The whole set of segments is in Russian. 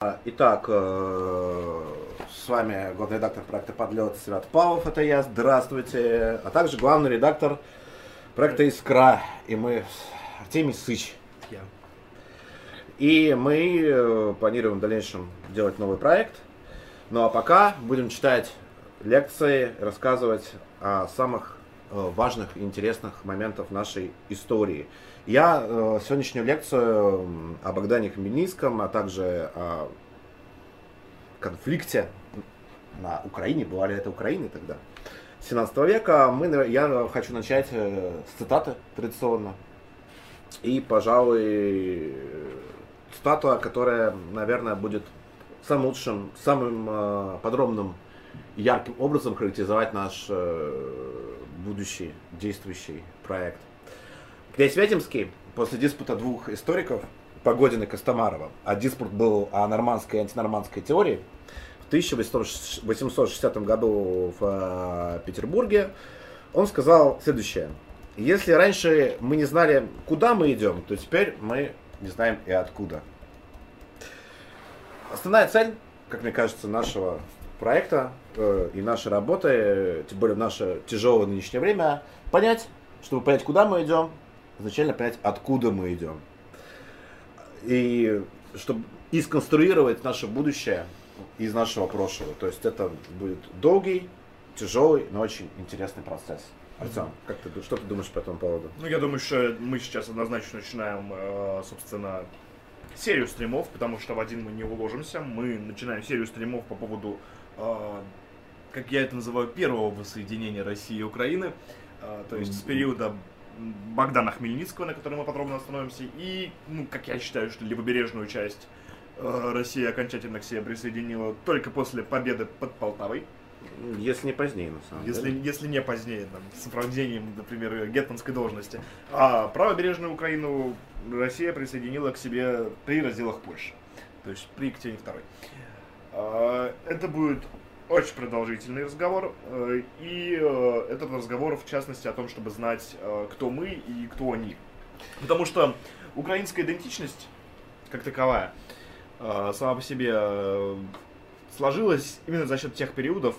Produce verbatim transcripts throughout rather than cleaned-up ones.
Итак, э, с вами главный редактор проекта «Подлет» Свят Павлов, это я, здравствуйте, а также главный редактор проекта «Искра», и мы Артемий Сыч. Я. И мы э, планируем в дальнейшем делать новый проект, ну а пока будем читать лекции, рассказывать о самых э, важных и интересных моментах нашей истории. Я э, сегодняшнюю лекцию о Богдане Хмельницком, а также о конфликте на Украине, была ли это Украина тогда, семнадцатого века, мы, я хочу начать э, с цитаты традиционно. И, пожалуй, цитата, которая, наверное, будет самым лучшим, самым э, подробным и ярким образом характеризовать наш э, будущий действующий проект. Князь Вяземский после диспута двух историков, Погодина и Костомарова, а диспут был о нормандской и антинормандской теории, в тысяча восемьсот шестидесятом году в э, Петербурге, он сказал следующее: если раньше мы не знали, куда мы идем, то теперь мы не знаем и откуда. Основная цель, как мне кажется, нашего проекта э, и нашей работы, э, тем более в наше тяжелое нынешнее время, понять, чтобы понять, куда мы идем, изначально понять, откуда мы идем. И чтобы и сконструировать наше будущее из нашего прошлого. То есть это будет долгий, тяжелый, но очень интересный процесс. Артем, как ты, что ты думаешь по этому поводу? Ну, я думаю, что мы сейчас однозначно начинаем, собственно, серию стримов, потому что в один мы не уложимся. Мы начинаем серию стримов по поводу, как я это называю, первого воссоединения России и Украины. То есть с периода Богдана Хмельницкого, на котором мы подробно остановимся, и, ну, как я считаю, что левобережную часть России окончательно к себе присоединила только после победы под Полтавой. Если не позднее, на самом если, деле. Если не позднее, там, с сопровождением, например, гетманской должности. А правобережную Украину Россия присоединила к себе при разделах Польши. То есть при Екатерине второй. Это будет очень продолжительный разговор. И этот разговор, в частности, о том, чтобы знать, кто мы и кто они. Потому что украинская идентичность, как таковая, сама по себе сложилась именно за счет тех периодов,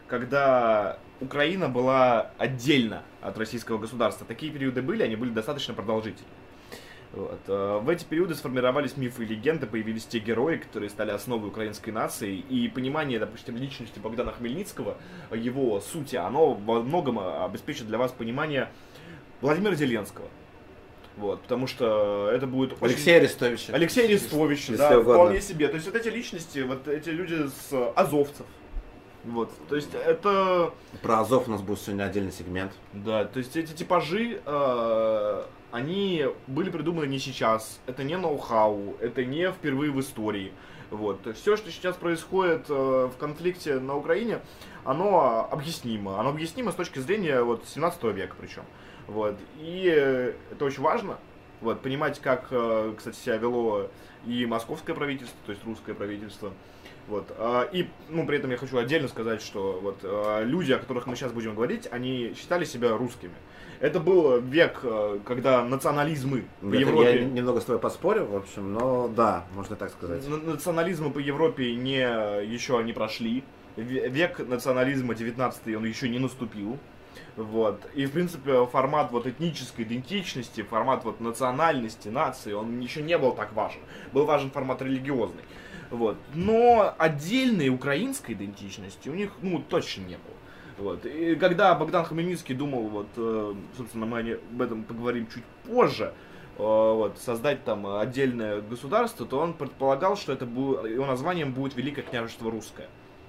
когда Украина была отдельно от российского государства. Такие периоды были, они были достаточно продолжительны. Вот. В эти периоды сформировались мифы и легенды, появились те герои, которые стали основой украинской нации, и понимание, допустим, личности Богдана Хмельницкого, его сути, оно во многом обеспечит для вас понимание Владимира Зеленского. Вот, потому что это будет очень... Алексей Арестович. Алексей Арестович, да, вполне себе. То есть вот эти личности, вот эти люди с азовцев. Вот, то есть это... Про Азов у нас будет сегодня отдельный сегмент. Да, то есть эти типажи, э, они были придуманы не сейчас, это не ноу-хау, это не впервые в истории. Вот, то есть все, что сейчас происходит э, в конфликте на Украине, оно объяснимо. Оно объяснимо с точки зрения вот, семнадцатого века причем. Вот, и э, это очень важно. Вот, понимать, как, э, кстати, себя вело и московское правительство, то есть русское правительство. Вот. И, ну, при этом я хочу отдельно сказать, что вот, люди, о которых мы сейчас будем говорить, они считали себя русскими. Это был век, когда национализмы по Это Европе... Я немного с тобой поспорю, в общем, но да, можно так сказать. Национализмы по Европе не, еще не прошли. Век национализма девятнадцатый, он еще не наступил. Вот. И, в принципе, формат вот этнической идентичности, формат вот национальности, нации, он еще не был так важен. Был важен формат религиозный. Вот. Но отдельной украинской идентичности у них, ну, точно не было. Вот. И когда Богдан Хмельницкий думал, вот, собственно, мы об этом поговорим чуть позже, вот, создать там отдельное государство, то он предполагал, что это будет, его названием будет Великое княжество Русское.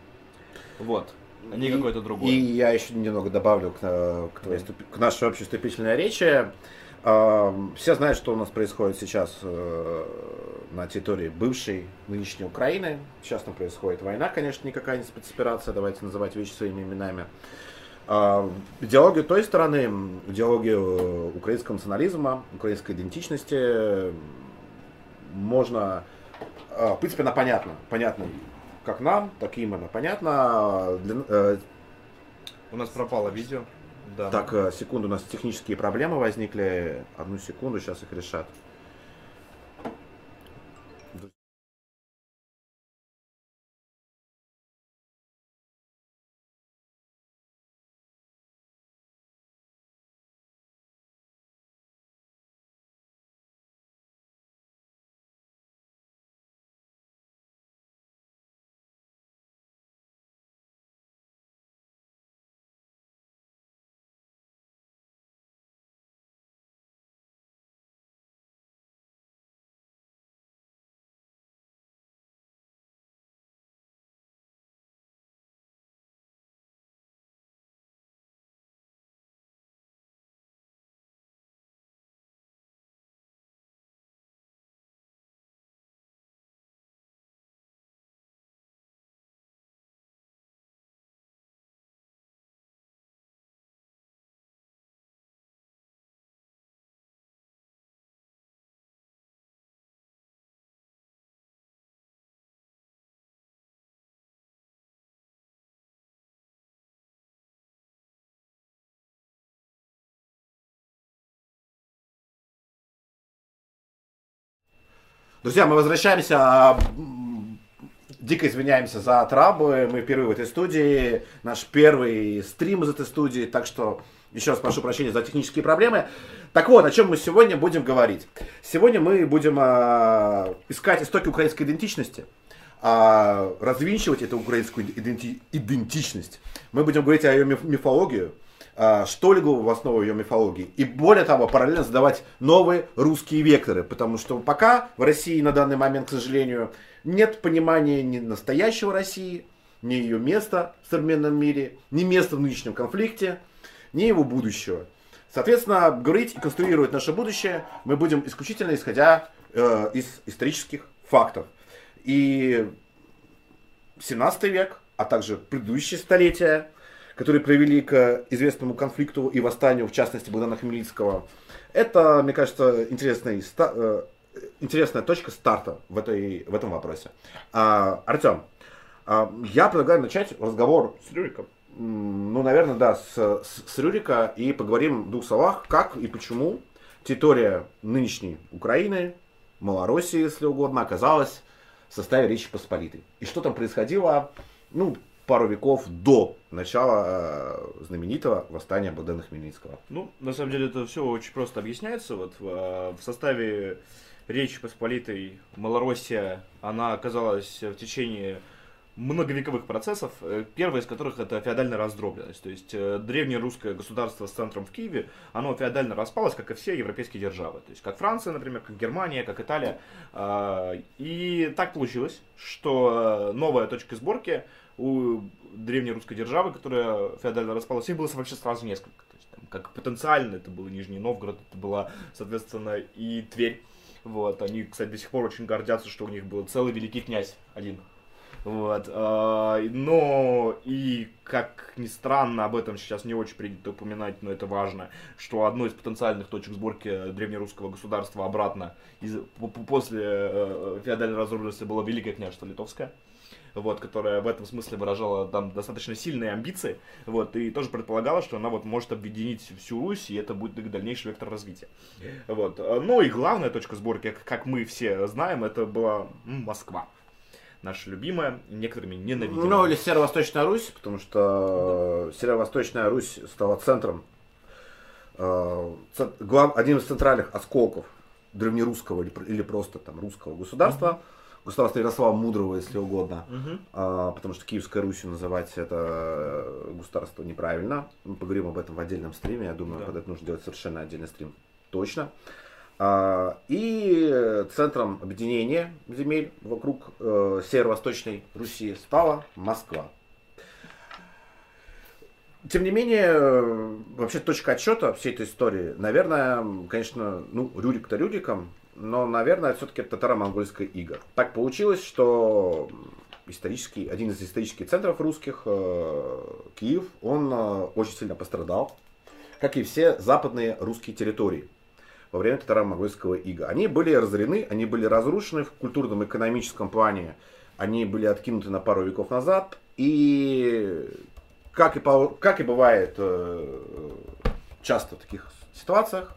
Вот. А не какое-то другое. И я еще немного добавлю к, к, твоей, к нашей общей вступительной речи. Все знают, что у нас происходит сейчас на территории бывшей нынешней Украины. Сейчас там происходит война, конечно, никакая не спецоперация, давайте называть вещи своими именами. Идеологию той стороны, идеологию украинского национализма, украинской идентичности можно, в принципе, она понятна. Понятна как нам, так и им она понятна. Для... У нас пропало видео. Да. Так, секунду, у нас технические проблемы возникли. Одну секунду, сейчас их решат. Друзья, мы возвращаемся. Дико извиняемся за траблы. Мы впервые в этой студии. Наш первый стрим из этой студии. Так что еще раз прошу прощения за технические проблемы. Так вот, о чем мы сегодня будем говорить. Сегодня мы будем э, искать истоки украинской идентичности. Э, развинчивать эту украинскую иденти- идентичность. Мы будем говорить о ее миф- мифологии. Э, что легло в основу ее мифологии. И более того, параллельно задавать новые русские векторы. Потому что пока в России на данный момент, к сожалению, нет понимания ни настоящего России, ни ее места в современном мире, ни места в нынешнем конфликте, ни его будущего. Соответственно, говорить и конструировать наше будущее мы будем исключительно исходя э, из исторических фактов. И семнадцатый век, а также предыдущие столетия, которые привели к известному конфликту и восстанию, в частности, Богдана Хмельницкого, это, мне кажется, интересный, э, интересная точка старта в, этой, в этом вопросе. А, Артем, а, я предлагаю начать разговор с Рюриком. Ну, наверное, да, с, с, с Рюрика, и поговорим в двух словах, как и почему территория нынешней Украины, Малороссии, если угодно, оказалась в составе Речи Посполитой. И что там происходило, ну, пару веков до начала э, знаменитого восстания Богдана Хмельницкого. Ну, на самом деле, это все очень просто объясняется. Вот в, в составе Речи Посполитой Малороссия, она оказалась в течение многовековых процессов, первый из которых это феодальная раздробленность. То есть древнее русское государство с центром в Киеве, оно феодально распалось, как и все европейские державы. То есть как Франция, например, как Германия, как Италия. И так получилось, что новая точка сборки у древней русской державы, которая феодально распалась, их было вообще сразу несколько. То есть, там, как потенциально это был Нижний Новгород, это была, соответственно, и Тверь. Вот. Они, кстати, до сих пор очень гордятся, что у них был целый великий князь один. Вот, э, но и, как ни странно, об этом сейчас не очень принято упоминать, но это важно, что одной из потенциальных точек сборки древнерусского государства обратно из, после э, феодальной разрушенности было Великое княжество Литовское, вот, которое в этом смысле выражало там достаточно сильные амбиции, вот, и тоже предполагало, что она вот может объединить всю Русь, и это будет дальнейший вектор развития. Вот. Ну и главная точка сборки, как мы все знаем, это была ну, Москва. Наша любимая, некоторыми ненавидимая. Ну, или Северо-Восточная Русь, потому что да. Северо-Восточная Русь стала центром, э, глав, одним из центральных осколков древнерусского или, или просто там русского государства. Uh-huh. Государство Ярослава Мудрого, если угодно. Uh-huh. э, потому что Киевской Русью называть это государство неправильно. Мы поговорим об этом в отдельном стриме. Я думаю, да. Под это нужно делать совершенно отдельный стрим. Точно. И центром объединения земель вокруг э, Северо-Восточной Руси стала Москва. Тем не менее, вообще точка отсчета всей этой истории, наверное, конечно, ну, Рюрик-то Рюриком, но, наверное, все-таки это татаро-монгольская ига. Так получилось, что исторический, один из исторических центров русских, э, Киев, он э, очень сильно пострадал, как и все западные русские территории во время татаро-монгольского ига. Они были разорены, они были разрушены в культурном и экономическом плане, они были откинуты на пару веков назад, и как и, как и бывает часто в таких ситуациях,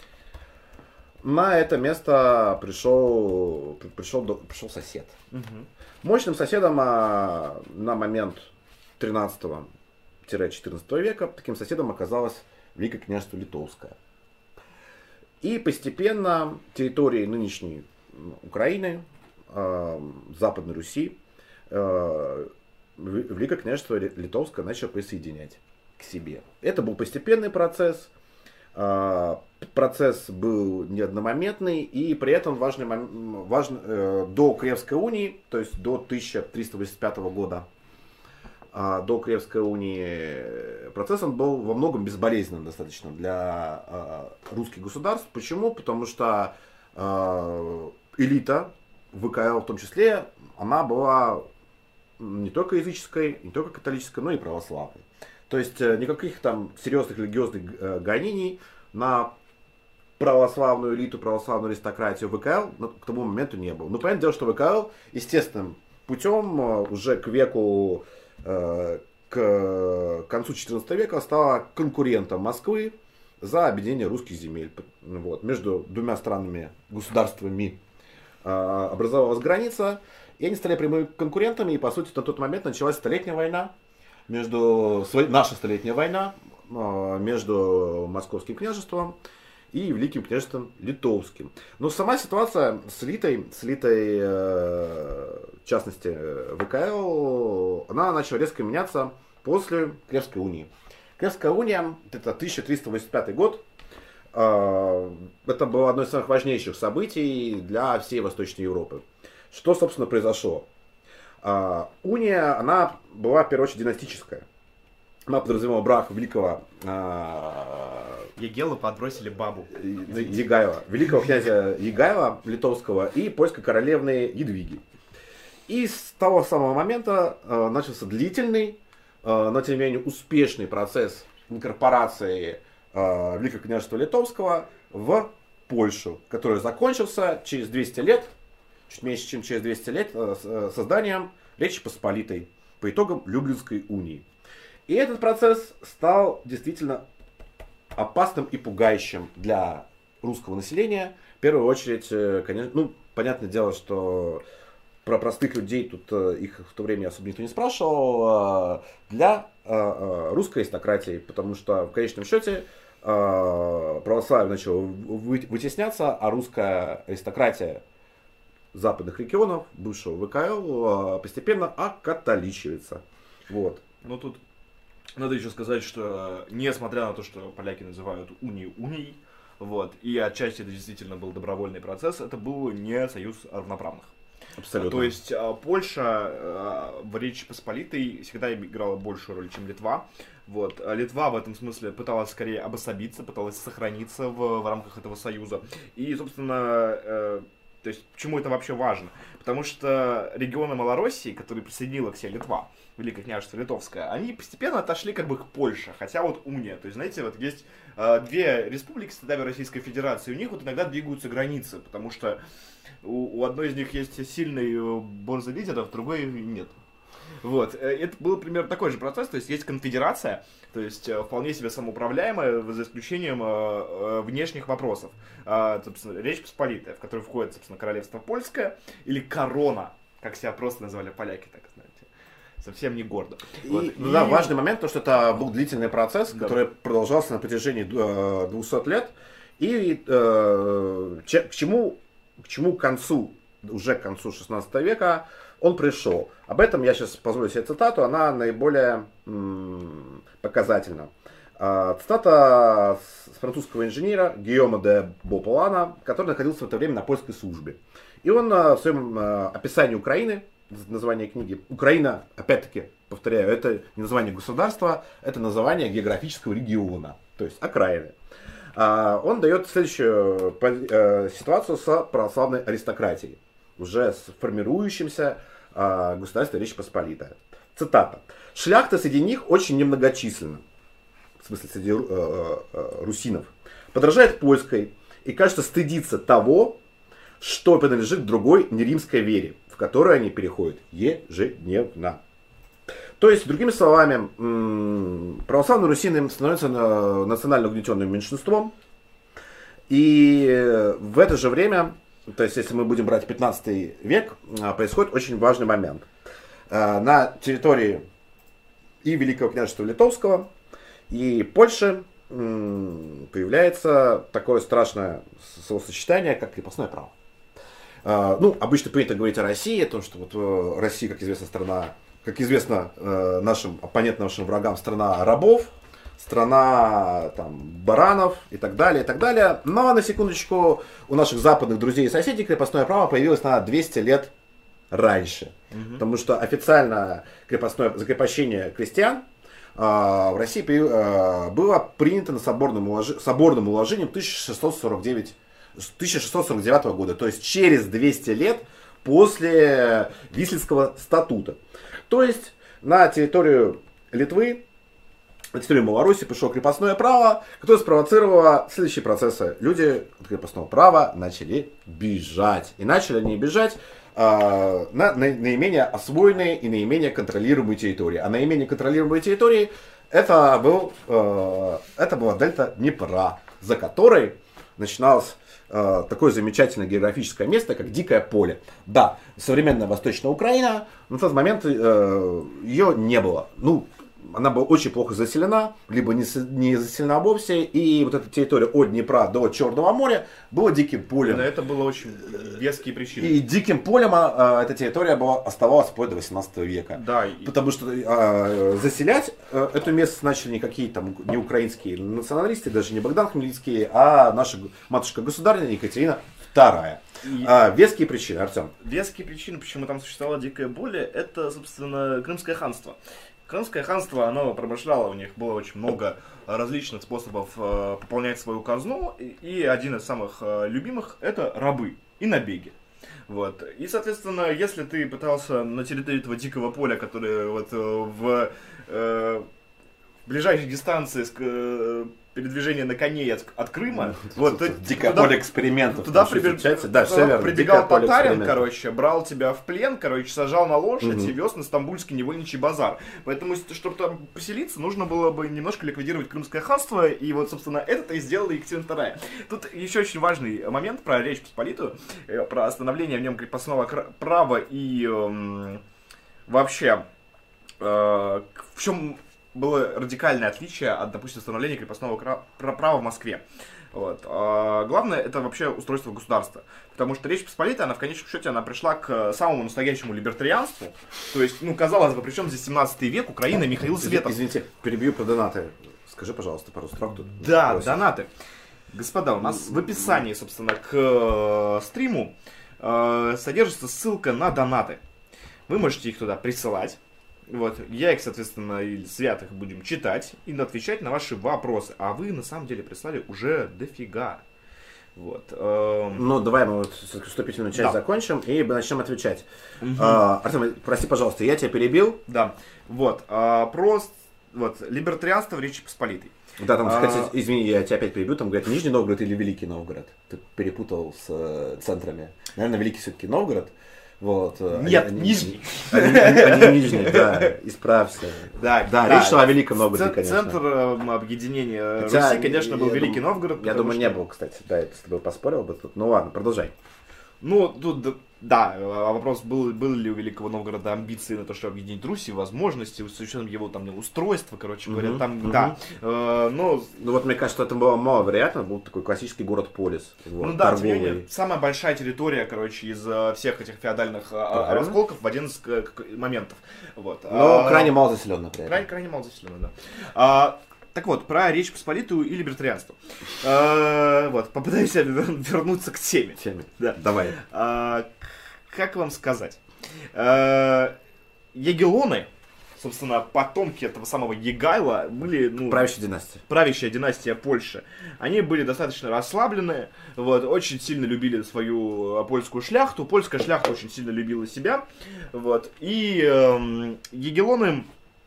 на это место пришел, пришел, пришел сосед. Угу. Мощным соседом на момент тринадцатого-четырнадцатого века таким соседом оказалось Великое княжество Литовское. И постепенно территории нынешней Украины, э, Западной Руси, э, Великое княжество Литовское начало присоединять к себе. Это был постепенный процесс. Э, процесс был не одномоментный, и при этом важный, важный, э, до Кревской унии, то есть до тысяча триста восемьдесят пятого года, до Кревской унии, процесс он был во многом безболезненным достаточно для э, русских государств. Почему? Потому что э, элита ВКЛ в том числе, она была не только языческой, не только католической, но и православной. То есть э, никаких там серьезных религиозных э, гонений на православную элиту, православную аристократию ВКЛ к тому моменту не было. Ну, понятное дело, что ВКЛ естественным путем э, уже к веку к концу четырнадцатого века стала конкурентом Москвы за объединение русских земель. Вот, между двумя странами, государствами образовалась граница, и они стали прямыми конкурентами, и по сути на тот момент началась столетняя война, между, наша столетняя война между Московским княжеством и Великим княжеством Литовским. Но сама ситуация с Литой, с Литой, в частности ВКЛ, она начала резко меняться после Кревской унии. Кревская уния, это тысяча триста восемьдесят пятый год, это было одно из самых важнейших событий для всей Восточной Европы. Что, собственно, произошло? Уния, она была, в первую очередь, династическая. Она подразумевала брак великого... Егела подбросили бабу. Егайла. Великого князя Егайла литовского и польской королевны Едвиги. И с того самого момента начался длительный, но тем не менее успешный процесс инкорпорации Великого княжества Литовского в Польшу, который закончился через двести лет, чуть меньше, чем через двести лет, созданием Речи Посполитой по итогам Люблинской унии. И этот процесс стал действительно опасным и пугающим для русского населения. В первую очередь, конечно, ну, понятное дело, что про простых людей тут их в то время особо никто не спрашивал, для русской аристократии, потому что в конечном счете православие начало вытесняться, а русская аристократия западных регионов, бывшего ВКЛ, постепенно окатоличивается. Вот. Ну тут надо еще сказать, что несмотря на то, что поляки называют унию унией, вот, и отчасти это действительно был добровольный процесс, это был не союз равноправных. Абсолютно. То есть Польша в Речи Посполитой всегда играла большую роль, чем Литва. Вот. Литва в этом смысле пыталась скорее обособиться, пыталась сохраниться в, в рамках этого союза. И, собственно, э, то есть, почему это вообще важно? Потому что регионы Малороссии, которые присоединила к себе Литва, Великое княжество Литовское, они постепенно отошли как бы к Польше, хотя вот уния. То есть, знаете, вот есть э, две республики, составе Российской Федерации, у них вот иногда двигаются границы, потому что у, у одной из них есть сильный борзый лидер, а в другой нет. Вот. Это был примерно такой же процесс, то есть есть конфедерация, то есть вполне себе самоуправляемая, за исключением э, внешних вопросов. Э, собственно, Речь Посполитая, в которую входит, собственно, Королевство Польское, или Корона, как себя просто называли поляки, так знаете. Совсем не гордо. И, вот. ну, и... да, важный момент, то, что это был длительный процесс, да. который продолжался на протяжении двухсот лет. И э, че, к чему, к чему к концу, уже к концу шестнадцатого века он пришел. Об этом я сейчас позволю себе цитату, она наиболее м, показательна. Э, цитата с французского инженера Гийома де Бополана, который находился в это время на польской службе. И он э, в своем э, описании Украины, название книги, Украина, опять-таки, повторяю, это не название государства, это название географического региона, то есть окраины. Он дает следующую ситуацию с православной аристократией, уже с формирующимся государством Речь Посполитая. Цитата. «Шляхта среди них очень немногочисленна», в смысле среди русинов, подражает польской и, кажется, стыдится того, что принадлежит другой неримской вере, в которой они переходят ежедневно. То есть, другими словами, православные русины становятся национально угнетенным меньшинством. И в это же время, то есть, если мы будем брать пятнадцатый век, происходит очень важный момент. На территории и Великого княжества Литовского, и Польши появляется такое страшное словосочетание, как крепостное право. Ну, обычно принято говорить о России, о том, что вот Россия, как известно, страна, как известно нашим оппонентам, нашим врагам, страна рабов, страна там, баранов и так далее, и так далее. Но на секундочку у наших западных друзей и соседей крепостное право появилось на двести лет раньше. Угу. Потому что официально крепостное закрепощение крестьян в России было принято на соборном, улож... соборном уложении тысяча шестьсот сорок девятого года, то есть через двести лет после Вислицкого статута. То есть на территорию Литвы, на территорию Малороссии пришло крепостное право, которое спровоцировало следующие процессы. Люди от крепостного права начали бежать. И начали они бежать э, на, на наименее освоенные и наименее контролируемые территории. А наименее контролируемые территории это, был, э, это была дельта Днепра, за которой начиналось э, такое замечательное географическое место, как Дикое поле. Да, современная Восточная Украина, но в тот момент э, ее не было. Ну, она была очень плохо заселена, либо не, не заселена вовсе, и вот эта территория от Днепра до Черного моря была диким полем. Да, это было очень веские причины. И диким полем а, эта территория была, оставалась вплоть до восемнадцатого века. Да. Потому что а, заселять а, эту местность начали не какие-то там не украинские националисты, даже не Богдан Хмельницкий, а наша матушка-государственная Екатерина вторая. И... А, веские причины, Артем. Веские причины, почему там существовало дикое поле, это, собственно, Крымское ханство. Крымское ханство, оно промышляло, у них было очень много различных способов э, пополнять свою казну, и, и один из самых э, любимых это рабы и набеги. Вот. И, соответственно, если ты пытался на территории этого дикого поля, которое вот э, в э, ближайшей дистанции э, передвижения на коне от, от Крыма, вот, ты, дикое поле экспериментов. Туда прибег... да, туда прибегал татарин, короче, брал тебя в плен, короче, сажал на лошадь угу. и вез на стамбульский невольничий базар. Поэтому, чтобы там поселиться, нужно было бы немножко ликвидировать Крымское ханство, и вот, собственно, это-то и сделала Екатерина вторая. Тут еще очень важный момент про Речь Посполитую, про остановление в нем крепостного права и э, вообще э, в чем... было радикальное отличие от, допустим, становления крепостного права в Москве. Вот. А главное, это вообще устройство государства. Потому что Речь Посполитая, она в конечном счете, она пришла к самому настоящему либертарианству. То есть, ну, казалось бы, причем здесь семнадцатый век, Украина, Михаил Светов. Извините, перебью про донаты. Скажи, пожалуйста, пару строк тут. Да, просим. Донаты. Господа, у нас в описании, собственно, к э, стриму э, содержится ссылка на донаты. Вы можете их туда присылать. Вот, я их, соответственно, и святых будем читать и отвечать на ваши вопросы. А вы, на самом деле, прислали уже дофига. Вот. Эм... Ну, давай мы вот вступительную часть да. закончим и начнем отвечать. Угу. А, Артем, прости, пожалуйста, я тебя перебил. Да. Вот. А, про вот, либертарианство в Речи Посполитой. Да, там, а... кстати, извини, я тебя опять перебью, там говорят Нижний Новгород или Великий Новгород. Ты перепутал с э, центрами. Наверное, Великий все-таки Новгород. Вот. Нет, они, Нижний. Они, они, они Нижний, да, исправься. Да, да, да, речь шла о Великом Новгороде, конечно. Центр э, объединения Хотя, Руси, конечно, был Великий дум, Новгород. Я думаю, что... не был, кстати, да, я с тобой поспорил бы тут. Ну ладно, продолжай. Ну, тут, да, вопрос, был, был ли у Великого Новгорода амбиции на то, чтобы объединить Русь, возможности, с учетом его там устройства, короче говоря, uh-huh, там, uh-huh. да. Э, но... Ну вот, мне кажется, это было маловероятно, был такой классический город-полис. Вот, ну да, тем не менее, самая большая территория, короче, из всех этих феодальных uh-huh. расколков в один из моментов. Вот. Но а, крайне мало заселенно. Крайне, крайне мало заселенно, да. А, Так вот, про Речь Посполитую и либертарианство. А, вот, попытаюсь вернуться к теме. Теме. Да. Давай. А, как вам сказать? А, Егелоны, собственно, потомки этого самого Егайла, были... Ну, правящая династия. Правящая династия Польши. Они были достаточно расслаблены, вот, очень сильно любили свою польскую шляхту. Польская шляхта очень сильно любила себя. Вот, и э, Егелоны...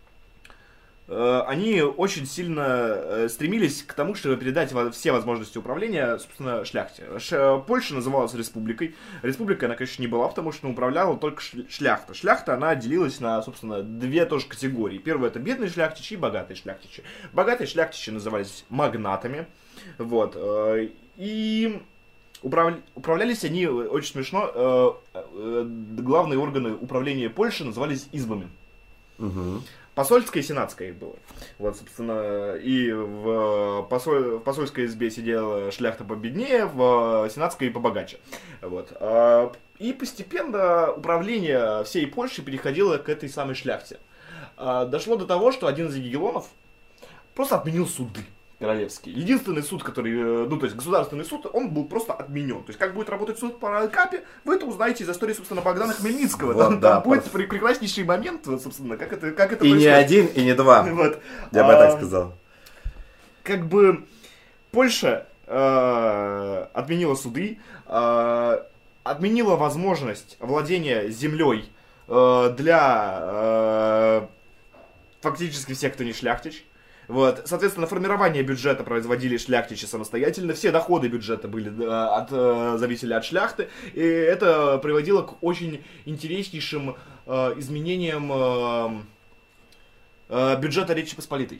они очень сильно стремились к тому, чтобы передать все возможности управления, собственно, шляхте. Польша называлась республикой. Республикой она, конечно, не была, потому что управляла только шляхта. Шляхта, она делилась на, собственно, две тоже категории. Первая — это бедные шляхтичи и богатые шляхтичи. Богатые шляхтичи назывались магнатами. Вот. И... управлялись они, очень смешно, главные органы управления Польши назывались избами. Угу. Посольское и сенатское их было. Вот, собственно, и в, посоль, в посольской избе сидела шляхта победнее, в сенатской побогаче. Вот. И постепенно управление всей Польши переходило к этой самой шляхте. Дошло до того, что один из егелонов просто отменил суды королевские. Единственный суд, который, ну, то есть государственный суд, он был просто отменен. То есть, как будет работать суд по Алкапе, вы это узнаете из истории, собственно, Богдана Хмельницкого. Вот, там, да, там будет просто прекраснейший момент, собственно, как это, как это и происходит. Не один, и не два. Вот. Я бы а, так сказал. Как бы Польша э, отменила суды, э, отменила возможность владения землей э, для э, фактически всех, кто не шляхтич. Вот. Соответственно, формирование бюджета производили шляхтичи самостоятельно, все доходы бюджета были, от, зависели от шляхты, и это приводило к очень интереснейшим э, изменениям э, э, бюджета Речи Посполитой.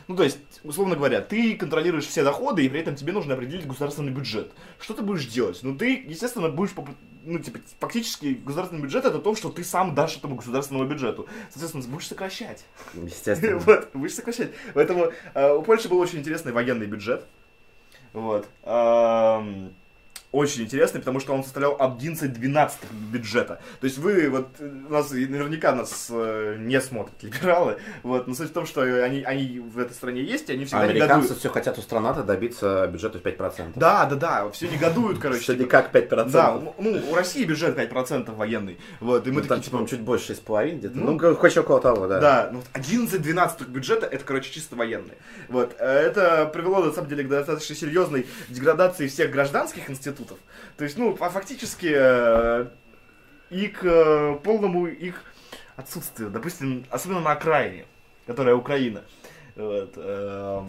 Ну, то есть, условно говоря, ты контролируешь все доходы, и при этом тебе нужно определить государственный бюджет. Что ты будешь делать? Ну, ты, естественно, будешь, ну, типа, фактически государственный бюджет это то, что ты сам дашь этому государственному бюджету. Соответственно, будешь сокращать. Естественно. Вот, будешь сокращать. Поэтому э, у Польши был очень интересный военный бюджет. Вот. Эм... Очень интересный, потому что он составлял одиннадцать двенадцатых бюджета. То есть вы, вот, у нас наверняка нас э, не смотрят либералы, вот, но суть в том, что они, они в этой стране есть, и они всегда Американцы негодуют. все хотят у страны добиться бюджета в пять процентов. Да, да, да, все негодуют, короче. Все никак пять процентов. Да, ну, у России бюджет пять процентов военный. Вот, и мы ну, такие, там, типа, чуть больше шесть с половиной где-то. Ну, Ну, хоть около того, да. Да, ну, одиннадцать двенадцатых бюджета, это, короче, чисто военный. Вот, это привело, на самом деле, к достаточно серьезной деградации всех гражданских институтов. То есть, ну, фактически э, и к э, полному их отсутствию, допустим, особенно на окраине, которая Украина. Вот, э,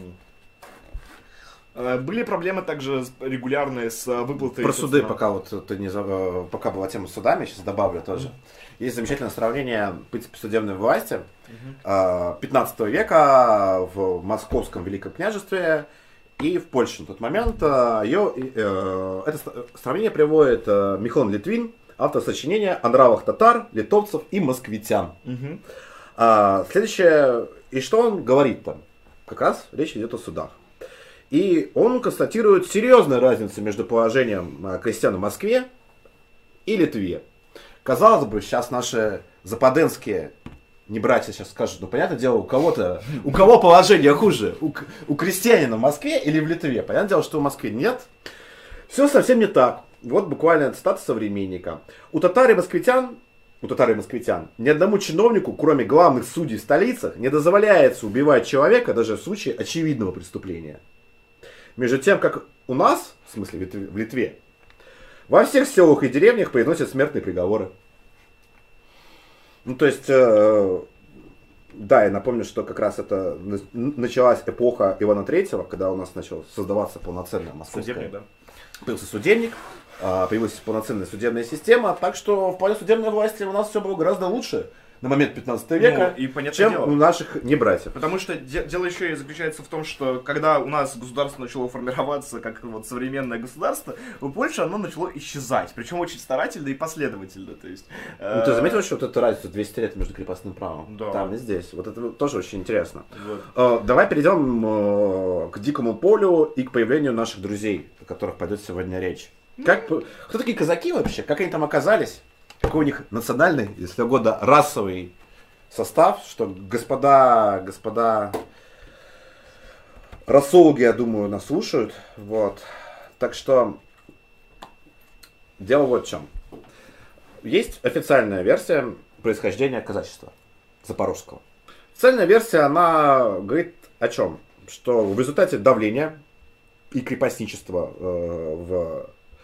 э, были проблемы также регулярные с выплатой... Про суды, пока вот ты не пока была тема с судами, сейчас добавлю тоже. Mm-hmm. Есть замечательное сравнение, в принципе, судебной власти mm-hmm. пятнадцатого века в Московском Великом княжестве и в Польше на тот момент. Ее, э, это сравнение приводит э, Михон Литвин, автор сочинения о нравах татар, литовцев и москвитян. Mm-hmm. А, следующее, и что он говорит там? Как раз речь идет о судах. И он констатирует серьезную разницу между положением крестьян в Москве и Литве. Казалось бы, сейчас наши западенские не братья сейчас скажут, ну, понятное дело, у кого-то, у кого положение хуже? У, у крестьянина в Москве или в Литве? Понятное дело, что в Москве нет. Все совсем не так. Вот буквально цитата современника. У татар и москвитян, у татар и москвитян ни одному чиновнику, кроме главных судей в столицах, не дозволяется убивать человека даже в случае очевидного преступления. Между тем, как у нас, в смысле в Литве, во всех селах и деревнях произносят смертные приговоры. Ну, то есть, э, да, я напомню, что как раз это началась эпоха Ивана Третьего, когда у нас начала создаваться полноценная московская... Судебник, да. Появился судебник, э, появилась полноценная судебная система, так что в плане судебной власти у нас все было гораздо лучше на момент пятнадцатого века, ну, и, чем дело. у наших небратьев. Потому что де- дело еще и заключается в том, что когда у нас государство начало формироваться как вот современное государство, у Польши оно начало исчезать. Причем очень старательно и последовательно. То есть, э- ну, ты заметил, что вот эта разница двести лет между крепостным правом? Да. Там и здесь. Вот это тоже очень интересно. Вот. Э- давай перейдем э- к дикому полю и к появлению наших друзей, о которых пойдет сегодня речь. Как, кто такие казаки вообще? Как они там оказались? Какой у них национальный, если угодно, расовый состав, что господа, господа расологи, я думаю, нас слушают. Вот. Так что дело вот в чем. Есть официальная версия происхождения казачества запорожского. Официальная версия, она говорит о чем? Что в результате давления и крепостничества э, в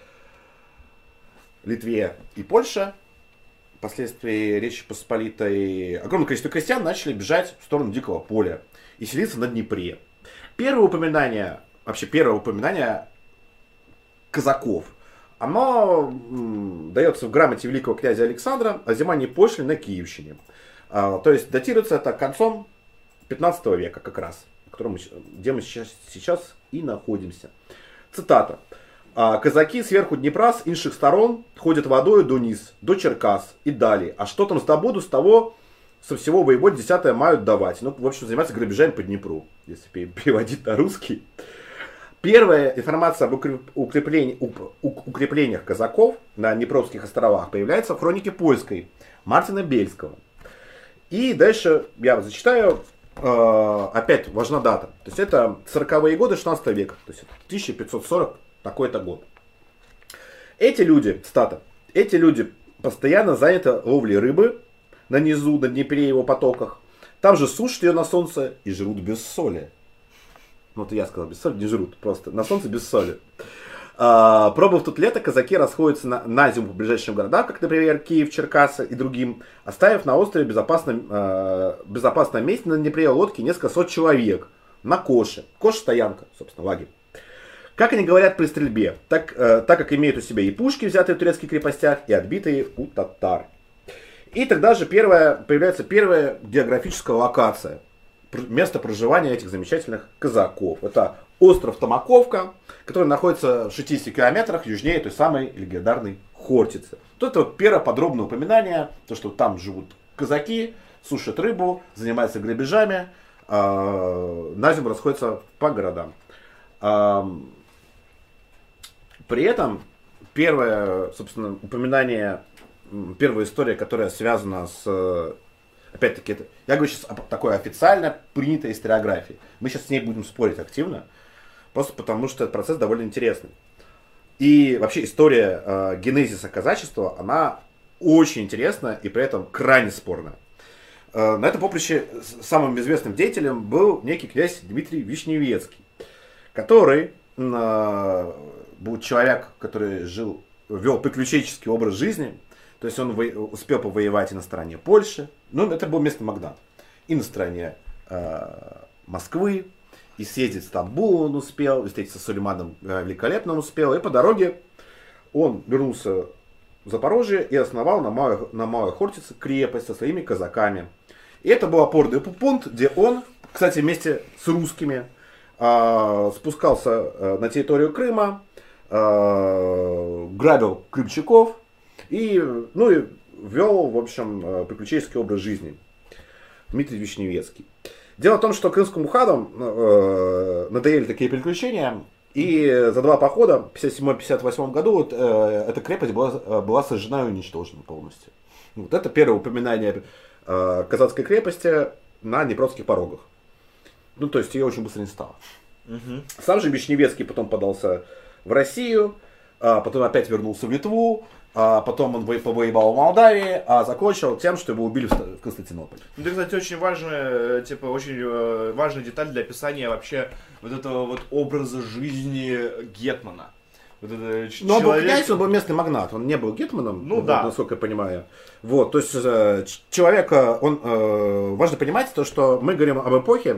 Литве и Польше, впоследствии Речи Посполитой, огромное количество крестьян начали бежать в сторону Дикого поля и селиться на Днепре. Первое упоминание, вообще первое упоминание казаков, оно м, дается в грамоте великого князя Александра о взимании пошлин на Киевщине. А, то есть датируется это концом пятнадцатого века как раз, в котором мы, где мы сейчас, сейчас и находимся. Цитата. Казаки сверху Днепра с інших сторон ходят водою дониз, до Черкас и далее. А что там сдобудут, с того со всего воевод десятое мают давать. Ну, в общем, заниматься грабежами по Днепру, если переводить на русский. Первая информация об укреплениях, укреплениях казаков на Днепровских островах появляется в хронике польской Мартина Бельского. И дальше я зачитаю, опять важна дата. То есть это сороковые годы шестнадцатого века, то есть тысяча пятьсот сорок такой-то год. Эти люди, стата, эти люди постоянно заняты ловлей рыбы на низу, на Днепре и его потоках. Там же сушат ее на солнце и жрут без соли. Ну, это я сказал, без соли не жрут, просто на солнце без соли. А, пробыв тут лето, казаки расходятся на, на зиму по ближайшим городам, как, например, Киев, Черкасы и другим, оставив на острове безопасном, э, безопасном месте на Днепре лодки несколько сот человек на Коше. Кош стоянка, собственно, лагерь. Как они говорят при стрельбе, так, э, так как имеют у себя и пушки, взятые в турецких крепостях, и отбитые у татар. И тогда же первая, появляется первая географическая локация место проживания этих замечательных казаков. Это остров Томаковка, который находится в шестидесяти километрах южнее той самой легендарной Хортицы. Вот это вот первое подробное упоминание, то, что там живут казаки, сушат рыбу, занимаются грабежами, э, на зиму расходятся по городам. Э, при этом первое, собственно, упоминание, первая история, которая связана с, опять-таки, это, я говорю сейчас о такой официально принятой историографии. Мы сейчас с ней будем спорить активно, просто потому что этот процесс довольно интересный. И вообще история э, генезиса казачества, она очень интересна и при этом крайне спорная. Э, на этом поприще самым известным деятелем был некий князь Дмитрий Вишневецкий, который э, был человек, который жил, вел приключенческий образ жизни. То есть он во- успел повоевать и на стороне Польши, ну это был местный магнат, и на стороне э, Москвы. И съездить в Стамбул он успел, и встретиться с Сулейманом Великолепным успел. И по дороге он вернулся в Запорожье и основал на Малой, на Малой Хортице крепость со своими казаками. И это был опорный пункт, где он, кстати, вместе с русскими э, спускался э, на территорию Крыма, э, грабил крымчаков и, ну, и вел, в общем, приключенческий образ жизни. Дмитрий Вишневецкий. Дело в том, что крымскому хану э, надоели такие приключения, и за два похода в пятьдесят седьмом — пятьдесят восьмом году вот, э, эта крепость была, была сожжена и уничтожена полностью. Вот это первое упоминание э, казацкой крепости на Днепровских порогах. Ну, то есть ее очень быстро не стало. Угу. Сам же Вишневецкий потом подался в Россию, а потом опять вернулся в Литву. А потом он повоевал в Молдавии, а закончил тем, что его убили в Константинополе. Ну, это, кстати, очень важная, типа, очень важная деталь для описания вообще вот этого вот образа жизни гетмана. Вот это Но человек... он был князь, он был местный магнат, он не был гетманом, ну, да. насколько я понимаю. Вот, то есть человек, он, важно понимать то, что мы говорим об эпохе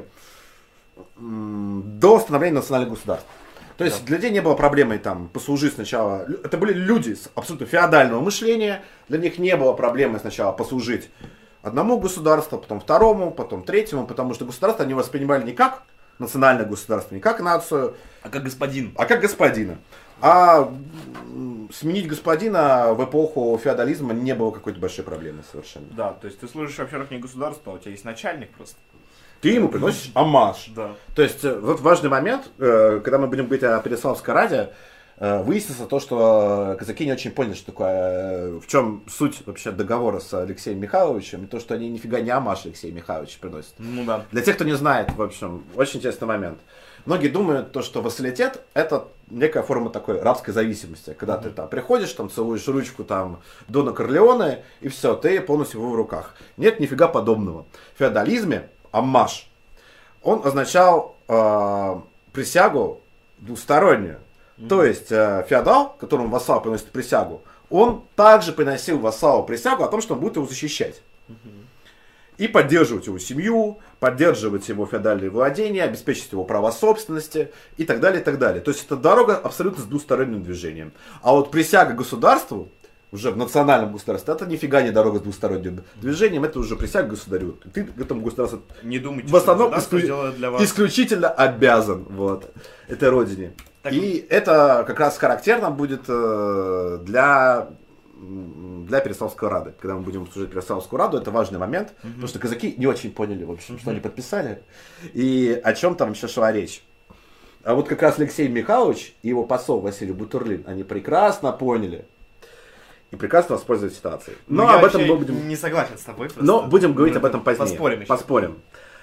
до становления национальных государств. То есть да. Для людей не было проблемой там послужить сначала. Это были люди с абсолютно феодального мышления. Для них не было проблемы сначала послужить одному государству, потом второму, потом третьему, потому что государство они воспринимали не как национальное государство, не как нацию, а как господин. А как господина. А сменить господина в эпоху феодализма не было какой-то большой проблемы совершенно. Да, то есть ты служишь, во-первых, не государству, а у тебя есть начальник просто. Ты ему приносишь омаж. Да. То есть, вот важный момент, когда мы будем говорить о Переславской Раде, выяснится то, что казаки не очень поняли, что такое, в чем суть вообще договора с Алексеем Михайловичем, и то, что они нифига не омаж Алексея Михайловича приносят. Ну да. Для тех, кто не знает, в общем, очень интересный момент. Многие думают, то, что вассалитет – это некая форма такой рабской зависимости. Когда mm-hmm. ты там приходишь, там целуешь ручку там Дона Корлеоне, и все, ты полностью в его руках. Нет, нифига подобного. В феодализме омаж, он означал э, присягу двустороннюю. Mm-hmm. То есть э, феодал, которому вассал приносит присягу, он также приносил вассалу присягу о том, что он будет его защищать. Mm-hmm. И поддерживать его семью, поддерживать его феодальные владения, обеспечить его права собственности и так далее, и так далее. То есть это дорога абсолютно с двусторонним движением. А вот присяга государству, уже в национальном государстве, это нифига не дорога с двусторонним движением, это уже присяга государю. Ты к этому государству не думайте, в основном что исклю... для вас. исключительно обязан вот, этой родине. Так... И это как раз характерно будет э, для, для Переславской Рады. Когда мы будем служить Переславскую Раду, это важный момент, mm-hmm. потому что казаки не очень поняли, в общем, mm-hmm. что они подписали и о чем там еще шла речь. А вот как раз Алексей Михайлович и его посол Василий Бутурлин, они прекрасно поняли и прекрасно воспользовались ситуацией. Но ну, об этом мы будем... не согласен с тобой. Просто. Но будем говорить об этом позднее. Поспорим еще. Поспорим.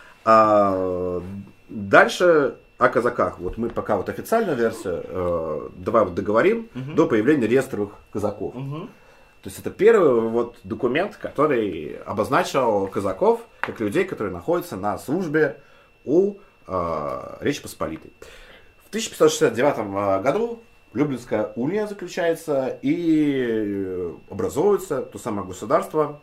А, дальше о казаках. Вот мы пока вот официальную версию э, давай вот договорим угу. до появления реестровых казаков. Угу. То есть это первый вот документ, который обозначил казаков как людей, которые находятся на службе у э, Речи Посполитой. В тысяча пятьсот шестьдесят девятом году Люблинская уния заключается и образуется то самое государство,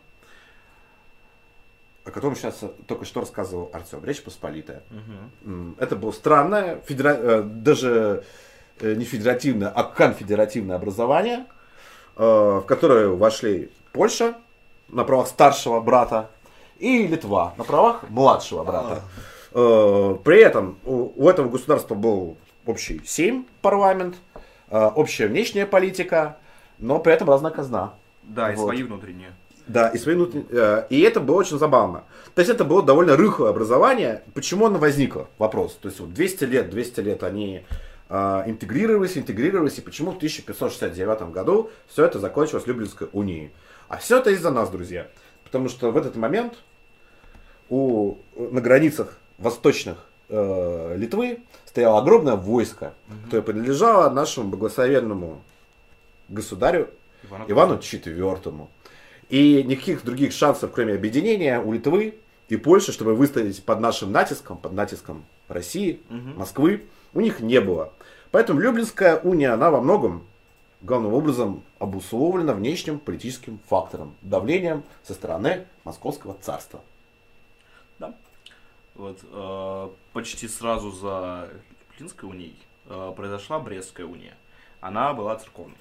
о котором сейчас только что рассказывал Артем. Речь Посполитая. Угу. Это было странное, федера... даже не федеративное, а конфедеративное образование, в которое вошли Польша на правах старшего брата и Литва на правах младшего брата. При этом у этого государства был общий сейм, парламент, общая внешняя политика, но при этом разная казна. Да, и вот. свои внутренние. Да, и свои внутренние. И это было очень забавно. То есть это было довольно рыхлое образование. Почему оно возникло? Вопрос. То есть вот двести лет, двести лет они э, интегрировались, интегрировались, и почему в тысяча пятьсот шестьдесят девятом году все это закончилось Люблинской унией? А все это из-за нас, друзья. Потому что в этот момент у, на границах восточных э, Литвы стояло огромное войско, угу. которое принадлежало нашему благословенному государю Ивану, Ивану четвёртому. И никаких других шансов, кроме объединения, у Литвы и Польши, чтобы выстоять под нашим натиском, под натиском России, угу. Москвы, у них не было. Поэтому Люблинская уния, она во многом, главным образом, обусловлена внешним политическим фактором, давлением со стороны Московского царства. Да. Вот, э, почти сразу за Люблинской унией э, произошла Брестская уния. Она была церковной.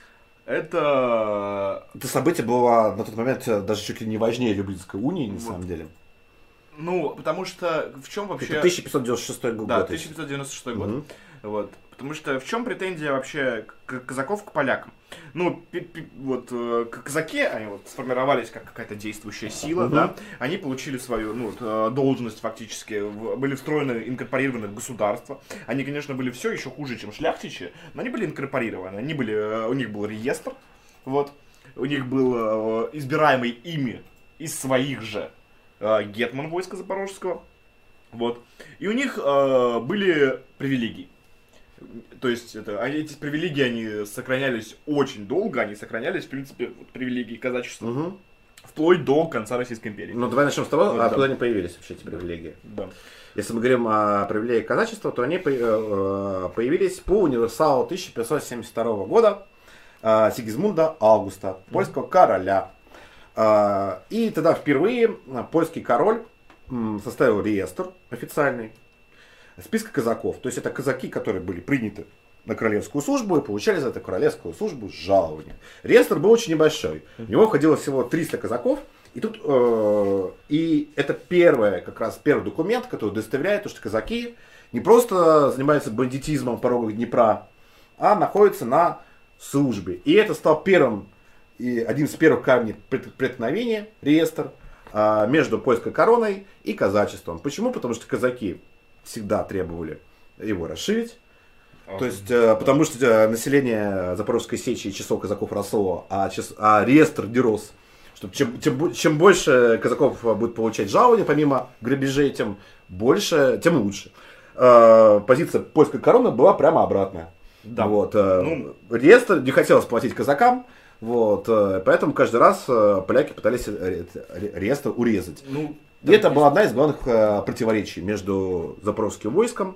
Это... Это событие было на тот момент даже чуть ли не важнее Люблинской унии, на вот. самом деле. Ну, потому что в чем вообще... Это тысяча пятьсот девяносто шестой год. Да, тысяча пятьсот девяносто шестой год. Угу. Вот. Потому что в чем претензия вообще к казаков к полякам? Ну, вот казаки, они вот сформировались как какая-то действующая сила, угу. да, они получили свою ну, должность фактически, были встроены, инкорпорированы в государство. Они, конечно, были все еще хуже, чем шляхтичи, но они были инкорпорированы, они были, у них был реестр, вот, у них был избираемый ими из своих же гетман войска Запорожского, вот, и у них были привилегии. То есть это, эти привилегии, они сохранялись очень долго, они сохранялись, в принципе, вот, привилегии казачества, угу. вплоть до конца Российской империи. Ну, давай начнем с того, вот, откуда да. они появились вообще, эти привилегии. Да. Если мы говорим о привилегиях казачества, то они появились по универсалу тысяча пятьсот семьдесят второго года Сигизмунда Августа, польского короля. И тогда впервые польский король составил реестр официальный, списка казаков. То есть это казаки, которые были приняты на королевскую службу и получали за эту королевскую службу жалование. Реестр был очень небольшой. В него входило всего триста казаков. И тут э, и это первое, как раз первый документ, который удостоверяет, что казаки не просто занимаются бандитизмом в порогах Днепра, а находятся на службе. И это стал первым, и одним из первых камней преткновения, реестр, э, между польской короной и казачеством. Почему? Потому что казаки всегда требовали его расширить. Oh. То есть, э, потому что э, население Запорожской сечи и число казаков росло, а, час, а реестр не рос. Чтобы чем, чем, чем больше казаков будет получать жалования, помимо грабежей, тем больше, тем лучше. Э, позиция польской короны была прямо обратная. Да. Вот, э, ну... Реестр не хотелось платить казакам, вот, э, поэтому каждый раз э, поляки пытались ре, ре, реестр урезать. Ну, И это была одна из главных э, противоречий между запорожским войском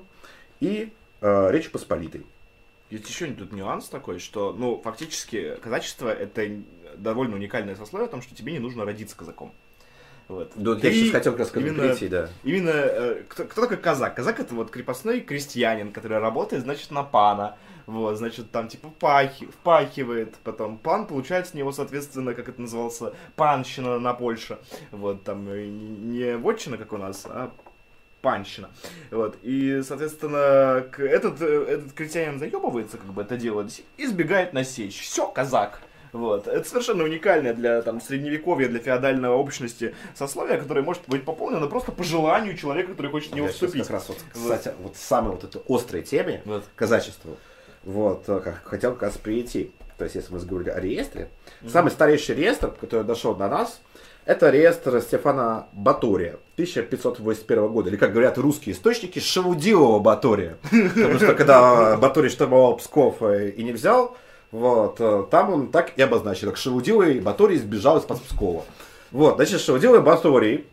и э, Речью Посполитой. Есть еще тут нюанс такой, что, ну, фактически казачество это довольно уникальное сословие о том, что тебе не нужно родиться казаком. Вот. Да, я сейчас хотел как раз именно, перейти, да. Именно, э, кто, кто такой казак? Казак это вот крепостной крестьянин, который работает, значит, на пана. Вот, значит, там типа пахи, впахивает, потом пан получает с него, соответственно, как это назывался, панщина на Польше. Вот, там не вотчина, как у нас, а панщина. Вот, и, соответственно, этот, этот крестьянин заебывается, как бы это делать, и сбегает на сечь. Все, казак. Вот. Это совершенно уникальное для там, средневековья, для феодальной общности сословие, которое может быть пополнено просто по желанию человека, который хочет в него Я вступить. Как раз вот, кстати, вот, вот самой вот этой острой теме вот. казачеству, вот, как хотел как раз перейти. То есть, если мы заговорили о реестре, mm-hmm. самый старейший реестр, который дошел до нас, это реестр Стефана Батория тысяча пятьсот восемьдесят первого года, или, как говорят русские источники, Шелудивого Батория. Потому что, когда Баторий штурмовал Псков и не взял, вот, там он так и обозначил, как Шелудивый Баторий сбежал из-под Пскова. Вот, значит, Шелудивый Баторий,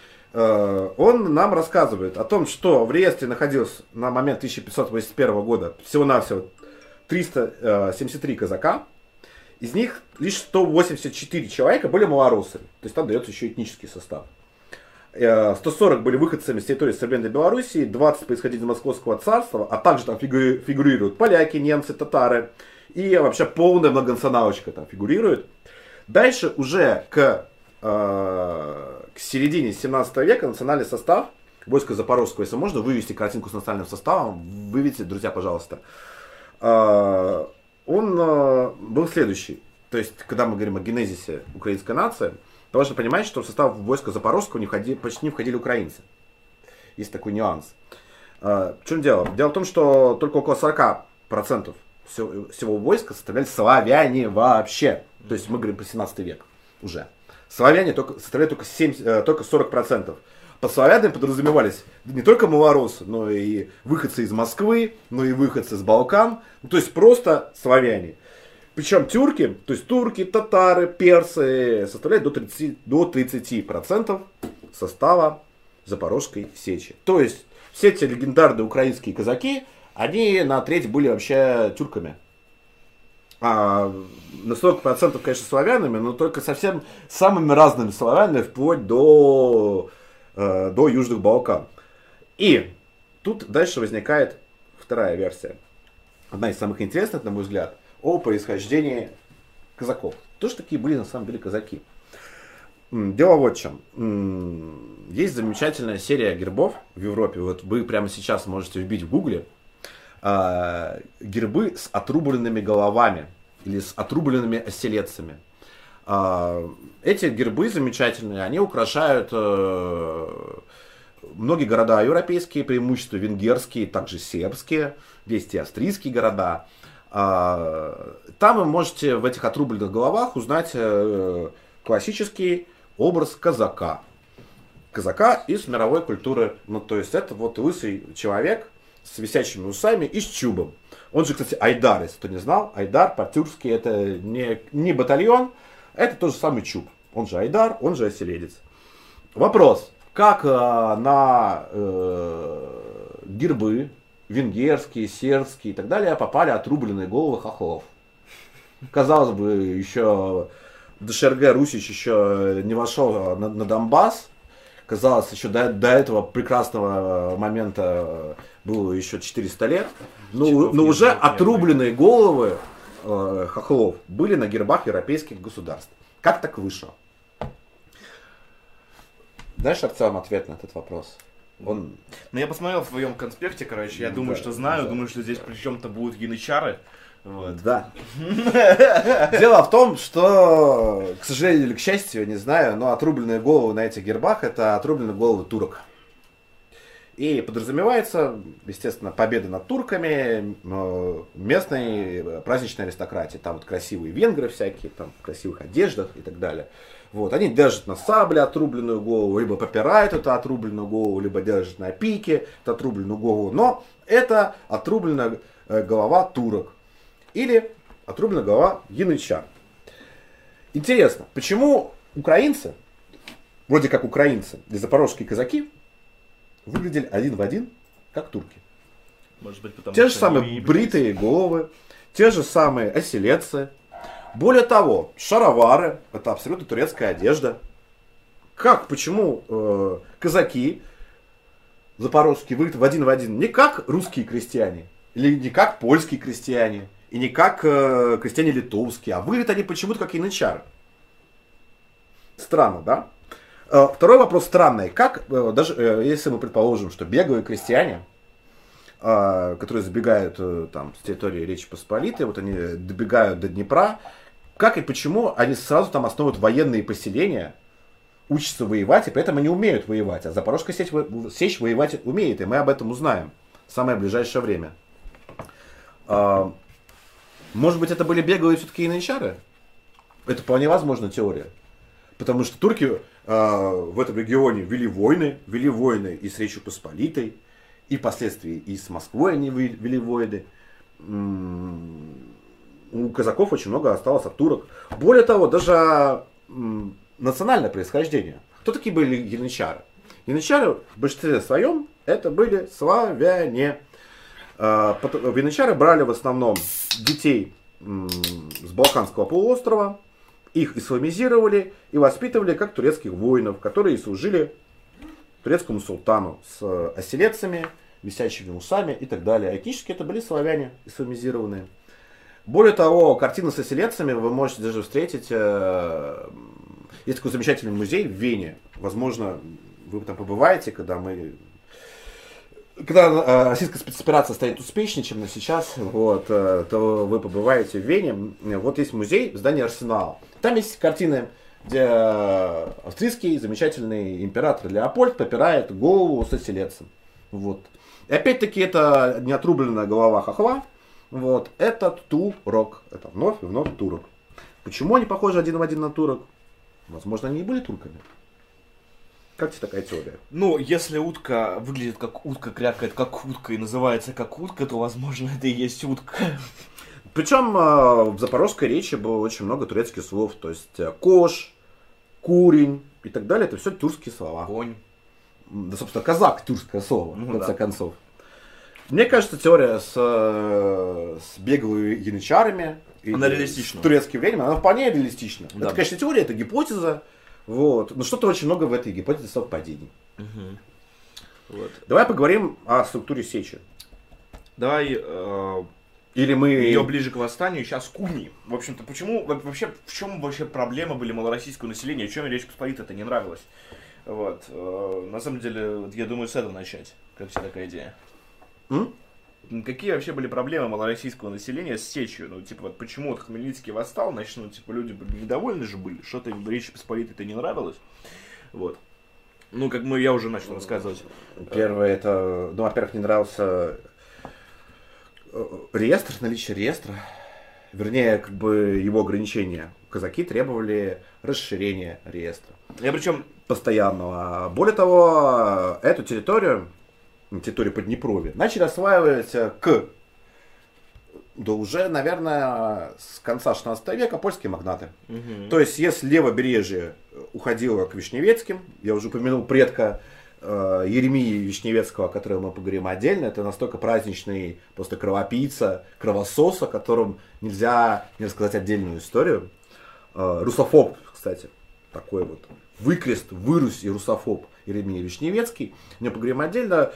э, он нам рассказывает о том, что в реестре находилось на момент тысяча пятьсот восемьдесят первого года всего-навсего триста семьдесят три казака, из них лишь сто восемьдесят четыре человека были малоросами, то есть там дается еще этнический состав. сто сорок были выходцами с территории современной Белоруссии, двадцать происходили из Московского царства, а также там фигурируют поляки, немцы, татары. И вообще полная многонационалочка там фигурирует. Дальше уже к, э, к середине семнадцатого века национальный состав войска Запорожского, если можно вывести картинку с национальным составом, выведите, друзья, пожалуйста. Он был следующий. То есть, когда мы говорим о генезисе украинской нации, то важно понимать, что в состав войска Запорожского не входили, почти не входили украинцы. Есть такой нюанс. В чем дело? Дело в том, что только около сорок процентов всего, всего войска составляли славяне вообще. То есть мы говорим про семнадцатый век уже. Славяне только, составляют только, семь, только сорок процентов. Под славянами подразумевались не только малоросы, но и выходцы из Москвы, но и выходцы из Балкан. Ну, то есть просто славяне. Причем тюрки, то есть турки, татары, персы составляют до тридцати, до тридцати процентов состава Запорожской сечи. То есть все эти легендарные украинские казаки, они на треть были вообще тюрками. А на сорок процентов, конечно, славянами, но только совсем самыми разными славянами, вплоть до, э, до Южных Балкан. И тут дальше возникает вторая версия. Одна из самых интересных, на мой взгляд, о происхождении казаков. Тоже такие были на самом деле казаки. Дело вот в чем. Есть замечательная серия гербов в Европе. Вот вы прямо сейчас можете вбить в гугле э, гербы с отрубленными головами или с отрубленными оселедцами. Э, эти гербы замечательные, они украшают э, многие города европейские, преимущественно венгерские, также сербские, есть и австрийские города. Э, там вы можете в этих отрубленных головах узнать э, классический образ казака. Казака из мировой культуры. Ну, то есть это вот лысый человек с висячими усами и с чубом. Он же, кстати, айдар, если кто не знал. Айдар по-тюркски это не, не батальон, это тот же самый чуб. Он же айдар, он же оселедец. Вопрос. Как э, на э, гербы венгерские, сербские и так далее попали отрубленные головы хохлов? Казалось бы, еще ДШРГ Русич еще не вошел на, на Донбасс. Казалось, еще до, до этого прекрасного момента было еще четыреста лет. Но, но уже отрубленные головы э, хохлов были на гербах европейских государств. Как так вышло? Знаешь, Артем, ответ на этот вопрос? Он... Ну, я посмотрел в твоем конспекте, короче, я думаю, да, что знаю, да. Думаю, что здесь при чем-то будут янычары. Вот. Да. Дело в том, что, к сожалению или к счастью, не знаю, но отрубленные головы на этих гербах это отрубленные головы турок. И подразумевается, естественно, победа над турками, местной праздничной аристократии. Там вот красивые венгры всякие, там в красивых одеждах и так далее. Вот. Они держат на сабле отрубленную голову, либо попирают эту отрубленную голову, либо держат на пике эту отрубленную голову. Но это отрубленная голова турок. Или отрубленная голова янычар. Интересно, почему украинцы, вроде как украинцы, и запорожские казаки, выглядели один в один, как турки? Может быть, потому те что же самые бритые головы, те же самые оселедцы. Более того, шаровары, это абсолютно турецкая одежда. Как, почему э, казаки запорожские выглядят в один в один не как русские крестьяне, или не как польские крестьяне, и не как э, крестьяне литовские, а выглядят они почему-то как янычары. Странно, да? Э, второй вопрос странный. Как, э, даже э, если мы предположим, что беглые крестьяне, э, которые забегают э, там, с территории Речи Посполитой, вот они добегают до Днепра, как и почему они сразу там основывают военные поселения, учатся воевать, и при этом они умеют воевать. А Запорожская сечь, сечь воевать умеет, и мы об этом узнаем в самое ближайшее время. Э, Может быть, это были беглые все-таки янычары? Это вполне возможная теория. Потому что турки э, в этом регионе вели войны, вели войны и с Речью Посполитой, и впоследствии и с Москвой они вели войны. М-м- у казаков очень много осталось от турок. Более того, даже м- национальное происхождение. Кто такие были янычары? Янычары в большинстве своем это были славяне. Янычары брали в основном детей с Балканского полуострова, их исламизировали и воспитывали как турецких воинов, которые служили турецкому султану с оселедцами, висячими усами и так далее. Этнически это были славяне исламизированные. Более того, картины с оселедцами вы можете даже встретить. Есть такой замечательный музей в Вене. Возможно, вы там побываете, когда мы когда э, российская спецоперация стоит успешнее, чем на сейчас, вот, э, то вы побываете в Вене. Вот есть музей, здание Арсенал. Там есть картины, где австрийский замечательный император Леопольд попирает голову с оселедцем. Вот. И опять-таки это не отрубленная голова хохла. Вот. Это турок. Это вновь и вновь турок. Почему они похожи один в один на турок? Возможно, они и были турками. Как тебе такая теория? Ну, если утка выглядит как утка, крякает как утка и называется как утка, то, возможно, это и есть утка. Причем в запорожской речи было очень много турецких слов. То есть кош, курень и так далее. Это все тюркские слова. Конь. Да, собственно, казак тюркское слово, Ну, в конце да. концов. Мне кажется, теория с, с беглыми янычарами и Она реалистична. с турецким временем, она вполне реалистична. Да. Это, конечно, теория, это гипотеза. Вот. Но что-то очень много в этой гипотезе совпадений. Угу. Вот. Давай поговорим о структуре сечи. Давай э, Или мы... ее ближе к восстанию, сейчас к унии. В общем-то, почему, вообще, в чем вообще проблема были малороссийского населения, в чем Речь Посполитой это не нравилось? Вот. Э, на самом деле, вот я думаю, с этого начать. Как тебе такая идея? М? Какие вообще были проблемы малороссийского населения с сечью? Ну, типа, вот почему вот Хмельницкий восстал, значит, ну, типа, люди недовольны же были, что-то им в Речи Посполитой-то не нравилось. Вот. Ну, как мы, я уже начал рассказывать. Первое, это, ну, во-первых, не нравился реестр, наличие реестра. Вернее, как бы его ограничения. Казаки требовали расширения реестра. Я причем... Постоянного. Более того, эту территорию, территорию Поднепровья, начали осваивать к, да уже, наверное, с конца шестнадцатого века польские магнаты. Угу. То есть, если левобережье уходило к Вишневецким, я уже упомянул предка э, Еремии Вишневецкого, о котором мы поговорим отдельно, это настолько праздничный просто кровопийца, кровосос, о котором нельзя не рассказать отдельную историю. Э, русофоб, кстати, такой вот. Выкрест, вырусь и русофоб Еремия Вишневецкий. Мы поговорим отдельно.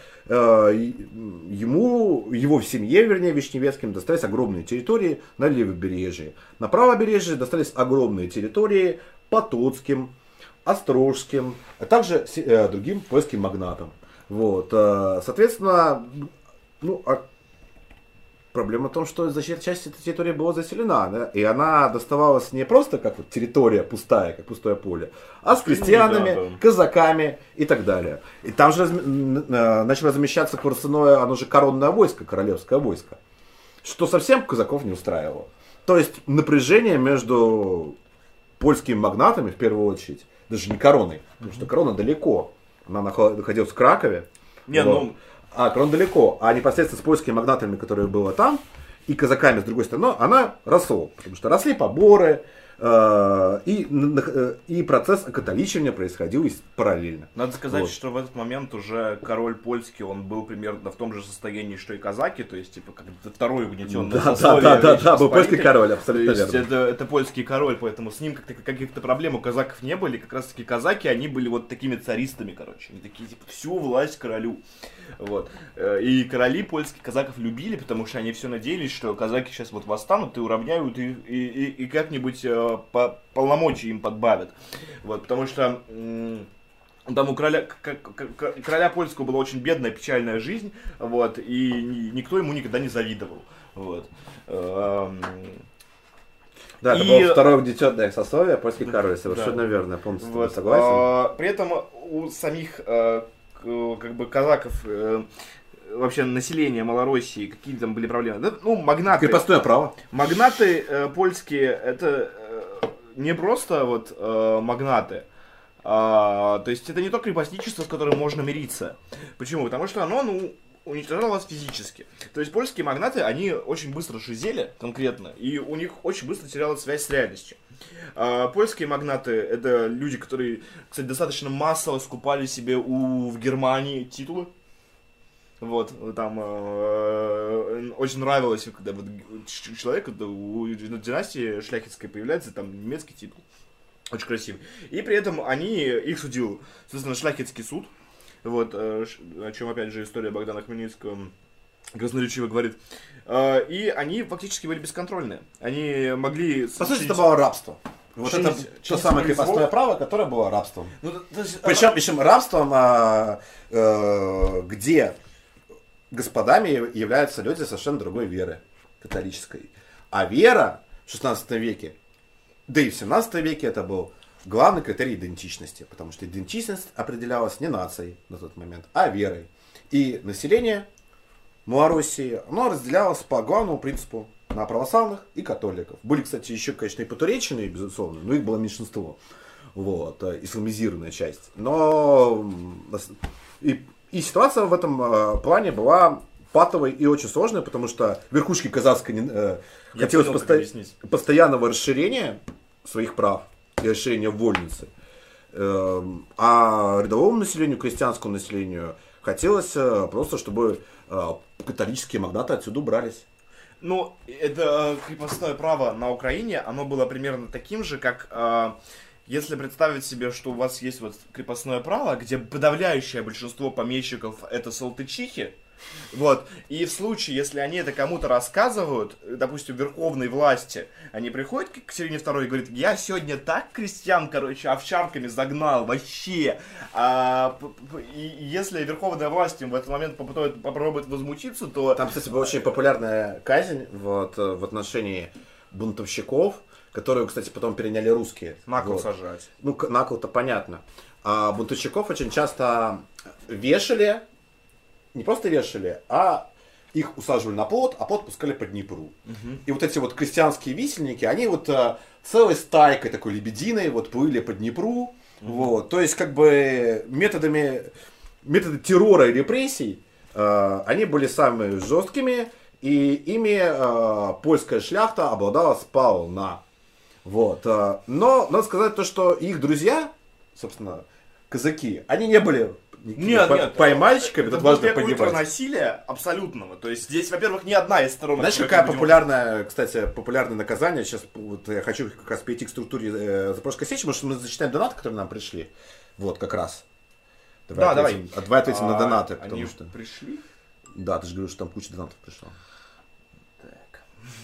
Ему, его в семье, вернее, Вишневецким достались огромные территории на левобережье. На правобережье достались огромные территории Потоцким, Острожским, а также другим польским магнатам. Вот. Соответственно, ну, проблема в том, что значительная часть этой территории была заселена, да? И она доставалась не просто как вот территория пустая, как пустое поле, а с крестьянами, да, да. казаками и так далее. И там же разми... начало замещаться курсовое, оно же коронное войско, королевское войско, что совсем казаков не устраивало. То есть напряжение между польскими магнатами, в первую очередь, даже не короной, потому что корона далеко, она находилась в Кракове. Не, вот. ну... А, крон далеко, а непосредственно с польскими магнатами, которые было там, и казаками с другой стороны, она росла. Потому что росли поборы, э, и, э, и процесс окатоличивания происходил параллельно. Надо сказать, вот. что в этот момент уже король польский, он был примерно в том же состоянии, что и казаки, то есть, типа, как второй угнетенный да, да, да, да, да, был польский король, абсолютно то есть, верно. Это, это польский король, поэтому с ним как-то, каких-то проблем у казаков не были, как раз таки казаки, они были вот такими царистами, короче, они такие, типа, всю власть королю. Вот. И короли польских казаков любили, потому что они все надеялись, что казаки сейчас вот восстанут и уравняют, и, и, и, и как-нибудь э, по полномочий им подбавят. Вот, потому что м- там у короля, к- к- к- короля польского была очень бедная, печальная жизнь, вот, и никто ему никогда не завидовал. Вот. Эм- Да, и... это было второе угнетенное сословие, польский король, совершенно да. верно, полностью вот. согласен. А, при этом у самих э, как бы казаков, э, вообще население Малороссии, какие там были проблемы? Да, ну, магнаты. Крепостное право. Магнаты э, польские, это э, не просто вот э, магнаты, а, то есть это не то крепостничество, с которым можно мириться. Почему? Потому что оно, ну, уничтожалось физически. То есть польские магнаты, они очень быстро шизели конкретно, и у них очень быстро терялась связь с реальностью. А польские магнаты — это люди, которые, кстати, достаточно массово скупали себе у, в Германии титулы. Вот, там э, очень нравилось, когда вот человек, когда у династии шляхетской появляется там немецкий титул. Очень красивый. И при этом они, их судил, соответственно, шляхетский суд. Вот, э, о чем, опять же, история Богдана Хмельницкого красноречиво говорит. Э, и они фактически были бесконтрольные. Они могли... По сути, это было рабство. Вот чинить, это то самое крепостное право, которое было рабством. Ну, то есть, Причем, оно... причем рабством, а, э, где господами являются люди совершенно другой веры, католической. А вера в шестнадцатом веке, да и в семнадцатом веке это был главный критерий идентичности, потому что идентичность определялась не нацией на тот момент, а верой. И население Малороссии, оно разделялось по главному принципу на православных и католиков. Были, кстати, еще, конечно, и потуреченные, безусловно, но их было меньшинство. Вот, исламизированная часть. Но и, и ситуация в этом э, плане была патовой и очень сложной, потому что верхушке казахской э, хотелось посто... постоянного расширения своих прав и расширения вольницы. Э, а рядовому населению, крестьянскому населению хотелось э, просто, чтобы э, католические магнаты отсюда убрались. Ну, это крепостное право на Украине, оно было примерно таким же, как... Э, Если представить себе, что у вас есть вот крепостное право, где подавляющее большинство помещиков это салтычихи, вот, и в случае, если они это кому-то рассказывают, допустим, верховной власти, они приходят к Екатерине второй и говорят: я сегодня так крестьян, короче, овчарками загнал, вообще. А, и если верховная власть им в этот момент попробует, попробует возмутиться, то... Там, кстати, была очень популярная казнь вот, в отношении бунтовщиков, которую, кстати, потом переняли русские. На кол вот. сажать. Ну, на кол-то понятно. А бунтовщиков очень часто вешали, не просто вешали, а их усаживали на плот, а плот пускали по Днепру. Угу. И вот эти вот крестьянские висельники, они вот а, целой стайкой такой лебединой вот плыли по Днепру. Угу. Вот. То есть, как бы, методами, методы террора и репрессий, а, они были самыми жесткими, и ими а, польская шляхта обладала сполна. Вот. Но надо сказать то, что их друзья, собственно, казаки, они не были нет, по- нет, поймальчиками, это тут важно понимать. понимать. Насилия абсолютного. То есть здесь, во-первых, ни одна из сторон... Знаешь, какая будем... популярная, кстати, популярное наказание? Сейчас вот, я хочу как раз перейти к структуре э, Запорожской сечи, потому что мы зачитаем донаты, которые нам пришли. Вот, как раз. Давай да, ответим, давай. Давай ответим а, на донаты. Потому они что... пришли? Да, ты же говорил, что там куча донатов пришло. Так.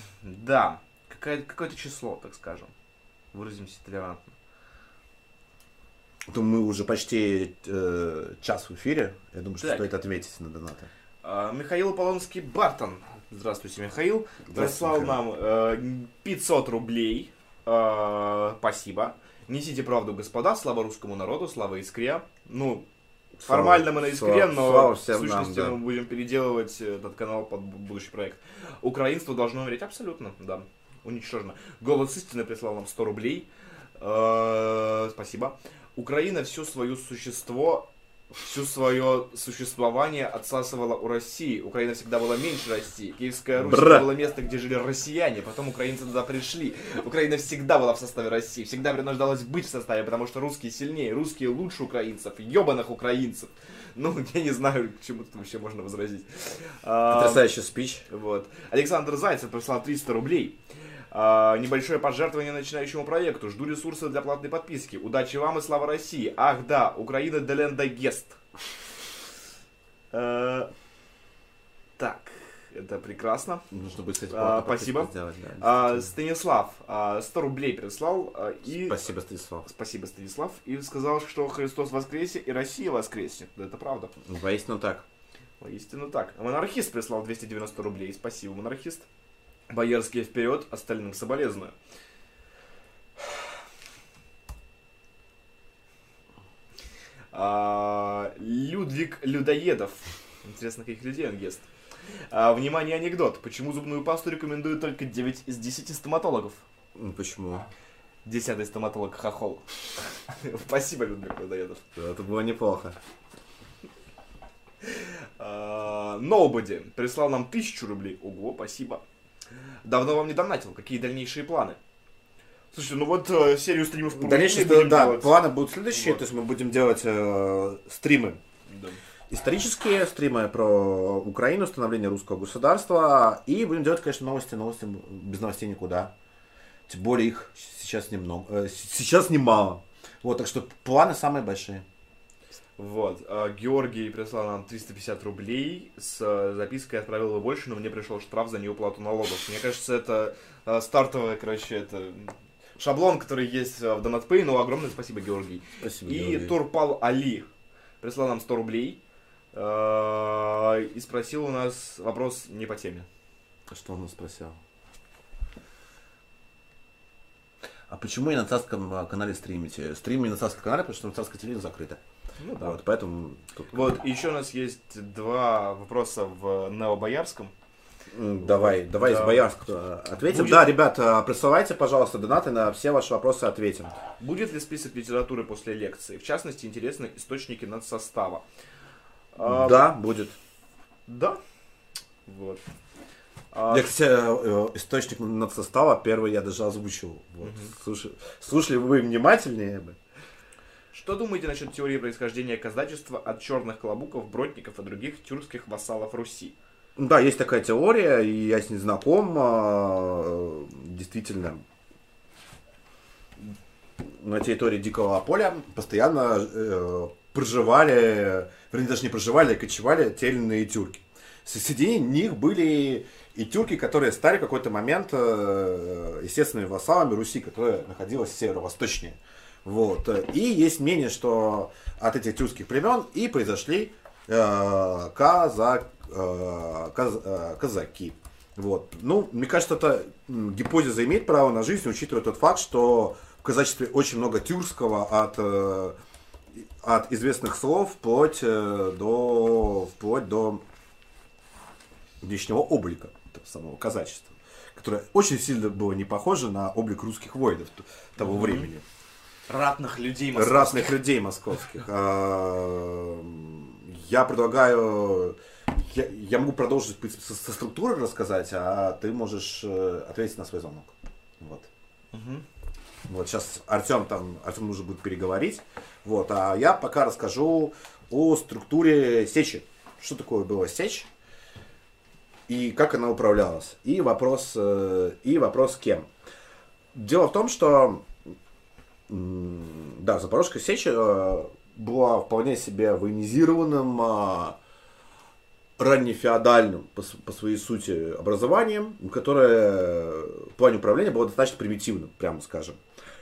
Да. Какое- какое-то число, так скажем. Выразимся толерантно. То мы уже почти э, час в эфире. Я думаю, что так. стоит ответить на донаты. А, Михаил Полонский Бартон. Здравствуйте, Михаил. Прислал нам э, пятьсот рублей. Э, спасибо. Несите правду, господа. Слава русскому народу, слава Искре. Ну, слава, формально мы на Искре, слава, но слава в сущности нам, да. Мы будем переделывать этот канал под будущий проект. Украинство должно умереть абсолютно, да. Уничтожено. Голос истины прислал нам сто рублей. Э-э- спасибо. Украина все свое существо, все свое существование отсасывала у России. Украина всегда была меньше России. Киевская Русь было место, где жили россияне. Потом украинцы туда пришли. Украина всегда была в составе России. Всегда принуждалась быть в составе, потому что русские сильнее. Русские лучше украинцев. Ебаных украинцев. Ну, я не знаю, к чему тут вообще можно возразить. Потрясающий спич. Вот. Александр Зайцев прислал триста рублей. А, небольшое пожертвование начинающему проекту. Жду ресурсы для платной подписки. Удачи вам и слава России. Ах да, Украина Деленда Гест. Так, это прекрасно. Нужно будет, кстати, а, спасибо. Сделать, да, а, Станислав а, сто рублей прислал. А, и... Спасибо, Станислав. Спасибо, Станислав. И сказал, что Христос воскресе и Россия воскреснет. Да, это правда. Воистину так. Воистину так. Монархист прислал двести девяносто рублей. Спасибо, монархист. Боярские вперед, остальным соболезную. А, Людвиг Людоедов. Интересно, каких людей он ест. А, внимание, анекдот. Почему зубную пасту рекомендуют только девять из десяти стоматологов? Почему? Десятый стоматолог хохол. Спасибо, Людвиг Людоедов. Это было неплохо. Nobody прислал нам тысячу рублей. Ого, спасибо. Давно вам не донатил. Какие дальнейшие планы? Слушайте, ну вот э, серию стримов по Дальнейшие, да, делать. Планы будут следующие. Вот. То есть мы будем делать э, стримы. Да. Исторические стримы про Украину, становление русского государства. И будем делать, конечно, новости. Новости без новостей никуда. Тем более их сейчас немного. Э, сейчас немало. Вот, так что планы самые большие. Вот. Георгий прислал нам триста пятьдесят рублей с запиской «Отправил бы больше, но мне пришел штраф за неуплату налогов». Мне кажется, это стартовый, короче, это шаблон, который есть в DonatPay. Ну, огромное спасибо, Георгий. Спасибо, И Георгий. Турпал Али прислал нам сто рублей. И спросил у нас вопрос не по теме. Что он нас спросил? А почему я на царском канале стримите? Стримим на царском канале, потому что на царское телевидение закрыто. Ну да. Вот, поэтому... Тут... Вот, еще у нас есть два вопроса в необоярском. Давай, вот, давай да. Из боярского ответим. Будет... Да, ребята, присылайте, пожалуйста, донаты, на все ваши вопросы ответим. Будет ли список литературы после лекции? В частности, интересны источники надсостава. Да, а... будет. Да? Вот. А... Я, кстати, источник надсостава первый я даже озвучил. Вот. Угу. Слушай, слушали вы внимательнее бы. Что думаете насчет теории происхождения казачества от черных клобуков, бродников и других тюркских вассалов Руси? Да, есть такая теория, и я с ней знаком. Действительно, на территории Дикого поля постоянно э, проживали, вернее, даже не проживали, а кочевали те или иные тюрки. Среди них были и тюрки, которые стали в какой-то момент э, естественными вассалами Руси, которая находилась северо-восточнее. Вот. И есть мнение, что от этих тюркских племен и произошли э, казак, э, каз, э, казаки. Вот. Ну, мне кажется, эта гипотеза имеет право на жизнь, учитывая тот факт, что в казачестве очень много тюркского от, э, от известных слов вплоть, э, до, вплоть до внешнего облика этого самого казачества, которое очень сильно было не похоже на облик русских воинов того mm-hmm. времени. Ратных людей московских. Ратных людей московских. Я предлагаю... Я, я могу продолжить со, со структурой рассказать, а ты можешь ответить на свой звонок. Вот. Угу. Вот сейчас Артем там, Артем нужно будет переговорить. Вот, а я пока расскажу о структуре сечи. Что такое была сечь и как она управлялась. И вопрос, и вопрос кем. Дело в том, что да, Запорожская сечь была вполне себе военизированным, раннефеодальным по, по своей сути образованием, которое в плане управления было достаточно примитивным, прямо скажем.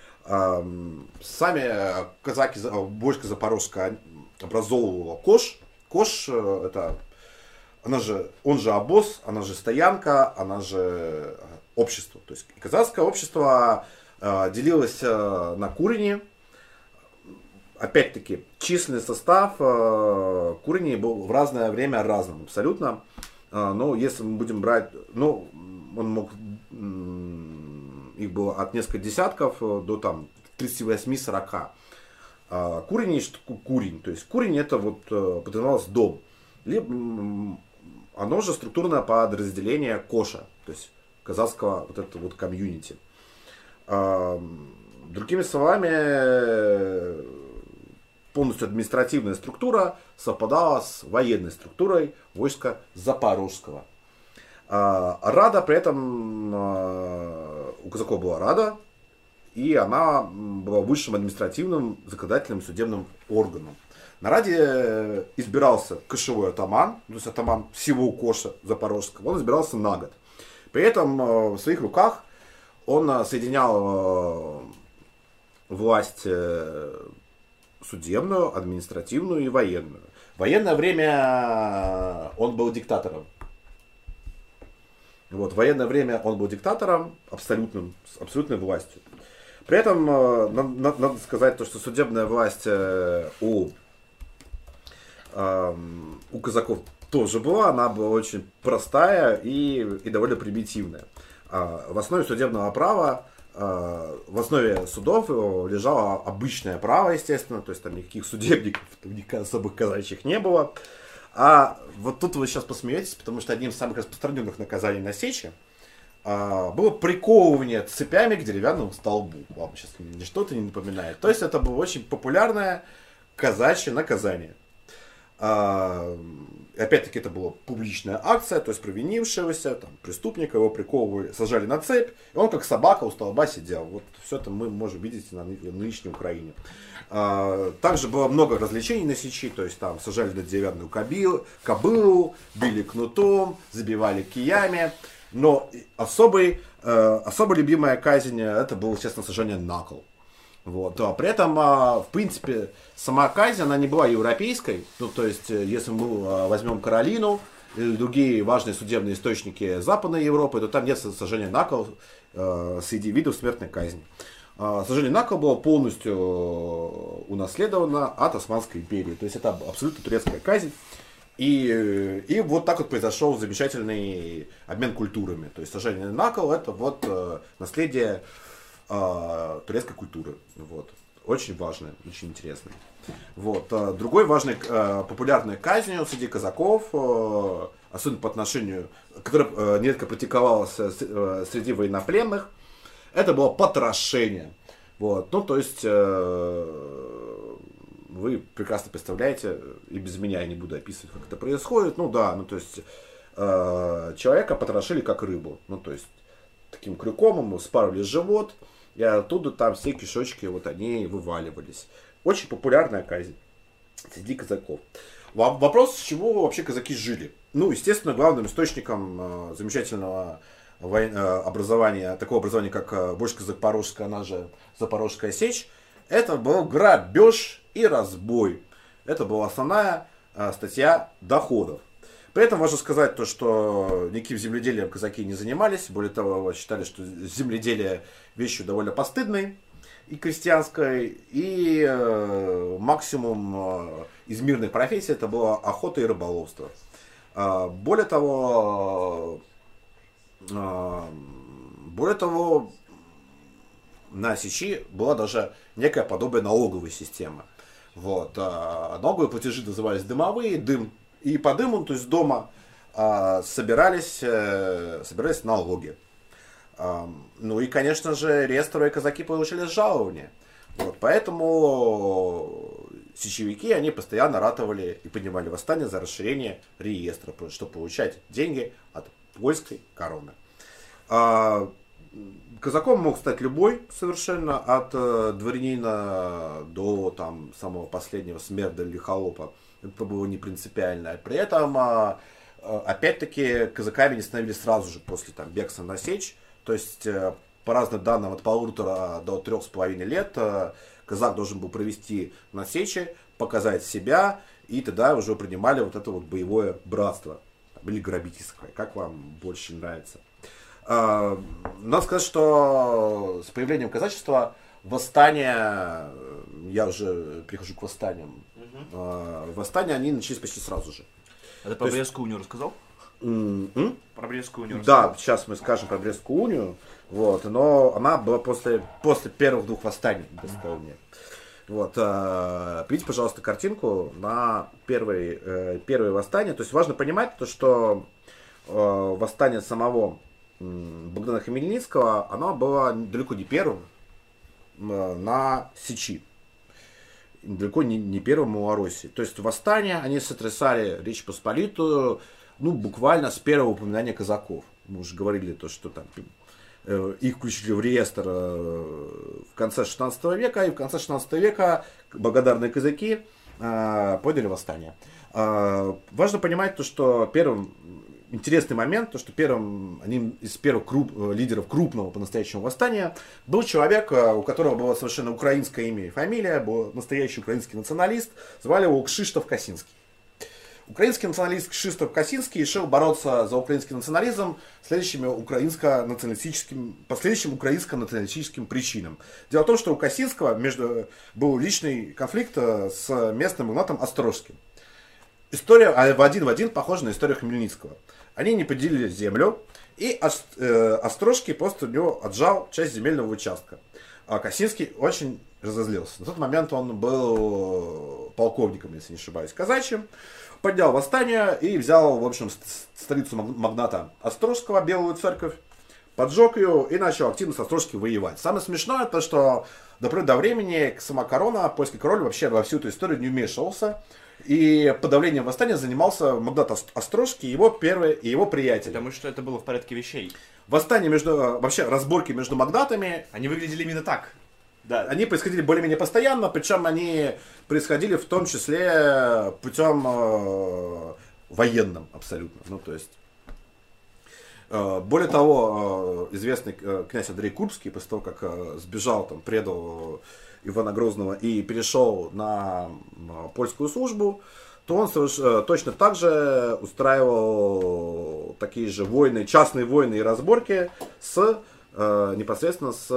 Сами казаки, войско Запорожское образовывало кош. Кош это, она же, он же обоз, она же стоянка, она же общество. То есть казацкое общество делилось на курени. Опять-таки, численный состав э, куреней был в разное время разным, абсолютно. Э, но если мы будем брать, ну, он мог, э, их было от нескольких десятков до там тридцати восьми — сорока. Э, курень, что такое курень? То есть курень это вот э, подразумевалось дом. Либо, э, оно же структурное подразделение коша, то есть казахского вот это вот комьюнити. Э, другими словами, полностью административная структура совпадала с военной структурой войска Запорожского. Рада при этом, у казаков была рада, и она была высшим административным, законодательным, судебным органом. На раде избирался кошевой атаман, то есть атаман всего коша Запорожского, он избирался на год. При этом в своих руках он соединял власть судебную, административную и военную. В военное время он был диктатором. Вот, в военное время он был диктатором абсолютным, с абсолютной властью. При этом надо, надо сказать, то, что судебная власть у, у казаков тоже была, она была очень простая и, и довольно примитивная. В основе судебного права, в основе судов лежало обычное право, естественно, то есть там никаких судебников, никаких особых казачьих не было. А вот тут вы сейчас посмеетесь, потому что одним из самых распространенных наказаний на сече было приковывание цепями к деревянному столбу. Вам сейчас ничто-то не напоминает. То есть это было очень популярное казачье наказание. Опять-таки это была публичная акция, то есть провинившегося там, преступника его приковывали, сажали на цепь, и он как собака у столба сидел. Вот все это мы можем видеть на нынешней Украине. Также было много развлечений на сечи, то есть там сажали на деревянную кобылу, кобылу, били кнутом, забивали киями. Но особый, особо любимая казнь это было, естественно, сажание на кол. Вот. А при этом, в принципе, сама казнь, она не была европейской. Ну, то есть, если мы возьмем Каролину или другие важные судебные источники Западной Европы, то там нет сожжения на кол э, среди видов смертной казни. Э, сожжение на кол было полностью унаследовано от Османской империи. То есть, это абсолютно турецкая казнь. И, и вот так вот произошел замечательный обмен культурами. То есть, сожжение на кол это вот э, наследие э, турецкой культуры. Вот. Очень важное, очень интересное. Вот. Другой важной э, популярной казнью среди казаков, э, особенно по отношению, которая э, нередко практиковалась э, среди военнопленных, это было потрошение. Вот. Ну, то есть, э, вы прекрасно представляете, и без меня я не буду описывать, как это происходит. Ну да, ну то есть, э, человека потрошили как рыбу. Ну, то есть, таким крюком ему спарывали живот, и оттуда там все кишочки, вот они вываливались. Очень популярная казнь среди казаков. Вопрос, с чего вообще казаки жили? Ну, естественно, главным источником э, замечательного вой... э, образования, такого образования, как э, Войска Запорожская, она же Запорожская сечь, это был грабеж и разбой. Это была основная э, статья доходов. При этом важно сказать то, что никаким земледелием казаки не занимались. Более того, считали, что земледелие вещью довольно постыдной и крестьянской. И э, максимум э, из мирных профессий это была охота и рыболовство. Э, более того, э, более того, на Сечи была даже некая подобие налоговой системы. Вот. Э, налоговые платежи назывались дымовые, дым. И по дыму, то есть дома, э, собирались, э, собирались налоги. Э, ну и, конечно же, реестровые казаки получили жалования. Вот, поэтому сечевики, они постоянно ратовали и поднимали восстание за расширение реестра, чтобы получать деньги от польской короны. Э, казаком мог стать любой совершенно, от э, дворянина до там, самого последнего смерда или холопа. Это было не принципиально. При этом, опять-таки, казаками не становились сразу же после там, бегства на сечь. То есть, по разным данным, от полутора до трех с половиной лет казак должен был провести на сече, показать себя, и тогда уже принимали вот это вот боевое братство. Или грабительское, как вам больше нравится. Надо сказать, что с появлением казачества восстания, я уже перехожу к восстаниям, Uh-huh. Восстания, они начались почти сразу же. А ты про Брестскую унию рассказал? Mm-hmm. Про Брестскую унию Да, рассказал? сейчас мы скажем про Брестскую унию, вот, но она была после, после первых двух восстаний Брестской унии. Вот, э, видите, пожалуйста, картинку на первое, э, первое восстание. То есть важно понимать, то, что э, восстание самого э, Богдана Хмельницкого, оно было далеко не первым э, на Сечи. Далеко не, не первым у Малороссии. То есть восстания, они сотрясали Речь Посполитую, ну, буквально с первого упоминания казаков. Мы уже говорили, то, что там э, их включили в реестр э, в конце шестнадцатого века, и в конце шестнадцатого века благодарные казаки э, подняли восстание. Э, важно понимать то, что первым интересный момент, то, что первым, одним из первых круп, лидеров крупного по-настоящему восстания был человек, у которого было совершенно украинское имя и фамилия, был настоящий украинский националист, звали его Кшиштоф Косинский. Украинский националист Кшиштоф Косинский решил бороться за украинский национализм следующими украинско-националистическим, по следующим украинско-националистическим причинам. Дело в том, что у Косинского между, был личный конфликт с местным магнатом Острожским. История в один в один похожа на историю Хмельницкого. Они не поделили землю, и Острожский просто у него отжал часть земельного участка. А Косинский очень разозлился. На тот момент он был полковником, если не ошибаюсь, казачьим. Поднял восстание и взял, в общем, столицу магната Острожского, Белую Церковь, поджег ее и начал активно с Острожским воевать. Самое смешное, то, что до поры до времени сама корона, польский король вообще во всю эту историю не вмешивался. И подавлением восстания занимался магнат Острожский, его первый и его приятель. Потому что это было в порядке вещей. Восстание между, вообще разборки между магнатами. Они выглядели именно так. Да, они происходили более-менее постоянно, причем они происходили в том числе путем э, военным абсолютно. Ну, то есть, э, более того, э, известный э, князь Андрей Курбский, после того, как э, сбежал, там, предал Ивана Грозного и перешел на польскую службу, то он соверш... точно так же устраивал такие же войны, частные войны и разборки с э, непосредственно с,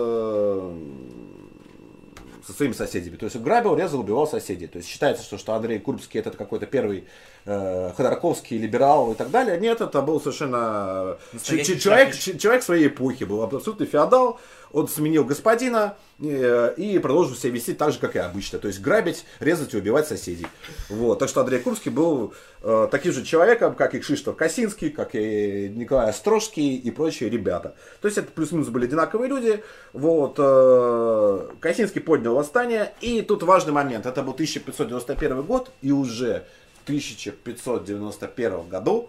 со своими соседями. То есть грабил, резал, убивал соседей. То есть считается, что, что Андрей Курбский это какой-то первый э, Ходорковский либерал и так далее. Нет, это был совершенно ч- ч- человек, ч- человек своей эпохи, был абсолютный феодал. Он сменил господина и, и продолжил себя вести так же, как и обычно. То есть грабить, резать и убивать соседей. Вот. Так что Андрей Курбский был э, таким же человеком, как и Кшиштоф Косинский, как и Николай Острожский и прочие ребята. То есть это плюс-минус были одинаковые люди. Вот. Э, Косинский поднял восстание. И тут важный момент. Это был тысяча пятьсот девяносто первый год. И уже в тысяча пятьсот девяносто первом году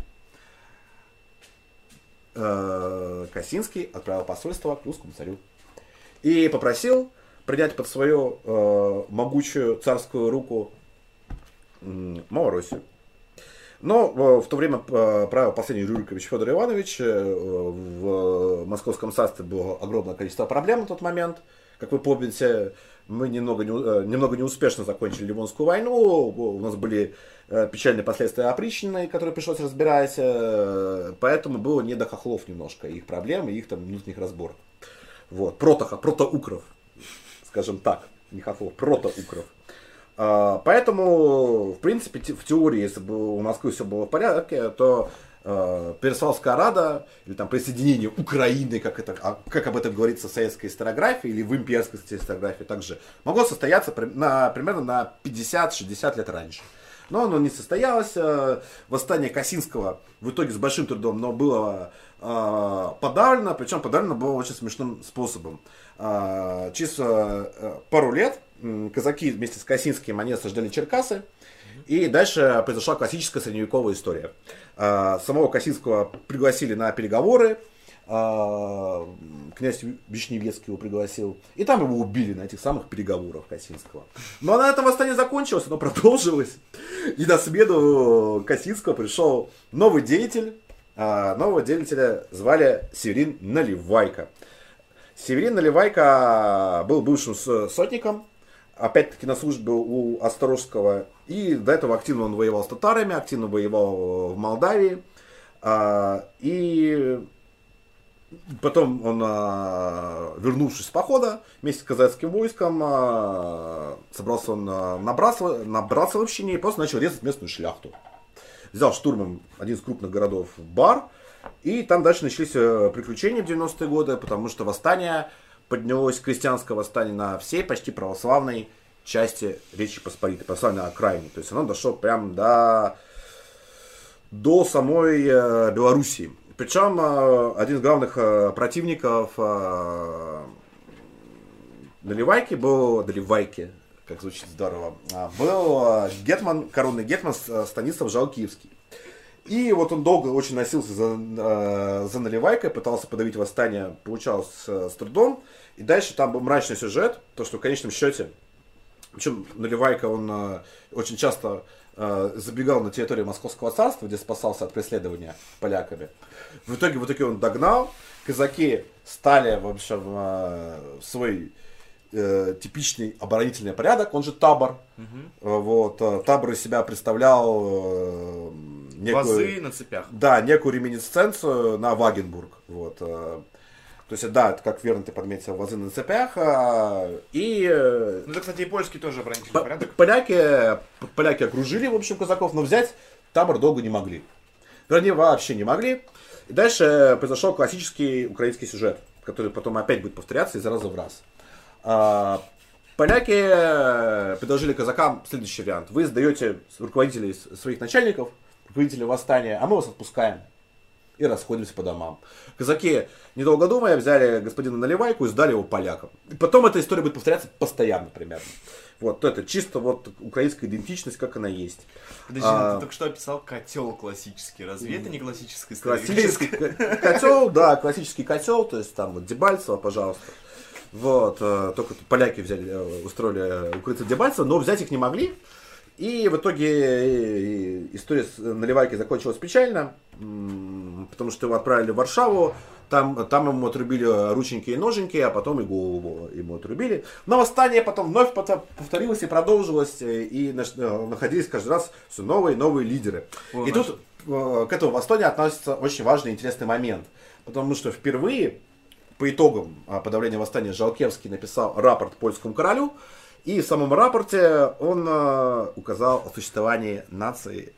Косинский отправил посольство к русскому царю и попросил принять под свою э, могучую царскую руку э, Малороссию. Но э, в то время э, правил последний Рюрикович Федор Иванович. Э, в Московском царстве было огромное количество проблем на тот момент. Как вы помните, мы немного, не, немного неуспешно закончили Ливонскую войну. У нас были печальные последствия опричнины, которые пришлось разбирать. Поэтому было не до хохлов немножко, их проблем и их там внутренних разборок. Вот. Протоха, протоукров, скажем так. Не хохлов, протоукров. Поэтому, в принципе, в теории, если бы у Москвы все было в порядке, то Переславская Рада, или там присоединение Украины, как, это, как об этом говорится в советской историографии, или в имперской историографии также, могло состояться на, примерно на пятьдесят-шестьдесят лет раньше. Но оно не состоялось. Восстание Косинского в итоге с большим трудом, но было подавлено, причем подавлено было очень смешным способом. Через пару лет казаки вместе с Косинским они осаждали Черкасы, и дальше произошла классическая средневековая история. Самого Косинского пригласили на переговоры, князь Вишневецкий его пригласил, и там его убили на этих самых переговорах Косинского. Но на этом восстание закончилось, оно продолжилось, и на смену Косинского пришел новый деятель. Нового деятеля звали Северин Наливайко. Северин Наливайко был бывшим сотником, опять-таки на службе у Острожского, и до этого активно он воевал с татарами, активно воевал в Молдавии, и потом он, вернувшись с похода вместе с казацким войском, собрался он набраться, набраться в общине и просто начал резать местную шляхту. Взял штурмом один из крупных городов Бар, и там дальше начались приключения в девяностые годы, потому что восстание поднялось, крестьянское восстание на всей почти православной части Речи Посполитой, православной окраине. То есть оно дошло прямо до, до самой Белоруссии. Причем один из главных противников Наливайки был, Наливайки, как звучит здорово, был гетман, коронный гетман Станислав Жалкиевский. И вот он долго очень носился за, за Наливайкой, пытался подавить восстание, получалось с, с трудом. И дальше там был мрачный сюжет, то что в конечном счете, причем Наливайка, он очень часто забегал на территорию Московского царства, где спасался от преследования поляками. В итоге, в итоге он догнал, казаки стали, в общем, в свой э, типичный оборонительный порядок, он же табор. Угу. Вот, табор из себя представлял э, некую, вазы на цепях. Да, некую реминисценцию на Вагенбург. Вот, э, то есть, да, это, как верно ты подметил, вазы на цепях. Э, и, ну, это, кстати, и польский тоже оборонительный порядок. Поляки, поляки окружили, в общем, казаков, но взять табор долго не могли. Вернее, вообще не могли. И дальше произошел классический украинский сюжет, который потом опять будет повторяться из раза в раз. А, поляки предложили казакам следующий вариант. Вы сдаете руководителей своих начальников, руководителей восстания, а мы вас отпускаем. И расходимся по домам. Казаки, недолго думая, взяли господина Наливайку и сдали его полякам. И потом эта история будет повторяться постоянно примерно. Вот это чисто вот украинская идентичность, как она есть. Подожди, а, ты только что описал котел классический. Разве это не классическая история? Классический котел, да, классический котел, то есть там вот Дебальцево, пожалуйста. Вот, только поляки взяли, устроили укрыться Дебальцево, но взять их не могли. И в итоге история с Наливайкой закончилась печально, потому что его отправили в Варшаву Там, там ему отрубили рученьки и ноженьки, а потом и голову ему отрубили. Но восстание потом вновь повторилось и продолжилось, и находились каждый раз все новые и новые лидеры. Вот, и значит... тут к этому восстанию относится очень важный и интересный момент. Потому что впервые по итогам подавления восстания Жалкевский написал рапорт польскому королю. И в самом рапорте он указал о существовании нации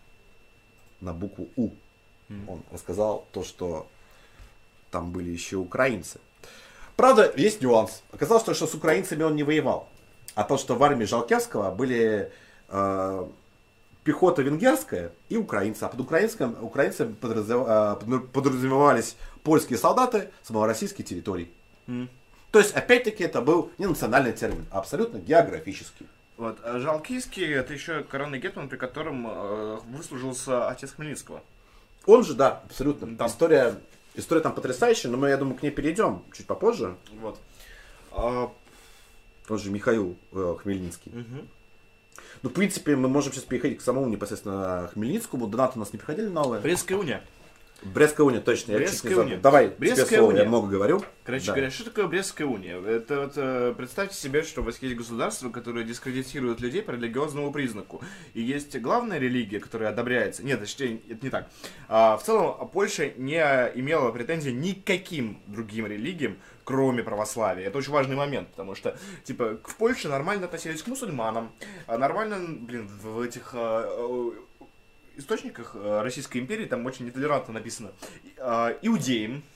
на букву У. Mm. Он рассказал то, что там были еще украинцы. Правда, есть нюанс. Оказалось, что с украинцами он не воевал. А то, что в армии Жалкевского были э, пехота венгерская и украинцы. А под украинским, украинцами подразумевались польские солдаты с малороссийской территории. Mm. То есть, опять-таки, это был не национальный термин, а абсолютно географический. Вот. Жалкийский — это еще коронный гетман, при котором э, выслужился отец Хмельницкого. Он же, да, абсолютно. Да. История, история там потрясающая, но мы, я думаю, к ней перейдем чуть попозже. Вот. А... Он же Михаил э, Хмельницкий. Угу. Ну, в принципе, мы можем сейчас переходить к самому непосредственно Хмельницкому. Донаты у нас не приходили новые. Брестская уния. Брестская уния, точно. Брестская я уния. Давай, Брестская тебе слово, уния. Я много говорю. Короче да. говоря, что такое Брестская уния? Это вот, э, представьте себе, что у вас есть государство, которое дискредитирует людей по религиозному признаку. И есть главная религия, которая одобряется. Нет, точнее, это не так. А, в целом, Польша не имела претензий никаким другим религиям, кроме православия. Это очень важный момент, потому что, типа, в Польше нормально относились к мусульманам, а нормально, блин, в этих... Э, источниках Российской империи там очень нетолерантно написано э, иудеям.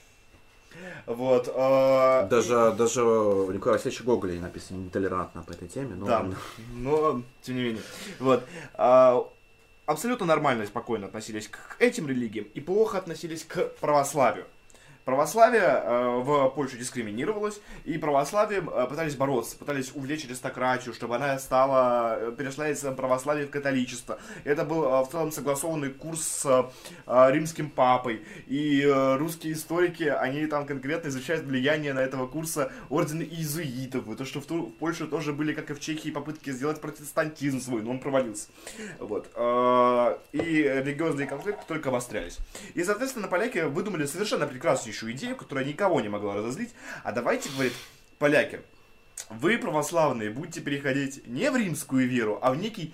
Вот, э, даже, и... даже у Николая Васильевича Гоголя написано нетолерантно по этой теме. Но... Да, но тем не менее. Вот, э, абсолютно нормально и спокойно относились к этим религиям и плохо относились к православию. Православие э, в Польше дискриминировалось, и православием э, пытались бороться, пытались увлечь аристократию, чтобы она стала, э, перешла из православия в католичество. Это был э, в целом согласованный курс с э, римским папой, и э, русские историки, они там конкретно изучают влияние на этого курса ордена иезуитов, и то, что в, ту, в Польше тоже были, как и в Чехии, попытки сделать протестантизм свой, но он провалился. Вот. Э, и религиозные конфликты только обострялись. И, соответственно, поляки выдумали совершенно прекраснейшую идею, которая никого не могла разозлить. А давайте, говорит, поляки, вы, православные, будете переходить не в римскую веру, а в некий,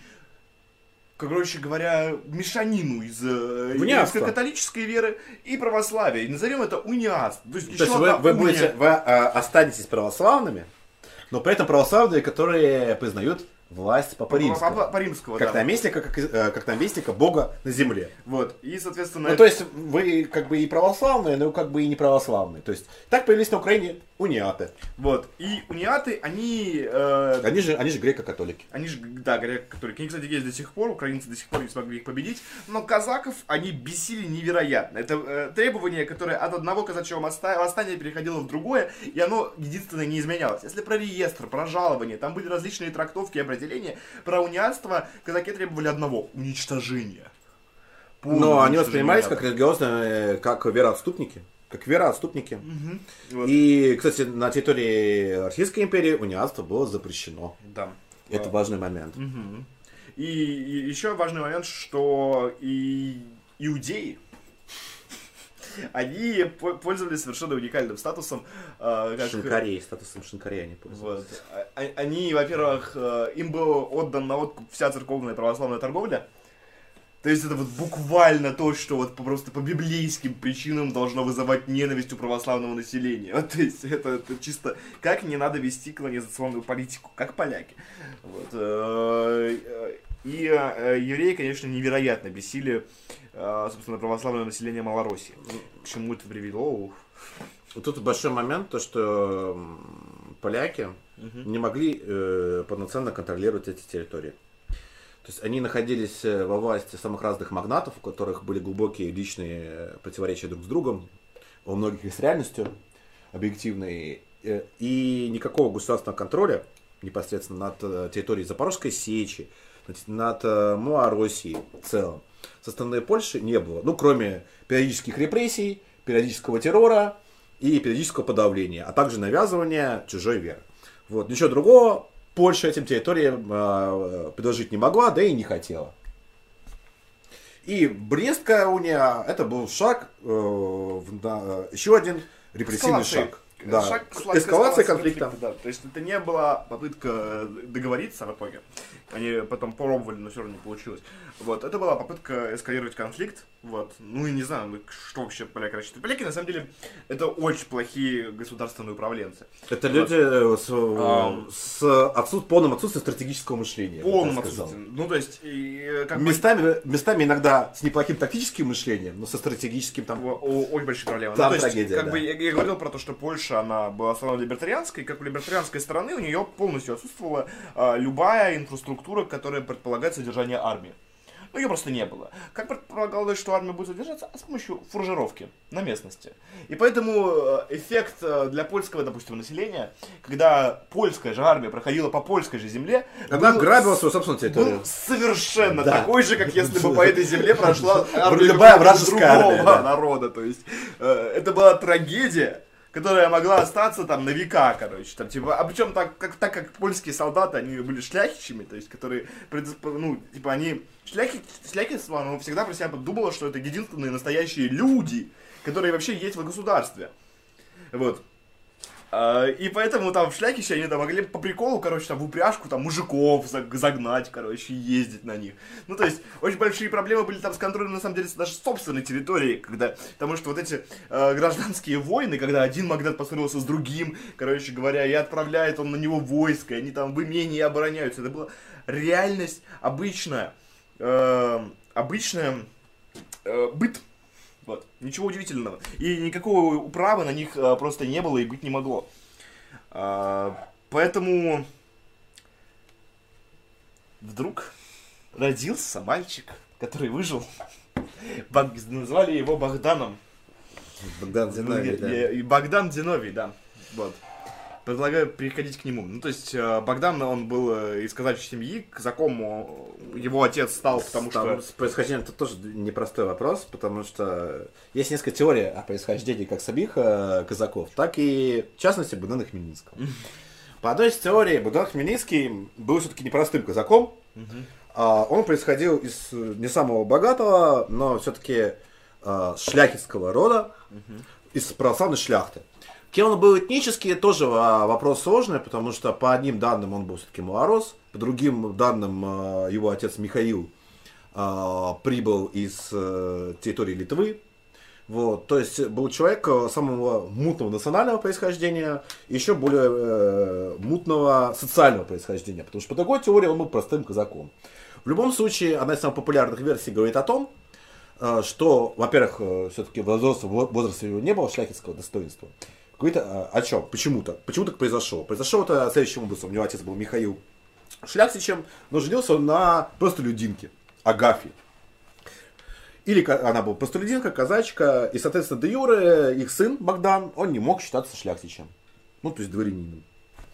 короче говоря, мешанину из римско-католической веры и православия. И назовем это униаст. То есть, То есть вы, вы, будете, вы а, останетесь православными, но при этом православные, которые признают власть Папы Римского. Папа, Папа Римского, как да. наместника, как, как наместника Бога на земле. Вот, и, соответственно... Ну, то есть, вы как бы и православные, но как бы и не православные. То есть, так появились на Украине униаты. Вот, и униаты, они... Э... Они же, они же греко-католики. Они же, да, греко-католики. Они, кстати, есть до сих пор, украинцы до сих пор не смогли их победить, но казаков они бесили невероятно. Это э, требование, которое от одного казачьего восстания переходило в другое, и оно единственное не изменялось. Если про реестр, про жалование, там были различные трактовки и определения, про униатство казаки требовали одного — уничтожения. Но они воспринимались как религиозные, как вероотступники. Как вероотступники. Угу. Вот. И, кстати, на территории Российской империи униатство было запрещено. Да. Это важный момент. Угу. И, и еще важный момент, что и иудеи, они пользовались совершенно уникальным статусом. Э, как... Шинкарей, статусом шинкарей они пользовались. Вот. Они, во-первых, им был отдан на откуп вся церковная православная торговля. То есть это вот буквально то, что вот просто по библейским причинам должно вызывать ненависть у православного населения. Вот, то есть это, это чисто как не надо вести колонизационную политику, как поляки. Вот. И евреи, конечно, невероятно бесили, собственно, православное население Малороссии. К чему это привело? Тут большой момент, то что поляки угу. не могли э, полноценно контролировать эти территории. То есть они находились во власти самых разных магнатов, у которых были глубокие личные противоречия друг с другом, у многих и с реальностью объективной, и никакого государственного контроля непосредственно над территорией Запорожской Сечи, над Малороссией в целом со стороны Польши не было. Ну, кроме периодических репрессий, периодического террора и периодического подавления, а также навязывания чужой веры. Вот. Ничего другого Польша этим территориям э, предложить не могла, да и не хотела. И Брестская уния, это был шаг, э, в, да, еще один репрессивный Эскалации. шаг. Да. Шаг к Эскалация эскалации конфликта. конфликта, да. То есть это не была попытка договориться в итоге. Они потом пробовали, но все равно не получилось. Вот. Это была попытка эскалировать конфликт. Вот. Ну и не знаю, что вообще поляки рассчитывают. Поляки, на самом деле, это очень плохие государственные управленцы. Это вот. люди с, а, с отсут, полным отсутствием стратегического мышления. Полным отсутствием. Ну, то есть, и, как местами, бы... местами иногда с неплохим тактическим мышлением, но со стратегическим там... О, очень большие проблемы. Там ну, то есть, трагедия, как да. бы, я, я говорил про то, что Польша, она была страной либертарианской, как у либертарианской страны у нее полностью отсутствовала а, любая инфраструктура, которая предполагает содержание армии. Ну, ее просто не было. Как предполагалось, что армия будет содержаться? А с помощью фуржировки на местности. И поэтому эффект для польского, допустим, населения, когда польская же армия проходила по польской же земле, она был, грабила свою собственную территорию. Был совершенно да. такой же, как если бы по этой земле прошла армия любая вражеская другого армия, да. народа. То есть это была трагедия, которая могла остаться там на века, короче, там, типа, а причем так как, так как польские солдаты, они были шляхтичами, то есть, которые, ну, типа, они, шляхи, шляхтичество, оно всегда про себя думало, что это единственные настоящие люди, которые вообще есть в государстве, вот. И поэтому там в Шляхище они там могли по приколу, короче, там в упряжку там мужиков загнать, короче, ездить на них. Ну, то есть, очень большие проблемы были там с контролем, на самом деле, даже собственной территории, когда, потому что вот эти э, гражданские войны, когда один магнат поссорился с другим, короче говоря, и отправляет он на него войско, и они там в имении обороняются. Это была реальность обычная, э, обычная э, быт. Вот. Ничего удивительного. И никакого управы на них а, просто не было и быть не могло. А, поэтому вдруг родился мальчик, который выжил. Баг... Назвали его Богданом. Богдан Зиновий, да. И Богдан Зиновий, да. Вот. Предлагаю переходить к нему. Ну, то есть, Богдан, он был из казачьей семьи, казаком его отец стал, потому Там, что... С происхождением это тоже непростой вопрос, потому что есть несколько теорий о происхождении как самих э, казаков, так и, в частности, Богдана Хмельницкого. По одной из теорий, Богдан Хмельницкий был все-таки непростым казаком. Uh-huh. Он происходил из не самого богатого, но все-таки э, шляхетского рода, uh-huh. из православной шляхты. Кем он был этнически, тоже вопрос сложный, потому что по одним данным он был все-таки малорос, по другим данным его отец Михаил прибыл из территории Литвы. Вот, то есть был человек самого мутного национального происхождения, еще более э, мутного социального происхождения, потому что по такой теории он был простым казаком. В любом случае, одна из самых популярных версий говорит о том, что, во-первых, все-таки в возрасте, в возрасте его не было шляхетского достоинства. Говорит о, о чем? Почему-то. Почему так произошло? Произошло это следующим образом. У него отец был Михаил шляхтичем, но женился он на простолюдинке Агафье. Или она была простолюдинка, казачка, и, соответственно, де юре их сын Богдан, он не мог считаться шляхтичем. Ну, то есть дворянином.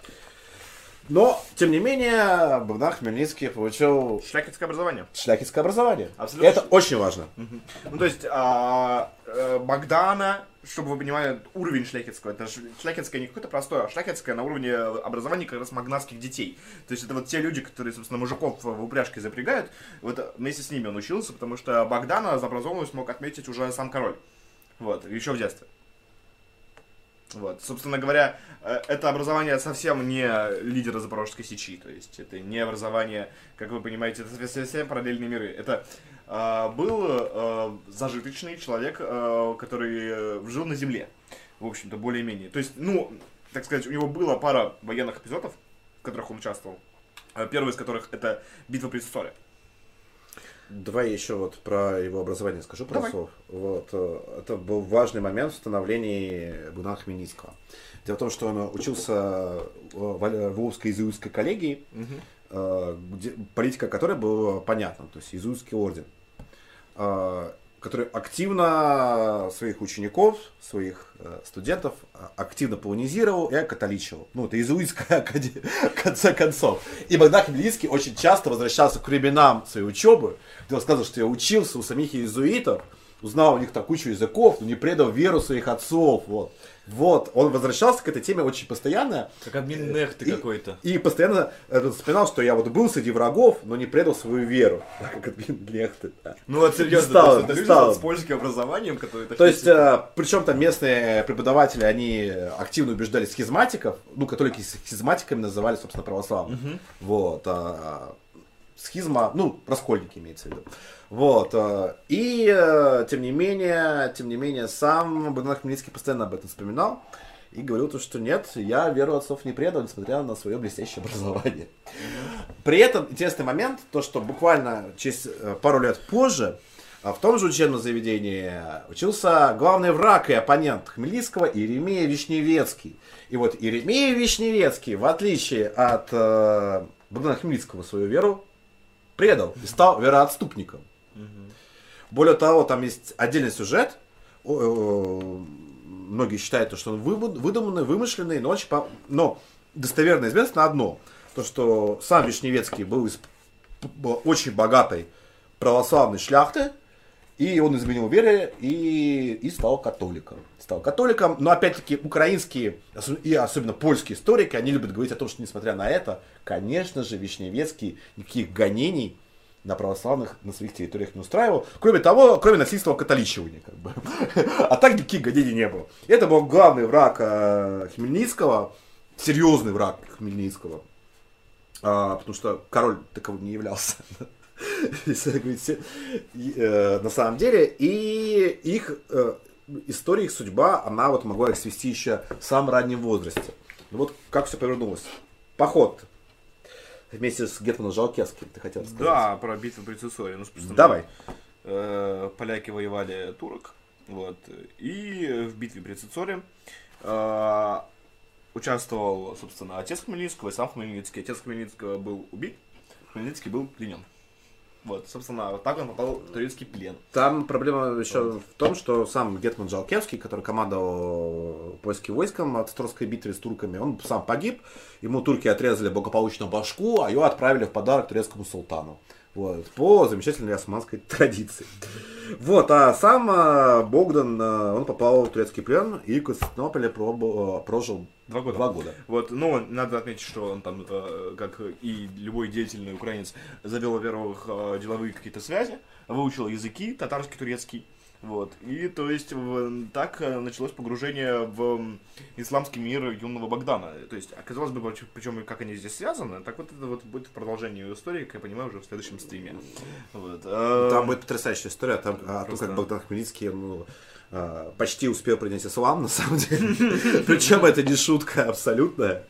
Но, тем не менее, Богдан Хмельницкий получил шляхетское образование. Шляхетское образование. Абсолютно. Это очень важно. Угу. Ну, то есть, а, а, Богдана, чтобы вы понимали, уровень шляхетского, это шляхетское не какое-то простое, а шляхетское на уровне образования как раз магнатских детей. То есть, это вот те люди, которые, собственно, мужиков в упряжке запрягают, вот вместе с ними он учился, потому что Богдана за образованность мог отметить уже сам король. Вот, еще в детстве. Вот, собственно говоря, это образование совсем не лидера Запорожской сечи, то есть это не образование, как вы понимаете, это совсем параллельные миры. Это э, был э, зажиточный человек, э, который жил на земле, в общем-то, более-менее. То есть, ну, так сказать, у него была пара военных эпизодов, в которых он участвовал. Первый из которых это битва при Цусоле. Давай еще вот про его образование скажу пару Давай. слов. Вот, это был важный момент в становлении Богдана Хмельницкого. Дело в том, что он учился в Волжской иезуитской коллегии, угу. где, политика которой была понятна, то есть иезуитский орден, который активно своих учеников, своих студентов активно полонизировал и католичивал. Ну, это иезуитская академия, в конце концов. И Богдан Хмельницкий очень часто возвращался к временам своей учебы, где он сказал, что я учился у самих иезуитов, узнал у них там кучу языков, но не предал веру своих отцов, вот. Вот, он возвращался к этой теме очень постоянно. Как админ нехты какой-то. И постоянно вспоминал, что я вот был среди врагов, но не предал свою веру. Как админ нехты. Да. Ну вот серьезно, стал, это люди стал. с польским образованием, которые... То есть, а, причем там местные преподаватели, они активно убеждали схизматиков, ну, католики схизматиками называли, собственно, православных. Угу. Вот. А, схизма, ну, раскольники имеется в виду. Вот, и тем не менее, тем не менее, сам Богдан Хмельницкий постоянно об этом вспоминал и говорил то, что нет, я веру отцов не предал, несмотря на свое блестящее образование. При этом интересный момент, то, что буквально через пару лет позже в том же учебном заведении учился главный враг и оппонент Хмельницкого Иеремия Вишневецкий. И вот Иеремия Вишневецкий, в отличие от э, Богдана Хмельницкого, свою веру предал и стал вероотступником. Более того, там есть отдельный сюжет. Многие считают, что он выдуманный, вымышленный, но, очень по... но достоверно известно одно. То, что сам Вишневецкий был из очень богатой православной шляхты, и он изменил вере и, и стал католиком. Стал католиком, но опять-таки украинские и особенно польские историки, они любят говорить о том, что несмотря на это, конечно же, Вишневецкий никаких гонений на православных на своих территориях не устраивал, кроме того, кроме насильственного католичивания, как бы. А так никаких гонений не было. Это был главный враг э, Хмельницкого, серьезный враг Хмельницкого, э, потому что король таковым не являлся, на самом деле, и их э, история, их судьба, она вот могла их свести еще в самом раннем возрасте. Ну вот как все повернулось. Поход вместе с Гетманом Жалкевским, ты хотел сказать? Да, про битву при Цесоре. Ну, давай. Э, поляки воевали турок, вот, и в битве при Цесоре э, участвовал, собственно, отец Хмельницкого и сам Хмельницкий. Отец Хмельницкого был убит, Хмельницкий был пленен. Вот, собственно, вот так он попал в турецкий плен. Там проблема еще вот в том, что сам Гетман Жалкевский, который командовал польским войском от Острожской битвы с турками, он сам погиб, ему турки отрезали благополучно башку, а его отправили в подарок турецкому султану. Вот, по замечательной османской традиции. Вот, а сам Богдан, он попал в турецкий плен и в Константинополе прожил два года. Два года. Вот, ну, надо отметить, что он там, как и любой деятельный украинец, завел, во-первых, деловые какие-то связи, выучил языки, татарский, турецкий. Вот. И то есть так началось погружение в исламский мир юного Богдана. То есть, оказалось бы, причем как они здесь связаны, так вот это вот будет продолжение истории, как я понимаю, уже в следующем стриме. Вот. Там будет потрясающая история о том, как Богдан Хмельницкий ну, почти успел принять ислам, на самом деле. Причем это не шутка абсолютная.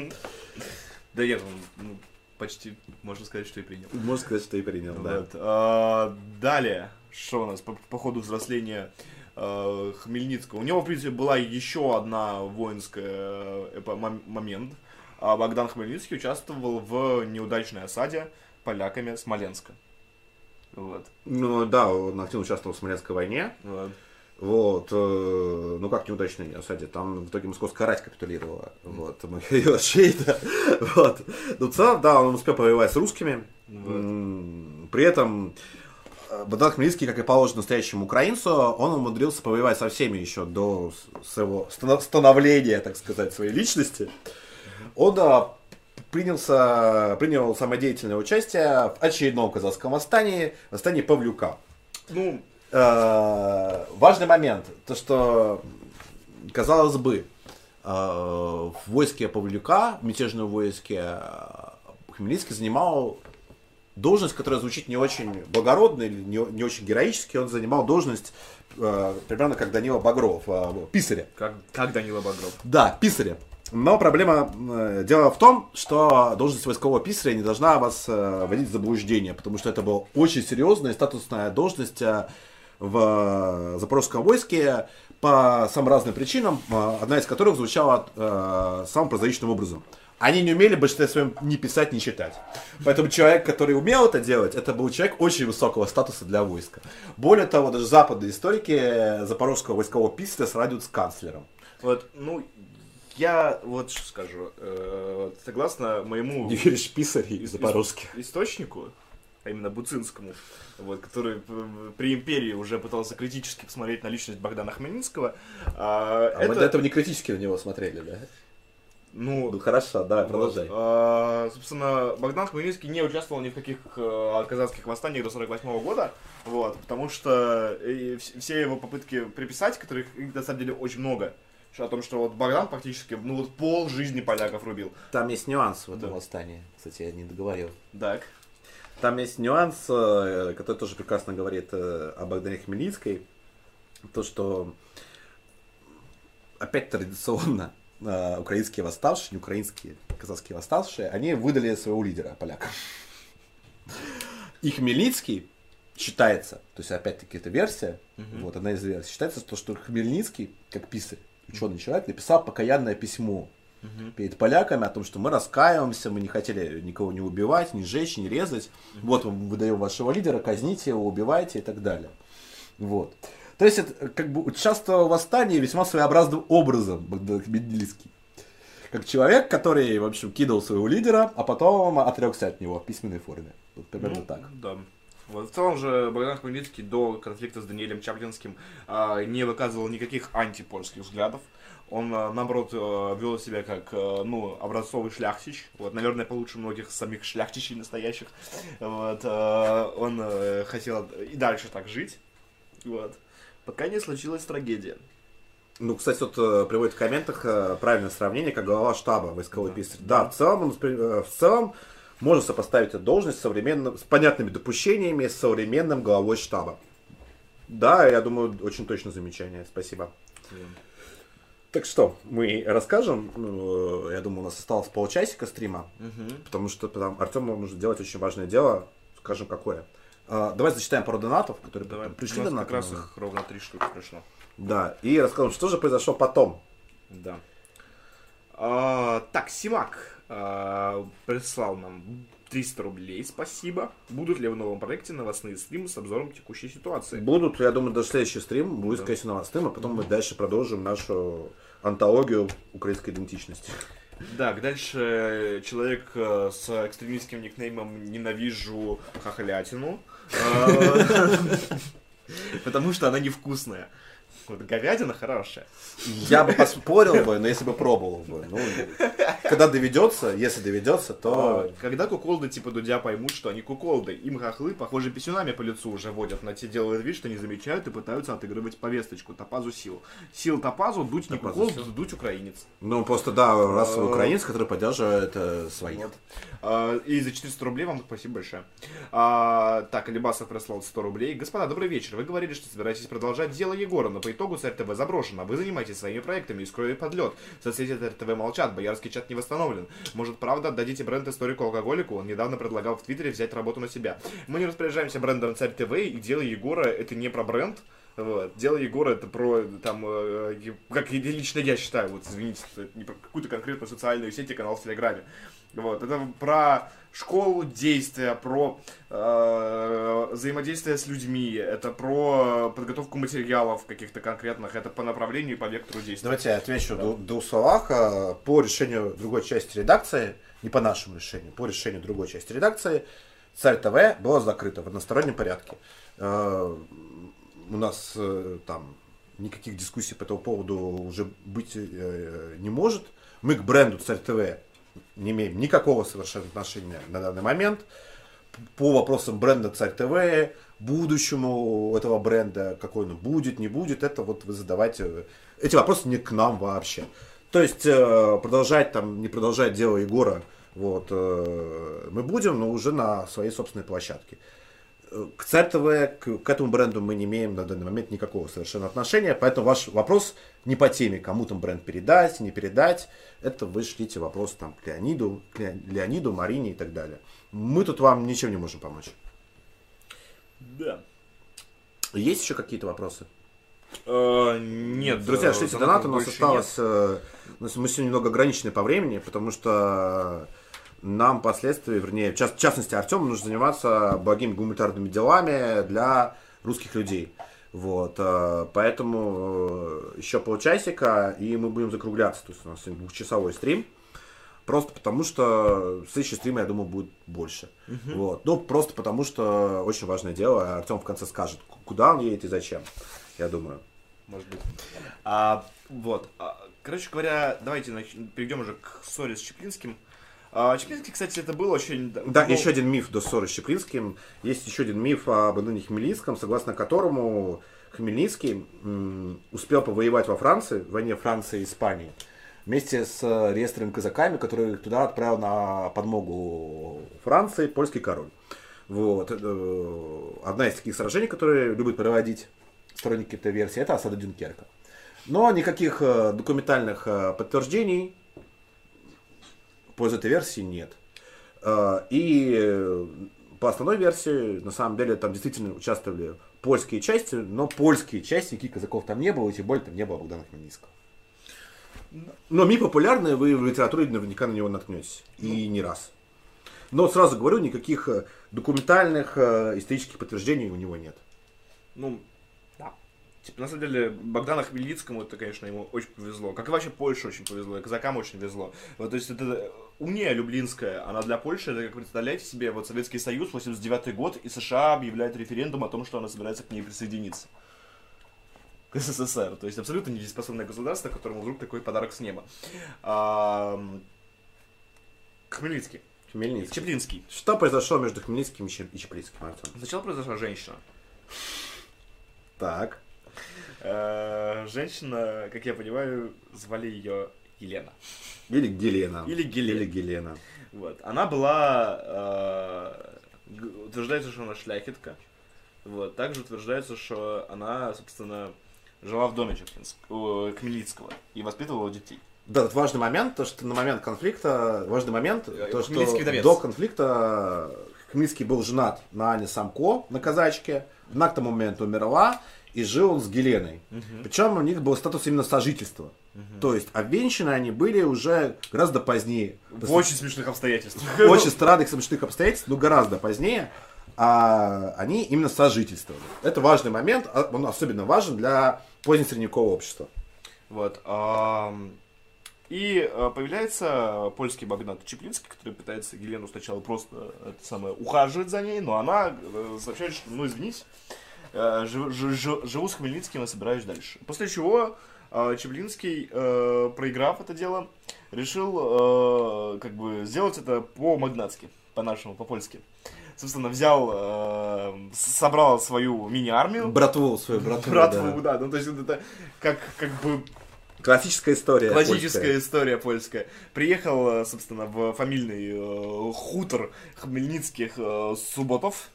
Да нет, ну, почти можно сказать, что и принял. Можно сказать, что и принял, да. Далее. Что у нас по, по ходу взросления э, Хмельницкого? У него, в принципе, была еще одна воинская э, момент. А Богдан Хмельницкий участвовал в неудачной осаде поляками Смоленска. Вот. Ну да, он активно участвовал в Смоленской войне. Вот. Вот, э, ну как неудачной осаде, там в итоге московская рать капитулировала. Вот, Михаил Шейда. Вот. Ну, в целом, да, он успел повоевать с русскими. Вот. При этом Богдан Хмельницкий, как и положено настоящему украинцу, он умудрился повоевать со всеми еще до своего становления, так сказать, своей личности. Он да, принялся, принял самодеятельное участие в очередном казацком восстании, восстании Павлюка. Ну, э, важный момент, то что, казалось бы, э, в войске Павлюка, в мятежном войске, Хмельницкий занимал должность, которая звучит не очень благородно или не, не очень героически. Он занимал должность э, примерно как Данила Багров, э, писаря. Как, как Данила Багров. Да, писаря. Но проблема, э, дело в том, что должность войскового писаря не должна вас э, вводить в заблуждение, потому что это была очень серьезная статусная должность э, в Запорожском войске по самым разным причинам, э, одна из которых звучала э, самым прозаичным образом. Они не умели в большинстве своем ни писать, ни читать. Поэтому человек, который умел это делать, это был человек очень высокого статуса для войска. Более того, даже западные историки запорожского войскового писаря сравнивают с канцлером. Вот, ну, я вот что скажу. Э, согласно моему... Не веришь писарей запорожских? Источнику, а именно Буцинскому, вот, который при империи уже пытался критически посмотреть на личность Богдана Хмельницкого. А, а это... мы до этого не критически на него смотрели, да? Ну, ну хорошо, давай, продолжай. Вот, а, собственно, Богдан Хмельницкий не участвовал ни в каких а, казацких восстаниях до сорок восьмого года, вот, потому что и, все его попытки приписать, которых на самом деле очень много, о том, что вот Богдан практически, ну вот пол жизни поляков рубил. Там есть нюанс в этом да. восстании, кстати, я не договорил. Так. Там есть нюанс, который тоже прекрасно говорит о Богдане Хмельницкой, то, что опять традиционно украинские восставшие, не украинские, казахские восставшие, они выдали своего лидера, полякам. И Хмельницкий считается, то есть опять-таки это версия, uh-huh. вот одна из версий, считается, то, что Хмельницкий, как писарь, ученый человек, написал покаянное письмо uh-huh. перед поляками о том, что мы раскаиваемся, мы не хотели никого не убивать, не жечь, не резать. Uh-huh. Вот мы выдаем вашего лидера, казните его, убивайте и так далее. Вот. То есть это как бы участвовал в восстании весьма своеобразным образом Богдан Хмельницкий. Как человек, который, в общем, кидал своего лидера, а потом отрекся от него в письменной форме. Вот примерно ну, так. Да. Вот, в целом же Богдан Хмельницкий до конфликта с Даниилем Чаплинским а, не выказывал никаких антипольских взглядов. Он, а, наоборот, а, вел себя как а, ну, образцовый шляхтич. Вот, наверное, получше многих самих шляхтичей настоящих. Вот, а, он а, хотел и дальше так жить. Вот. Пока не случилась трагедия. Ну, кстати, вот приводит в комментах правильное сравнение, как глава штаба войсковой да. писарь. Да, в целом, в целом можно сопоставить эту должность с, современным, с понятными допущениями с современным главой штаба. Да, я думаю, очень точное замечание. Спасибо. Да. Так что, мы расскажем. Я думаю, у нас осталось полчасика стрима, угу. потому что там Артему нужно делать очень важное дело. Скажем, какое. Давай зачитаем пару донатов, которые Давай. пришли. У нас как раз их ровно три штуки пришло. Да, и расскажем, что же произошло потом. Да. А, так, Симак а, прислал нам триста рублей, спасибо. Будут ли в новом проекте новостные стримы с обзором текущей ситуации? Будут, я думаю, даже следующий стрим будет, да. скорее всего, новостным, а потом мы дальше продолжим нашу антологию украинской идентичности. Так, дальше человек с экстремистским никнеймом «Ненавижу хохлятину», потому что она невкусная. Вот говядина хорошая. Я бы поспорил бы, но если бы пробовал бы. Ну, когда доведется, если доведется, то... Когда куколды типа Дудя поймут, что они куколды, им хохлы, похоже, писюнами по лицу уже водят, но те делают вид, что не замечают и пытаются отыгрывать повесточку. Топазу сил. Сил Топазу, Дудь не кукол, Дудь украинец. Ну, просто, да, расовый украинец, который поддерживает э, своих. Вот. А, и за четыреста рублей вам спасибо большое. А, так, Алибасов прислал сто рублей. Господа, добрый вечер. Вы говорили, что собираетесь продолжать дело Егора, но по итогу Царь ТВ заброшено. Вы занимаетесь своими проектами и скроете подлет. Соцсети Царь ТВ молчат, боярский чат не восстановлен. Может, правда, отдадите бренд историку-алкоголику? Он недавно предлагал в Твиттере взять работу на себя. Мы не распоряжаемся брендом Царь ТВ, и дело Егора это не про бренд. Вот. Дело Егора это про, там, э, как лично я считаю, вот, извините, это не про какую-то конкретную социальную сеть и канал в Телеграме. Вот. Это про школу действия, про э, взаимодействие с людьми, это про подготовку материалов каких-то конкретных, это по направлению и по вектору действия. Давайте я отвечу да. в двух словах. По решению другой части редакции, не по нашему решению, по решению другой части редакции, Царь ТВ было закрыто в одностороннем порядке. У нас э, там никаких дискуссий по этому поводу уже быть э, не может. Мы к бренду Царь ТВ не имеем никакого совершенно отношения на данный момент. По вопросам бренда Царь ТВ, будущему этого бренда, какой он будет, не будет, это вот вы задавайте. Эти вопросы не к нам вообще. То есть э, продолжать там, не продолжать дело Егора, вот, э, мы будем, но уже на своей собственной площадке. К Царь ТВ, к, к этому бренду мы не имеем на данный момент никакого совершенно отношения, поэтому ваш вопрос не по теме, кому там бренд передать, не передать, это вы шлите вопрос там, к Леониду, к Леониду, Марине и так далее. Мы тут вам ничем не можем помочь. Да. Есть еще какие-то вопросы? Uh, нет. Друзья, шлите донаты, у нас осталось, э, мы сегодня немного ограничены по времени, потому что... Нам впоследствии, вернее, в, част, в частности, Артему нужно заниматься благими гуманитарными делами для русских людей. Вот, поэтому еще полчасика, и мы будем закругляться. То есть у нас сегодня двухчасовой стрим. Просто потому, что следующий стрим, я думаю, будет больше. Uh-huh. Вот. Ну, просто потому, что очень важное дело. Артем в конце скажет, куда он едет и зачем, я думаю. Может быть. А, вот. Короче говоря, давайте нач... перейдем уже к ссоре с Чаплинским. А, Чаплинский, кстати, это был очень... Да, ну... еще один миф до ссоры с Чаплинским. Есть еще один миф об ныне Хмельницком, согласно которому Хмельницкий м, успел повоевать во Франции, в войне Франции и Испании, вместе с реестром казаками, которые туда отправил на подмогу Франции польский король. Вот. Одна из таких сражений, которые любят проводить сторонники этой версии, это осада Дюнкерка. Но никаких документальных подтверждений в пользу этой версии нет. И по основной версии, на самом деле, там действительно участвовали польские части, но польские части, никаких казаков там не было, и тем более там не было Богдана Хмельницкого. Но миф популярный, вы в литературе наверняка на него наткнетесь. И не раз. Но сразу говорю, никаких документальных, исторических подтверждений у него нет. Ну, да. Типа, на самом деле, Богдану Хмельницкому это, конечно, ему очень повезло. Как и вообще Польше очень повезло, и казакам очень повезло. Вот, то есть, это уния Люблинская, она для Польши, это, как представляете себе, вот Советский Союз, восемьдесят девятый год, и США объявляет референдум о том, что она собирается к ней присоединиться. К СССР. То есть, абсолютно недееспособное государство, которому вдруг такой подарок с неба. А... Хмельницкий. Хмельницкий. Чаплинский. Что произошло между Хмельницким и Чаплинским, Артем? Сначала произошла женщина. Так. Женщина, как я понимаю, звали ее Елена. Или Гелена. Или Гелена. Или Гелена. Вот. Она была... Э, утверждается, что она шляхетка. Вот. Также утверждается, что она, собственно, жила в доме Чаплинского, Хмельницкого и воспитывала детей. Да, это важный момент, то что на момент конфликта, важный момент, то что вдовец. До конфликта Хмельницкий был женат на Ане Самко, на казачке, она к тому моменту умерла, и жил он с Геленой. Uh-huh. Причем у них был статус именно сожительства. Uh-huh. То есть обвенчаны они были уже гораздо позднее. В очень смешных обстоятельствах. Очень странных смешных обстоятельств, но гораздо позднее. А они именно сожительствовали. Это важный момент, он особенно важен для позднесредневекового общества. Вот. И появляется польский Богдан Чаплинский, который пытается Елену сначала просто это самое, ухаживать за ней, но она сообщает, что, ну, извините, живу, живу, живу с Хмельницким и собираюсь дальше. После чего Чаплинский, проиграв это дело, решил как бы сделать это по-магнатски, по-нашему, по-польски. Собственно, взял, э, собрал свою мини-армию. Братву свою, братву, братву да. да. Ну, то есть, это как, как бы... Классическая история Классическая польская. история польская. Приехал, собственно, в фамильный э, хутор Хмельницких э, Субботов.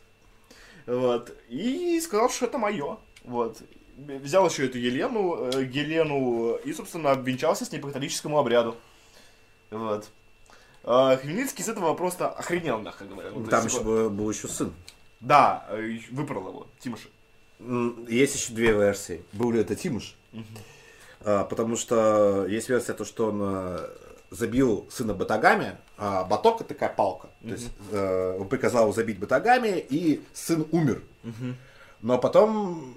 Вот. И сказал, что это мое. Вот. Взял еще эту Елену, э, Елену и, собственно, обвенчался с ней по католическому обряду. Вот. Хмельницкий с этого просто охренел, мягко говоря. Ну, там есть, еще был, был еще сын. Да, выпорол его, Тимош. Есть еще две версии. Был ли это Тимош? Uh-huh. А, потому что есть версия, то, что он забил сына батагами, а баток это такая палка. Uh-huh. То есть э, он приказал его забить батагами, и сын умер. Uh-huh. Но потом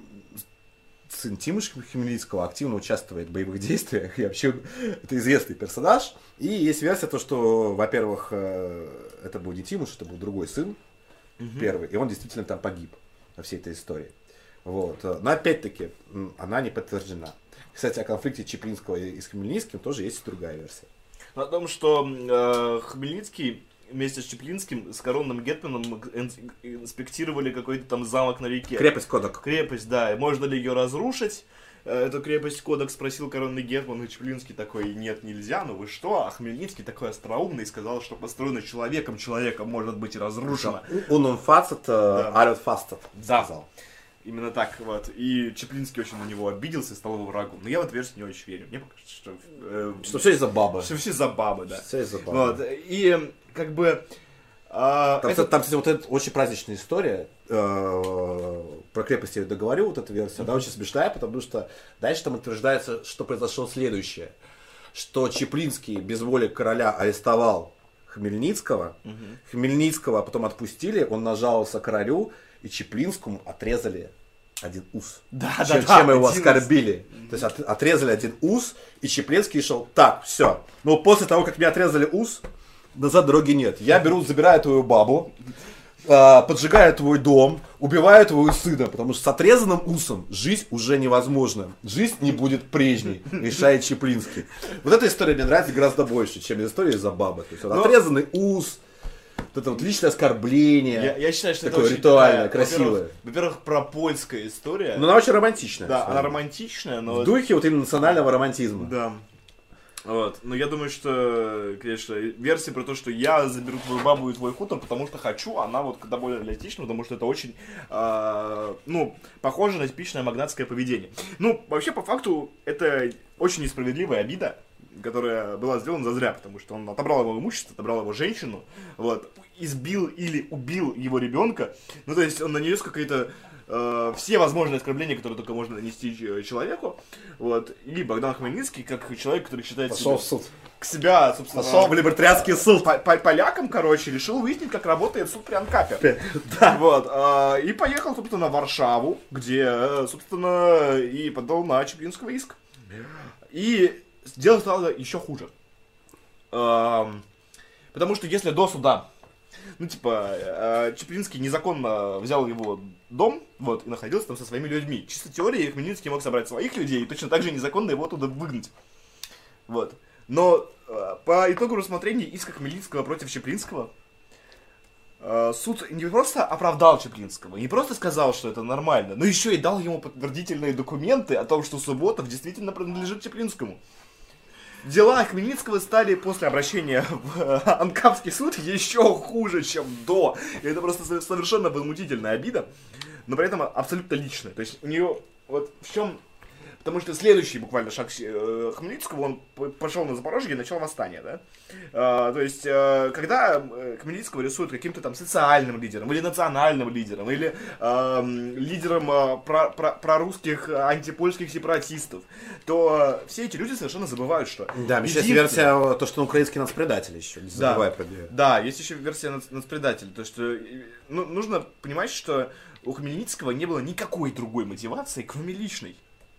сын Тимоша Хмельницкого активно участвует в боевых действиях, и вообще это известный персонаж. И есть версия, то, что, во-первых, это был не Тимош, это был другой сын, uh-huh. первый, и он действительно там погиб во всей этой истории. Вот. Но опять-таки, она не подтверждена. Кстати, о конфликте Чаплинского и с Хмельницким тоже есть другая версия. О том, что э, Хмельницкий вместе с Чаплинским, с коронным гетманом инспектировали какой-то там замок на реке. Крепость Кодак. Крепость, да. Можно ли ее разрушить? Эту крепость Кодак спросил коронный гетман, и Чаплинский такой: нет, нельзя, ну вы что? А Хмельницкий такой остроумный сказал, что построено человеком, человеком может быть и разрушено. Унум фацет, алют фастет, сказал. Именно так, вот. И Чаплинский очень на него обиделся и стал его врагом. Но я в эту версию не очень верю. Мне кажется, что... Э, что все из-за бабы. Что все из-за бабы, да. Все из-за бабы. Вот. И как бы... Э, там, это... там, кстати, вот эта очень праздничная история. Э, про крепость я договорю, вот эта версия. Mm-hmm. Она очень смешная, потому что дальше там утверждается, что произошло следующее. Что Чаплинский без воли короля арестовал Хмельницкого. Mm-hmm. Хмельницкого потом отпустили, он нажаловался королю, и Чаплинскому отрезали один ус. Да, чем, да, да, чем его один оскорбили. Ус. То есть от, отрезали один ус, и Чаплинский шел, так, все. Но после того, как мне отрезали ус, назад дороги нет. Я беру, забираю твою бабу, э, поджигаю твой дом, убиваю твоего сына, потому что с отрезанным усом жизнь уже невозможна. Жизнь не будет прежней, решает Чаплинский. Вот эта история мне нравится гораздо больше, чем история из-за бабы. То есть вот, отрезанный ус, вот это вот личное оскорбление. Я, я считаю, что такое это ритуальное, очень, красивое. Во-первых, во-первых, пропольская история. Но она очень романтичная. Да, она романтичная, но... В духе вот именно национального романтизма. Да. Вот. Но я думаю, что, конечно, версия про то, что я заберу твою бабу и твой хутор, потому что хочу, она вот когда более реалистична, потому что это очень, э, ну, похоже на типичное магнатское поведение. Ну, вообще, по факту, это очень несправедливая обида, которая была сделана зазря, потому что он отобрал его имущество, отобрал его женщину, вот, избил или убил его ребенка, ну, то есть он нанес какие-то э, все возможные оскорбления, которые только можно нанести человеку, вот, и Богдан Хмельницкий, как человек, который считает Пошел себя, в суд. к себя, собственно, Пошел в либертарианский суд. по- по- полякам, короче, решил выяснить, как работает суд при Анкапе. Да. Вот, э, и поехал, собственно, в Варшаву, где, э, собственно, и подал на Чаплинского иск. И дело стало еще хуже. Эм, потому что если до суда, ну, типа, э, Чаплинский незаконно взял его дом, вот, и находился там со своими людьми. Чисто теории Хмельницкий мог собрать своих людей и точно так же незаконно его оттуда выгнать. Вот. Но э, по итогу рассмотрения иска Хмельницкого против Чаплинского, э, суд не просто оправдал Чаплинского, не просто сказал, что это нормально, но еще и дал ему подтвердительные документы о том, что Субботов действительно принадлежит Чаплинскому. Дела Хмельницкого стали после обращения в Анкапский суд еще хуже, чем до. И это просто совершенно возмутительная обида, но при этом абсолютно личная. То есть у нее вот в чем... Потому что следующий буквально шаг Хмельницкого, он пошел на Запорожье и начал восстание, да? А, то есть, когда Хмельницкого рисуют каким-то там социальным лидером, или национальным лидером, или а, лидером а, про, про, прорусских антипольских сепаратистов, то все эти люди совершенно забывают, что... Да, еще есть версия, то, что он украинский нацпредатель еще, не забывай да, про нее. Да, есть еще версия нац, нацпредатель, то есть, ну, нужно понимать, что у Хмельницкого не было никакой другой мотивации, кроме личной.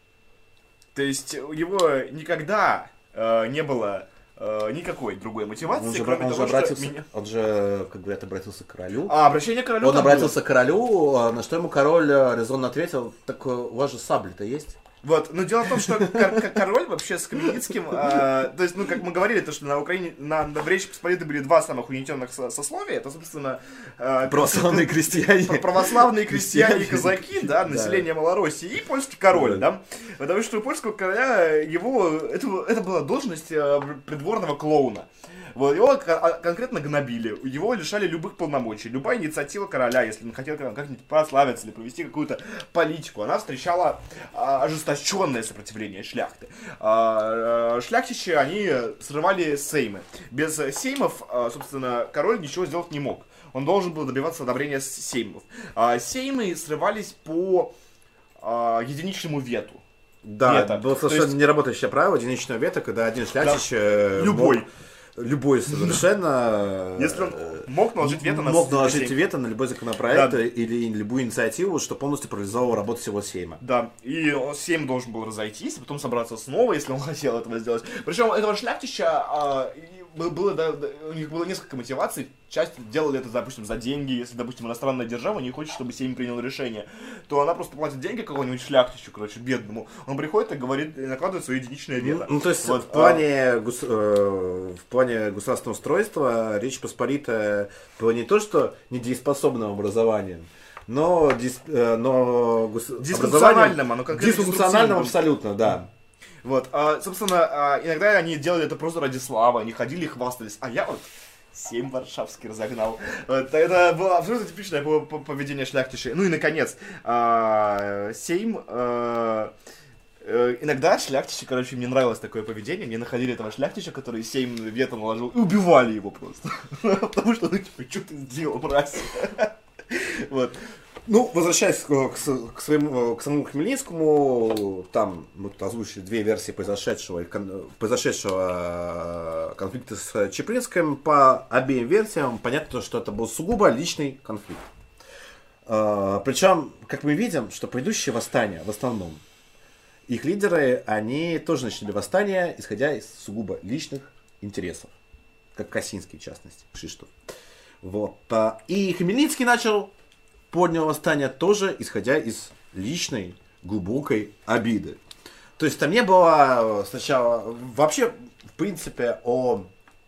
То есть у его никогда э, не было э, никакой другой мотивации, он же, кроме он того, же обратился, что меня... Он же, как говорят, обратился к королю. А, обращение к королю. Он обратился было. к королю, на что ему король резонно ответил, так у вас же сабли-то есть? Вот, но дело в том, что король вообще с Хмельницким, э, то есть, ну, как мы говорили, то, что на Украине, на, на в Речи Посполитой были два самых угнетенных со- сословия, это, собственно... Э, православные крестьяне. Православные крестьяне и казаки, да, население Малороссии, и польский король, да. Потому что у польского короля его, это, это была должность э, придворного клоуна. Вот, его конкретно гнобили, его лишали любых полномочий. Любая инициатива короля, если он хотел как-нибудь прославиться или провести какую-то политику, она встречала а, ожесточенное сопротивление шляхты. А, а, шляхтичи, они срывали сеймы. Без сеймов, а, собственно, король ничего сделать не мог. Он должен был добиваться одобрения сеймов. А, сеймы срывались по а, единичному вету. Да, вето. было совершенно есть... неработающее правило единичного вето, когда один шляхтич... Да. Любой. Мог... Любой совершенно... Если он мог наложить вето на... Мог наложить вето на любой законопроект, да, или любую инициативу, что полностью парализовало работу всего Сейма. Да, и Сейм должен был разойтись, а потом собраться снова, если он хотел этого сделать. Причем этого шляхтича а, было, да, у них было несколько мотиваций. Часть делали это, допустим, за деньги. Если, допустим, иностранная держава не хочет, чтобы Сейм принял решение, то она просто платит деньги какому-нибудь шляхтичу, короче, бедному. Он приходит и говорит, и накладывает свое единичное вето. Ну, ну, то есть вот, в, плане, а... гос... э, в плане государственного устройства Речь Посполитая была не то, что недееспособным образованием, но, дис... но гос... дисфункциональным, оно конкретно дисфункциональным абсолютно, да. Вот, а, собственно, а, иногда они делали это просто ради славы, они ходили и хвастались, а я вот Сейм Варшавский разогнал. Вот, это было абсолютно типичное поведение шляхтичей. Ну и, наконец, а, Сейм... А, иногда шляхтичи, короче, мне нравилось такое поведение, мне находили этого шляхтича, который Сейм вето наложил, и убивали его просто. Потому что, ну, типа, что ты сделал, мразь? Вот. Ну, возвращаясь к, к, своему, к самому Хмельницкому, там мы тут озвучили две версии произошедшего, произошедшего конфликта с Чаплинским. По обеим версиям понятно, что это был сугубо личный конфликт. Причем, как мы видим, что предыдущие восстания, в основном, их лидеры, они тоже начали восстание, исходя из сугубо личных интересов. Как Косинский, в частности, Кшиштоф. Вот. И Хмельницкий начал, поднял восстание тоже, исходя из личной, глубокой обиды. То есть там не было сначала... Вообще, в принципе, о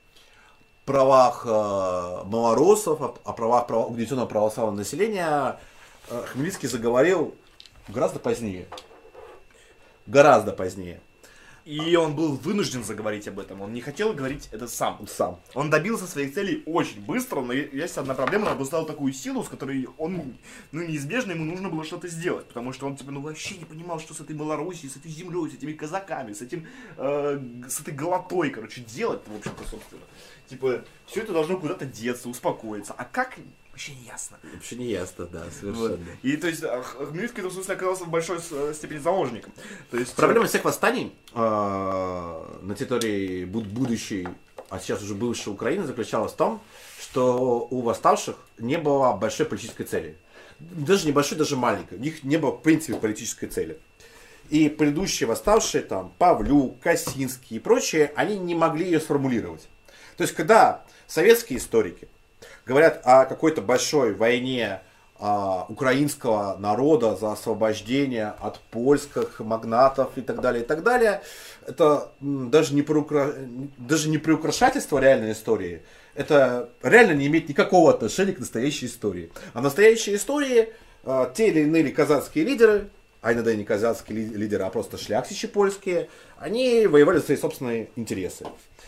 правах э, малороссов, о, о правах право, угнетенного православного населения э, Хмельницкий заговорил гораздо позднее. Гораздо позднее. И он был вынужден заговорить об этом. Он не хотел говорить это сам. Сам. Он добился своих целей очень быстро, но есть одна проблема. Он поставил такую силу, с которой он, ну, неизбежно ему нужно было что-то сделать. Потому что он, типа, ну, вообще не понимал, что с этой Малороссией, с этой землей, с этими казаками, с этим, э, с этой голотой, короче, делать, в общем-то, собственно. Типа, все это должно куда-то деться, успокоиться. А как? Вообще не ясно. Вообще не ясно, да, совершенно. Вот. И то есть Хмельницкий в этом смысле оказался в большой степени заложником. То есть... Проблема всех восстаний э, на территории будущей, а сейчас уже бывшей Украины, заключалась в том, что у восставших не было большой политической цели. Даже небольшой, даже маленькой. У них не было в принципе политической цели. И предыдущие восставшие, там, Павлюк, Косинский и прочие, они не могли ее сформулировать. То есть, когда советские историки говорят о какой-то большой войне а, украинского народа за освобождение от польских магнатов и так далее, и так далее, это м, даже, не приукра... даже не приукрашательство реальной истории, это реально не имеет никакого отношения к настоящей истории. А в настоящей истории а, те или иные казацкие лидеры, а иногда и не казацкие лидеры, а просто шляхтичи польские, они воевали за свои собственные интересы.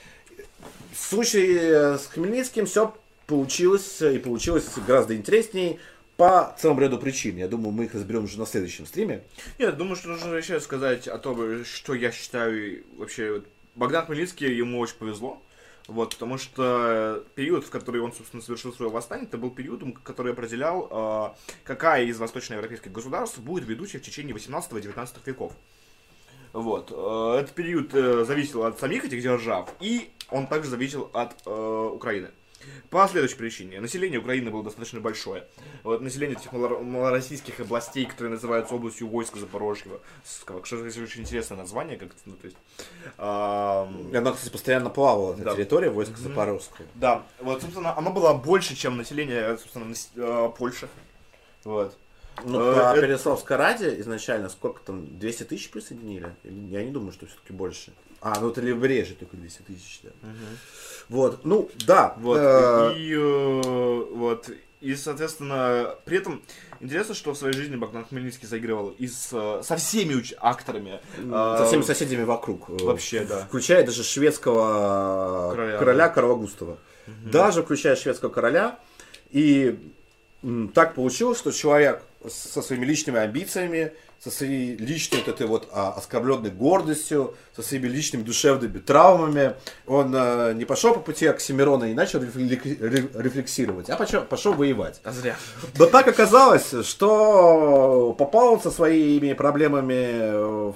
В случае с Хмельницким все получилось, и получилось гораздо интереснее по целому ряду причин. Я думаю, мы их разберем уже на следующем стриме. Нет, думаю, что нужно еще сказать о том, что я считаю вообще. Богдан Хмельницкий, ему очень повезло. Вот, потому что период, в который он, собственно, совершил свое восстание, это был периодом, который определял, какая из восточноевропейских государств будет ведущей в течение восемнадцатого-девятнадцатого веков. Вот. Этот период зависел от самих этих держав, и он также зависел от э, Украины. По следующей причине. Население Украины было достаточно большое. Вот, население этих малороссийских областей, которые называются областью войска Запорожьего. Что очень интересное название. Как, ну, то есть, э, Она, кстати, постоянно плавала, эта да. территория войска mm-hmm. Запорожского. Да. Вот, собственно, оно было больше, чем население, собственно, э, Польши. Вот. Ну, по это... Переславской Раде изначально сколько там, двести тысяч присоединили? Я не думаю, что все-таки больше. А, ну это Левобережье только двести тысяч, да. Угу. Вот, ну, да. Вот, и, э, вот, и, соответственно, при этом интересно, что в своей жизни Богдан Хмельницкий заигрывал и с, со всеми уч- акторами. Со всеми соседями вокруг. Вообще, да. Включая даже шведского короля, короля да. Карла Густава. Угу. Даже включая шведского короля. И м, так получилось, что человек со своими личными амбициями, со своей личной вот этой вот а, оскорбленной гордостью, со своими личными душевными травмами, он а, не пошел по пути Оксимирона и начал рефлексировать, а пошел, пошел воевать. А зря. Но так оказалось, что попал он со своими проблемами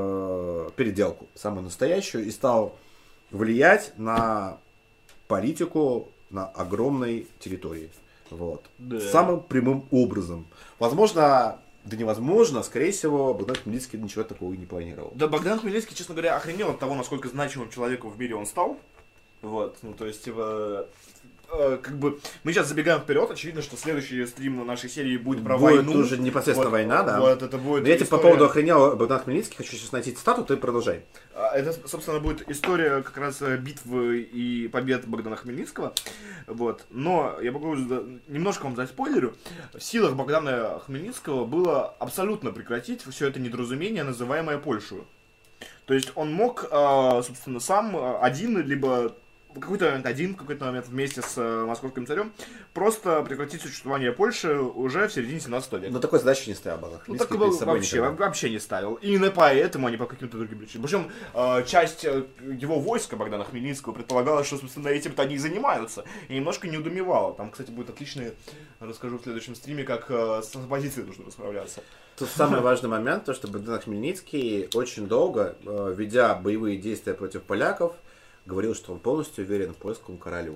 в переделку, самую настоящую, и стал влиять на политику на огромной территории. Вот. Да. Самым прямым образом. Возможно, да невозможно, скорее всего, Богдан Хмельницкий ничего такого и не планировал. Да, Богдан Хмельницкий, честно говоря, охренел от того, насколько значимым человеком в мире он стал. Вот, ну то есть, э, э, как бы, мы сейчас забегаем вперед, очевидно, что следующий стрим нашей серии будет про будет войну. Будет уже непосредственно вот, война, да. Вот, это будет я тебе по поводу охренел Богдан Хмельницкий, хочу сейчас найти цитату, ты продолжай. Это, собственно, будет история как раз битвы и побед Богдана Хмельницкого. Вот. Но я могу немножко вам заспойлерю. В силах Богдана Хмельницкого было абсолютно прекратить все это недоразумение, называемое Польшей. То есть он мог, собственно, сам один, либо в какой-то момент один, в какой-то момент вместе с московским царем просто прекратить существование Польши уже в середине семнадцатого века. Но такой задачи не ставил Богдан Хмельницкий. Ну, так вообще, вообще не ставил. И именно поэтому, а не по каким-то другим причинам. Причем э, часть его войска Богдана Хмельницкого предполагалось, что, собственно, этим-то они и занимаются. И немножко не удумевало. Там, кстати, будет отличный, расскажу в следующем стриме, как э, с оппозицией нужно расправляться. Тут самый важный момент, то, что Богдан Хмельницкий очень долго, э, ведя боевые действия против поляков, говорил, что он полностью уверен в польском королю.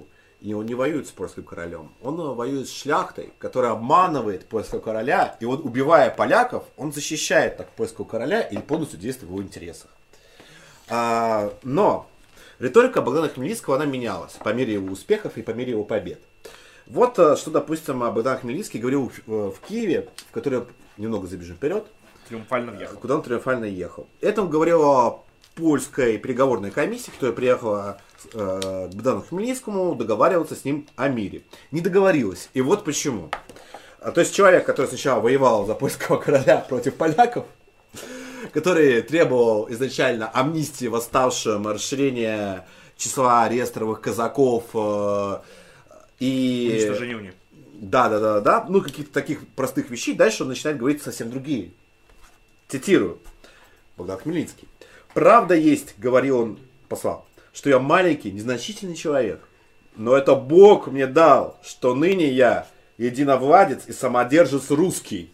и он не воюет с польским королем. Он воюет с шляхтой, которая обманывает польского короля. И вот, убивая поляков, он защищает так польского короля и полностью действует в его интересах. А, но риторика Богдана Хмельницкого, она менялась по мере его успехов и по мере его побед. Вот что, допустим, Богдан Хмельницкий говорил в, в Киеве, в который немного забежим вперед. Триумфально въехал. Куда он триумфально ехал. Это он говорил о польской переговорной комиссии, которая приехала э, к Богдану Хмельницкому договариваться с ним о мире. Не договорилась. И вот почему. То есть человек, который сначала воевал за польского короля против поляков, который требовал изначально амнистии восставшим, расширения числа реестровых казаков э, и... Уничтожение унии. Да, да, да, да. Ну, каких-то таких простых вещей. Дальше он начинает говорить совсем другие. Цитирую. Богдан Хмельницкий. «Правда есть, — говорил он послам, — что я маленький, незначительный человек. Но это Бог мне дал, что ныне я единовладец и самодержец русский.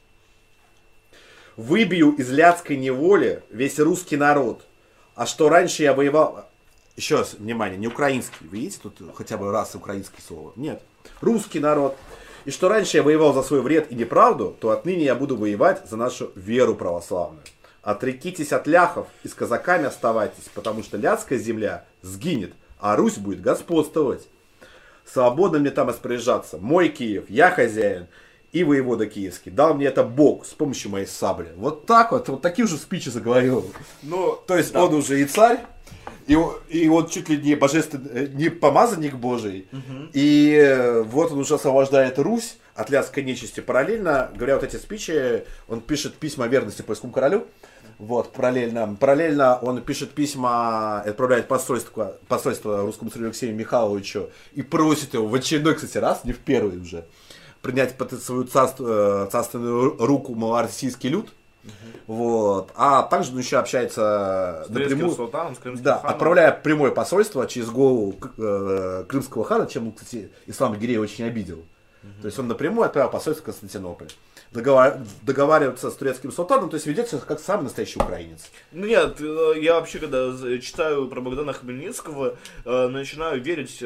Выбью из ляцкой неволи весь русский народ. А что раньше я воевал...» Еще раз, внимание, не украинский. Вы видите, тут хотя бы раз украинское слово. Нет. Русский народ. «И что раньше я воевал за свой вред и неправду, то отныне я буду воевать за нашу веру православную. Отрекитесь от ляхов и с казаками оставайтесь, потому что ляцкая земля сгинет, а Русь будет господствовать. Свободно мне там распоряжаться. Мой Киев, я хозяин и воевода киевский. Дал мне это Бог с помощью моей сабли». Вот так вот, вот такие же спичи заговорил. Ну, То есть да. он уже и царь, и, и он чуть ли не божественный, не помазанник Божий. Угу. И вот он уже освобождает Русь от ляцкой нечисти. Параллельно, говоря вот эти спичи, он пишет письма верности польскому королю. Вот, параллельно. Параллельно он пишет письма, отправляет посольство, посольство русскому царю Алексею Михайловичу и просит его в очередной, кстати, раз, не в первый уже, принять под свою царство, царственную руку малороссийский люд. Угу. Вот. А также он еще общается с напрямую, султаном, с крымским да, ханом. отправляя прямое посольство через голову э, крымского хана, чем, кстати, Ислам Гирей очень обидел. Угу. То есть он напрямую отправил посольство в Константинополь. Договар... Договариваться с турецким султаном, то есть ведется как самый настоящий украинец. Ну нет, я вообще, когда читаю про Богдана Хмельницкого, начинаю верить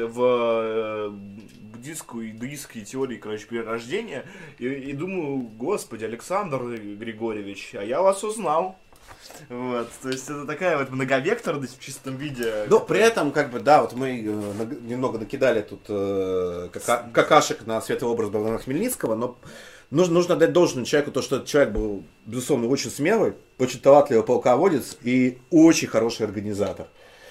в буддистскую, индуистские теории, короче, перерождения, и, и думаю, господи, Александр Григорьевич, а я вас узнал. Вот, то есть это такая вот многовекторность в чистом виде. Но при этом, как бы, да, вот мы немного накидали тут э, кака- какашек на светлый образ Богдана Хмельницкого, но нужно, нужно дать должное человеку то, что этот человек был, безусловно, очень смелый, очень талантливый полководец и очень хороший организатор.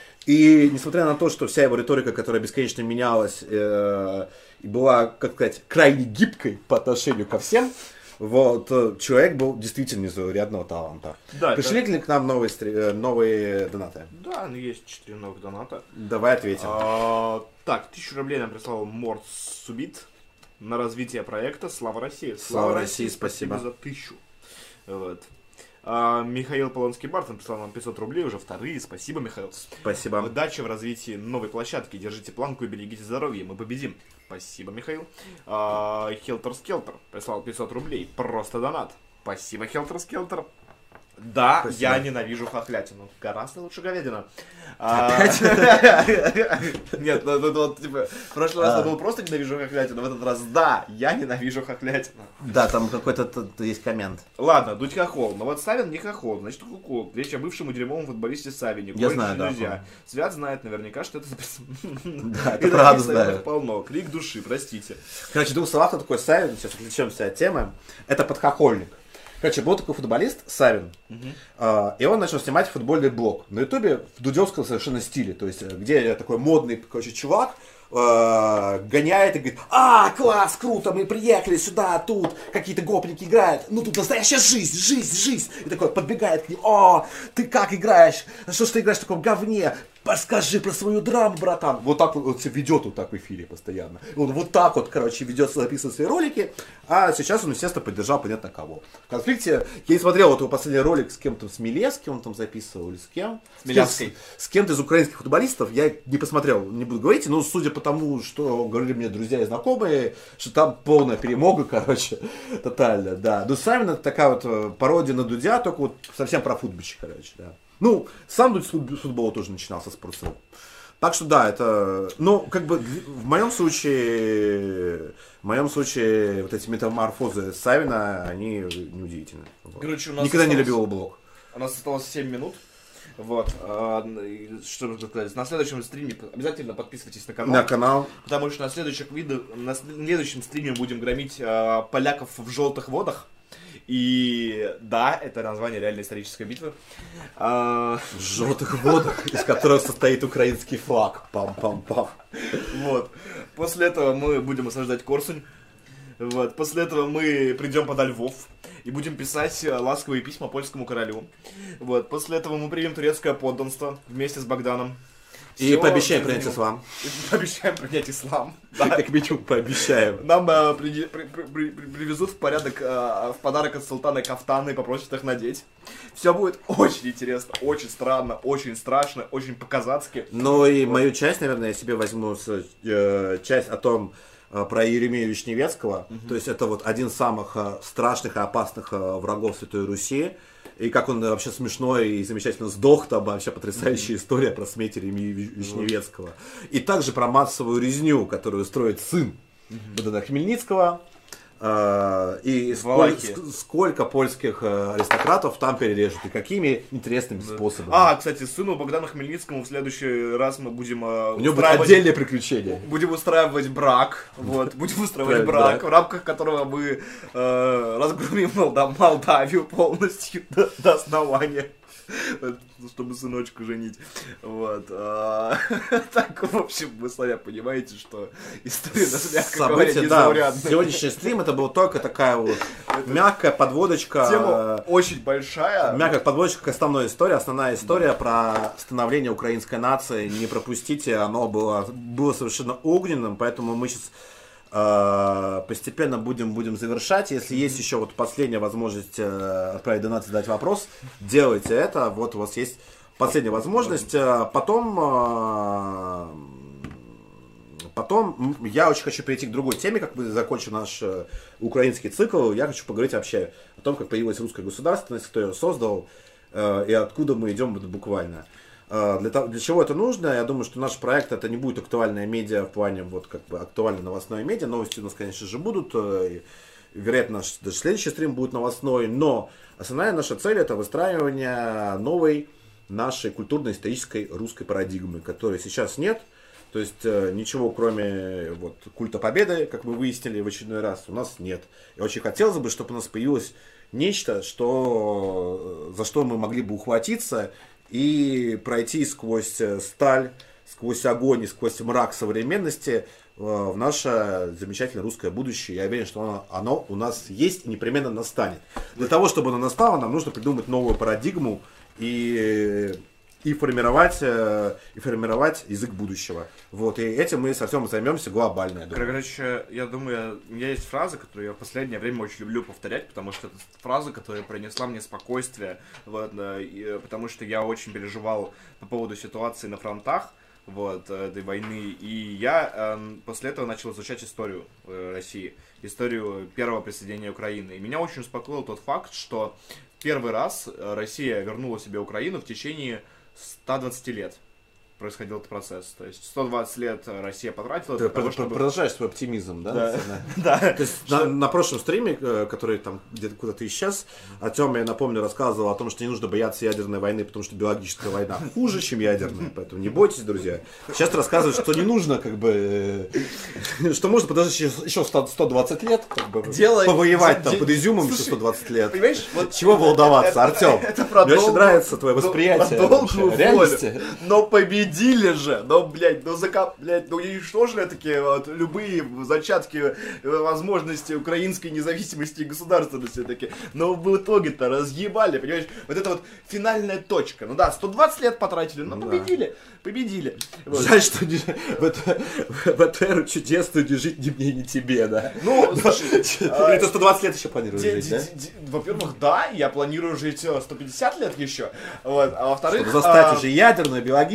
И несмотря на то, что вся его риторика, которая бесконечно менялась, э, и была, как сказать, крайне гибкой по отношению ко всем, вот, человек был действительно незаурядного таланта. Да, Пришли это... ли к нам новые, стри... новые донаты? Да, ну есть четыре новых доната. Давай ответим. А, так, тысячу рублей нам прислал Морд Субит на развитие проекта «Слава России». Слава, Слава России, России, спасибо. спасибо за тысячу. Вот. А, Михаил Полонский Бартон прислал нам пятьсот рублей, уже вторые. Спасибо, Михаил. Спасибо. Удачи в развитии новой площадки. Держите планку и берегите здоровье. Мы победим. Спасибо, Михаил. А, Хелтер Скелтер прислал пятьсот рублей. Просто донат. Спасибо, Хелтер Скелтер. Да, Спасибо. Я ненавижу хохлятину. Гораздо лучше говядина. Нет, ну типа, в прошлый раз было просто ненавижу хохлятину, в этот раз да, я ненавижу хохлятину. Да, там какой-то есть коммент. Ладно, Дудь хохол, но вот Савин не хохол, значит хохол. Речь о бывшем дерьмовом футболисте Савине. Я знаю, да. Друзья. Свят знает наверняка, что это за... Да, это правда знаю. Полно, крик души, простите. Короче, двух словах, кто такой Савин, сейчас отвлечемся от темы. Это подхохольник. Короче, был такой футболист Савин, uh-huh. э, и он начал снимать футбольный блог на ютубе в дудевском совершенно стиле, то есть где такой модный, короче, чувак э, гоняет и говорит: а, класс, круто, мы приехали сюда, тут какие-то гопники играют, ну тут настоящая жизнь, жизнь, жизнь, и такой подбегает к ним: о, ты как играешь, что ж ты играешь в таком говне, расскажи про свою драму, братан. Вот так вот, вот ведет вот так в эфире постоянно. Он вот так вот, короче, ведет, записывает свои ролики. А сейчас он, естественно, поддержал понятно кого. В конфликте, я не смотрел вот его последний ролик с кем-то, с Милевским он там записывал, или с кем? С Милявской. С, с кем-то из украинских футболистов. Я не посмотрел, не буду говорить, но судя по тому, что говорили мне друзья и знакомые, что там полная перемога, короче, тотально, да. Но Савин это такая вот пародия на Дудя, только вот совсем про футбольщик, короче, да. Ну, сам Дудь с футбола тоже начинался с спортсмен. Так что да, это, ну, как бы в моем случае, в моем случае вот эти метаморфозы Савина, они неудивительны. Вот. Короче, у нас Никогда осталось, не любил его блог. У нас осталось семь минут. Вот. А, что можно сказать? На следующем стриме обязательно подписывайтесь на канал. На канал. Потому что на следующих видео, на следующем стриме будем громить а, поляков в желтых водах. И да, это название реальной исторической битвы. А... В желтых водах, из которых состоит украинский флаг. Пам-пам-пам. Вот. После этого мы будем осаждать Корсунь. Вот. После этого мы придем подо Львов и будем писать ласковые письма польскому королю. Вот. После этого мы примем турецкое подданство вместе с Богданом. И Все пообещаем принять ислам. И пообещаем принять ислам. Да. Как минимум пообещаем. Нам а, при, при, при, привезут в порядок, а, в подарок от султана кафтаны и попросят их надеть. Все будет очень интересно, очень странно, очень страшно, очень по-казацки. Ну и вот. Мою часть, наверное, я себе возьму с, э, часть о том, э, про Еремея Вишневецкого. Угу. То есть это вот один из самых э, страшных и опасных э, врагов Святой Руси. И как он вообще смешной и замечательно сдох, там вообще потрясающая mm-hmm. история про смерть Еремея Вишневецкого. Mm-hmm. И также про массовую резню, которую строит сын mm-hmm. Богдана Хмельницкого. Uh, и сколь, сколько польских uh, аристократов там перережут, и какими интересными да. способами. А, кстати, сыну Богдану Хмельницкому в следующий раз мы будем uh, У него будет отдельное приключение. Будем устраивать брак. Вот, будем устраивать брак, в рамках которого мы uh, разгромим Молдавию полностью до, до основания. Чтобы сыночку женить. Вот. А, так, в общем, вы сами понимаете, что история нас, мягко говоря, незаурядная. Да, сегодняшний стрим это была только такая вот мягкая подводочка. Тема очень большая. Мягкая подводочка к основной истории. Основная история да. про становление украинской нации. Не пропустите, оно было, было совершенно огненным, поэтому мы сейчас постепенно будем, будем завершать. Если есть еще вот последняя возможность отправить донат, задать вопрос, делайте это. Вот у вас есть последняя возможность. Потом, потом я очень хочу перейти к другой теме, как мы закончим наш украинский цикл. Я хочу поговорить вообще о том, как появилась русская государственность, кто ее создал и откуда мы идем буквально. Для, того, для чего это нужно? Я думаю, что наш проект это не будет актуальная медиа в плане вот как бы актуальной новостной медиа. Новости у нас, конечно же, будут. И, вероятно, наш даже следующий стрим будет новостной. Но основная наша цель это выстраивание новой нашей культурно-исторической русской парадигмы, которой сейчас нет. То есть ничего, кроме вот, культа победы, как мы выяснили в очередной раз, у нас нет. И очень хотелось бы, чтобы у нас появилось нечто, что, за что мы могли бы ухватиться и пройти сквозь сталь, сквозь огонь и сквозь мрак современности в наше замечательное русское будущее. Я уверен, что оно, оно у нас есть и непременно настанет. Для того, чтобы оно настало, нам нужно придумать новую парадигму и, и, формировать, и формировать язык будущего. Вот, и этим мы со всем займемся глобально. Я Короче, я думаю, у меня есть фраза, которую я в последнее время очень люблю повторять, потому что это фраза, которая принесла мне спокойствие, вот, и, потому что я очень переживал по поводу ситуации на фронтах вот, этой войны, и я э, после этого начал изучать историю э, России, историю первого присоединения Украины. И меня очень успокоил тот факт, что первый раз Россия вернула себе Украину в течение ста двадцати лет. Происходил этот процесс. То есть сто двадцать лет Россия потратила. Ты того, чтобы... продолжаешь свой оптимизм, да? Да. да. То есть что... на, на прошлом стриме, который там где-то куда-то исчез, Артем, я напомню, рассказывал о том, что не нужно бояться ядерной войны, потому что биологическая война хуже, чем ядерная. Поэтому не бойтесь, друзья. Сейчас рассказывают, что не нужно, как бы, что можно подождать еще сто двадцать лет, как бы, Делай... повоевать там под Изюмом еще сто двадцать лет. Понимаешь? Вот чего волноваться, Артем? Мне очень нравится твое восприятие реальности. Но победить Победили же, но, блядь, ну, закап, блядь, ну, уничтожили такие вот любые зачатки возможности украинской независимости и государственности такие. Но в итоге-то разъебали, понимаешь? Вот это вот финальная точка. Ну да, сто двадцать лет потратили, но ну, победили, да. победили. Вот. Жаль, что не, в, эту, в эту эру чудесную не жить ни мне, ни тебе, да? Ну, слушай... Или ты сто двадцать лет еще планируешь жить, да? Во-первых, да, я планирую жить сто пятьдесят лет еще. Вот, а во-вторых... Чтобы застать уже ядерную, биологическую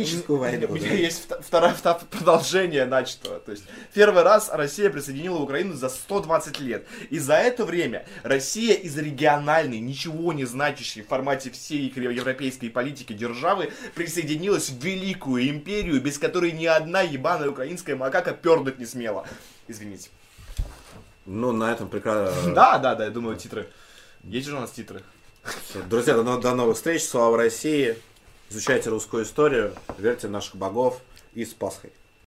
войны. У меня есть второе продолжение начатого. То есть, первый раз Россия присоединила Украину за сто двадцать лет. И за это время Россия из региональной, ничего не значащей в формате всей европейской политики державы присоединилась в великую империю, без которой ни одна ебаная украинская макака пернуть не смела. Извините. Ну, на этом прекрасно. Да, да, да, я думаю, титры. Есть же у нас титры. Друзья, до, до новых встреч. Слава России. Изучайте русскую историю. Верьте в наших богов. И с Пасхой.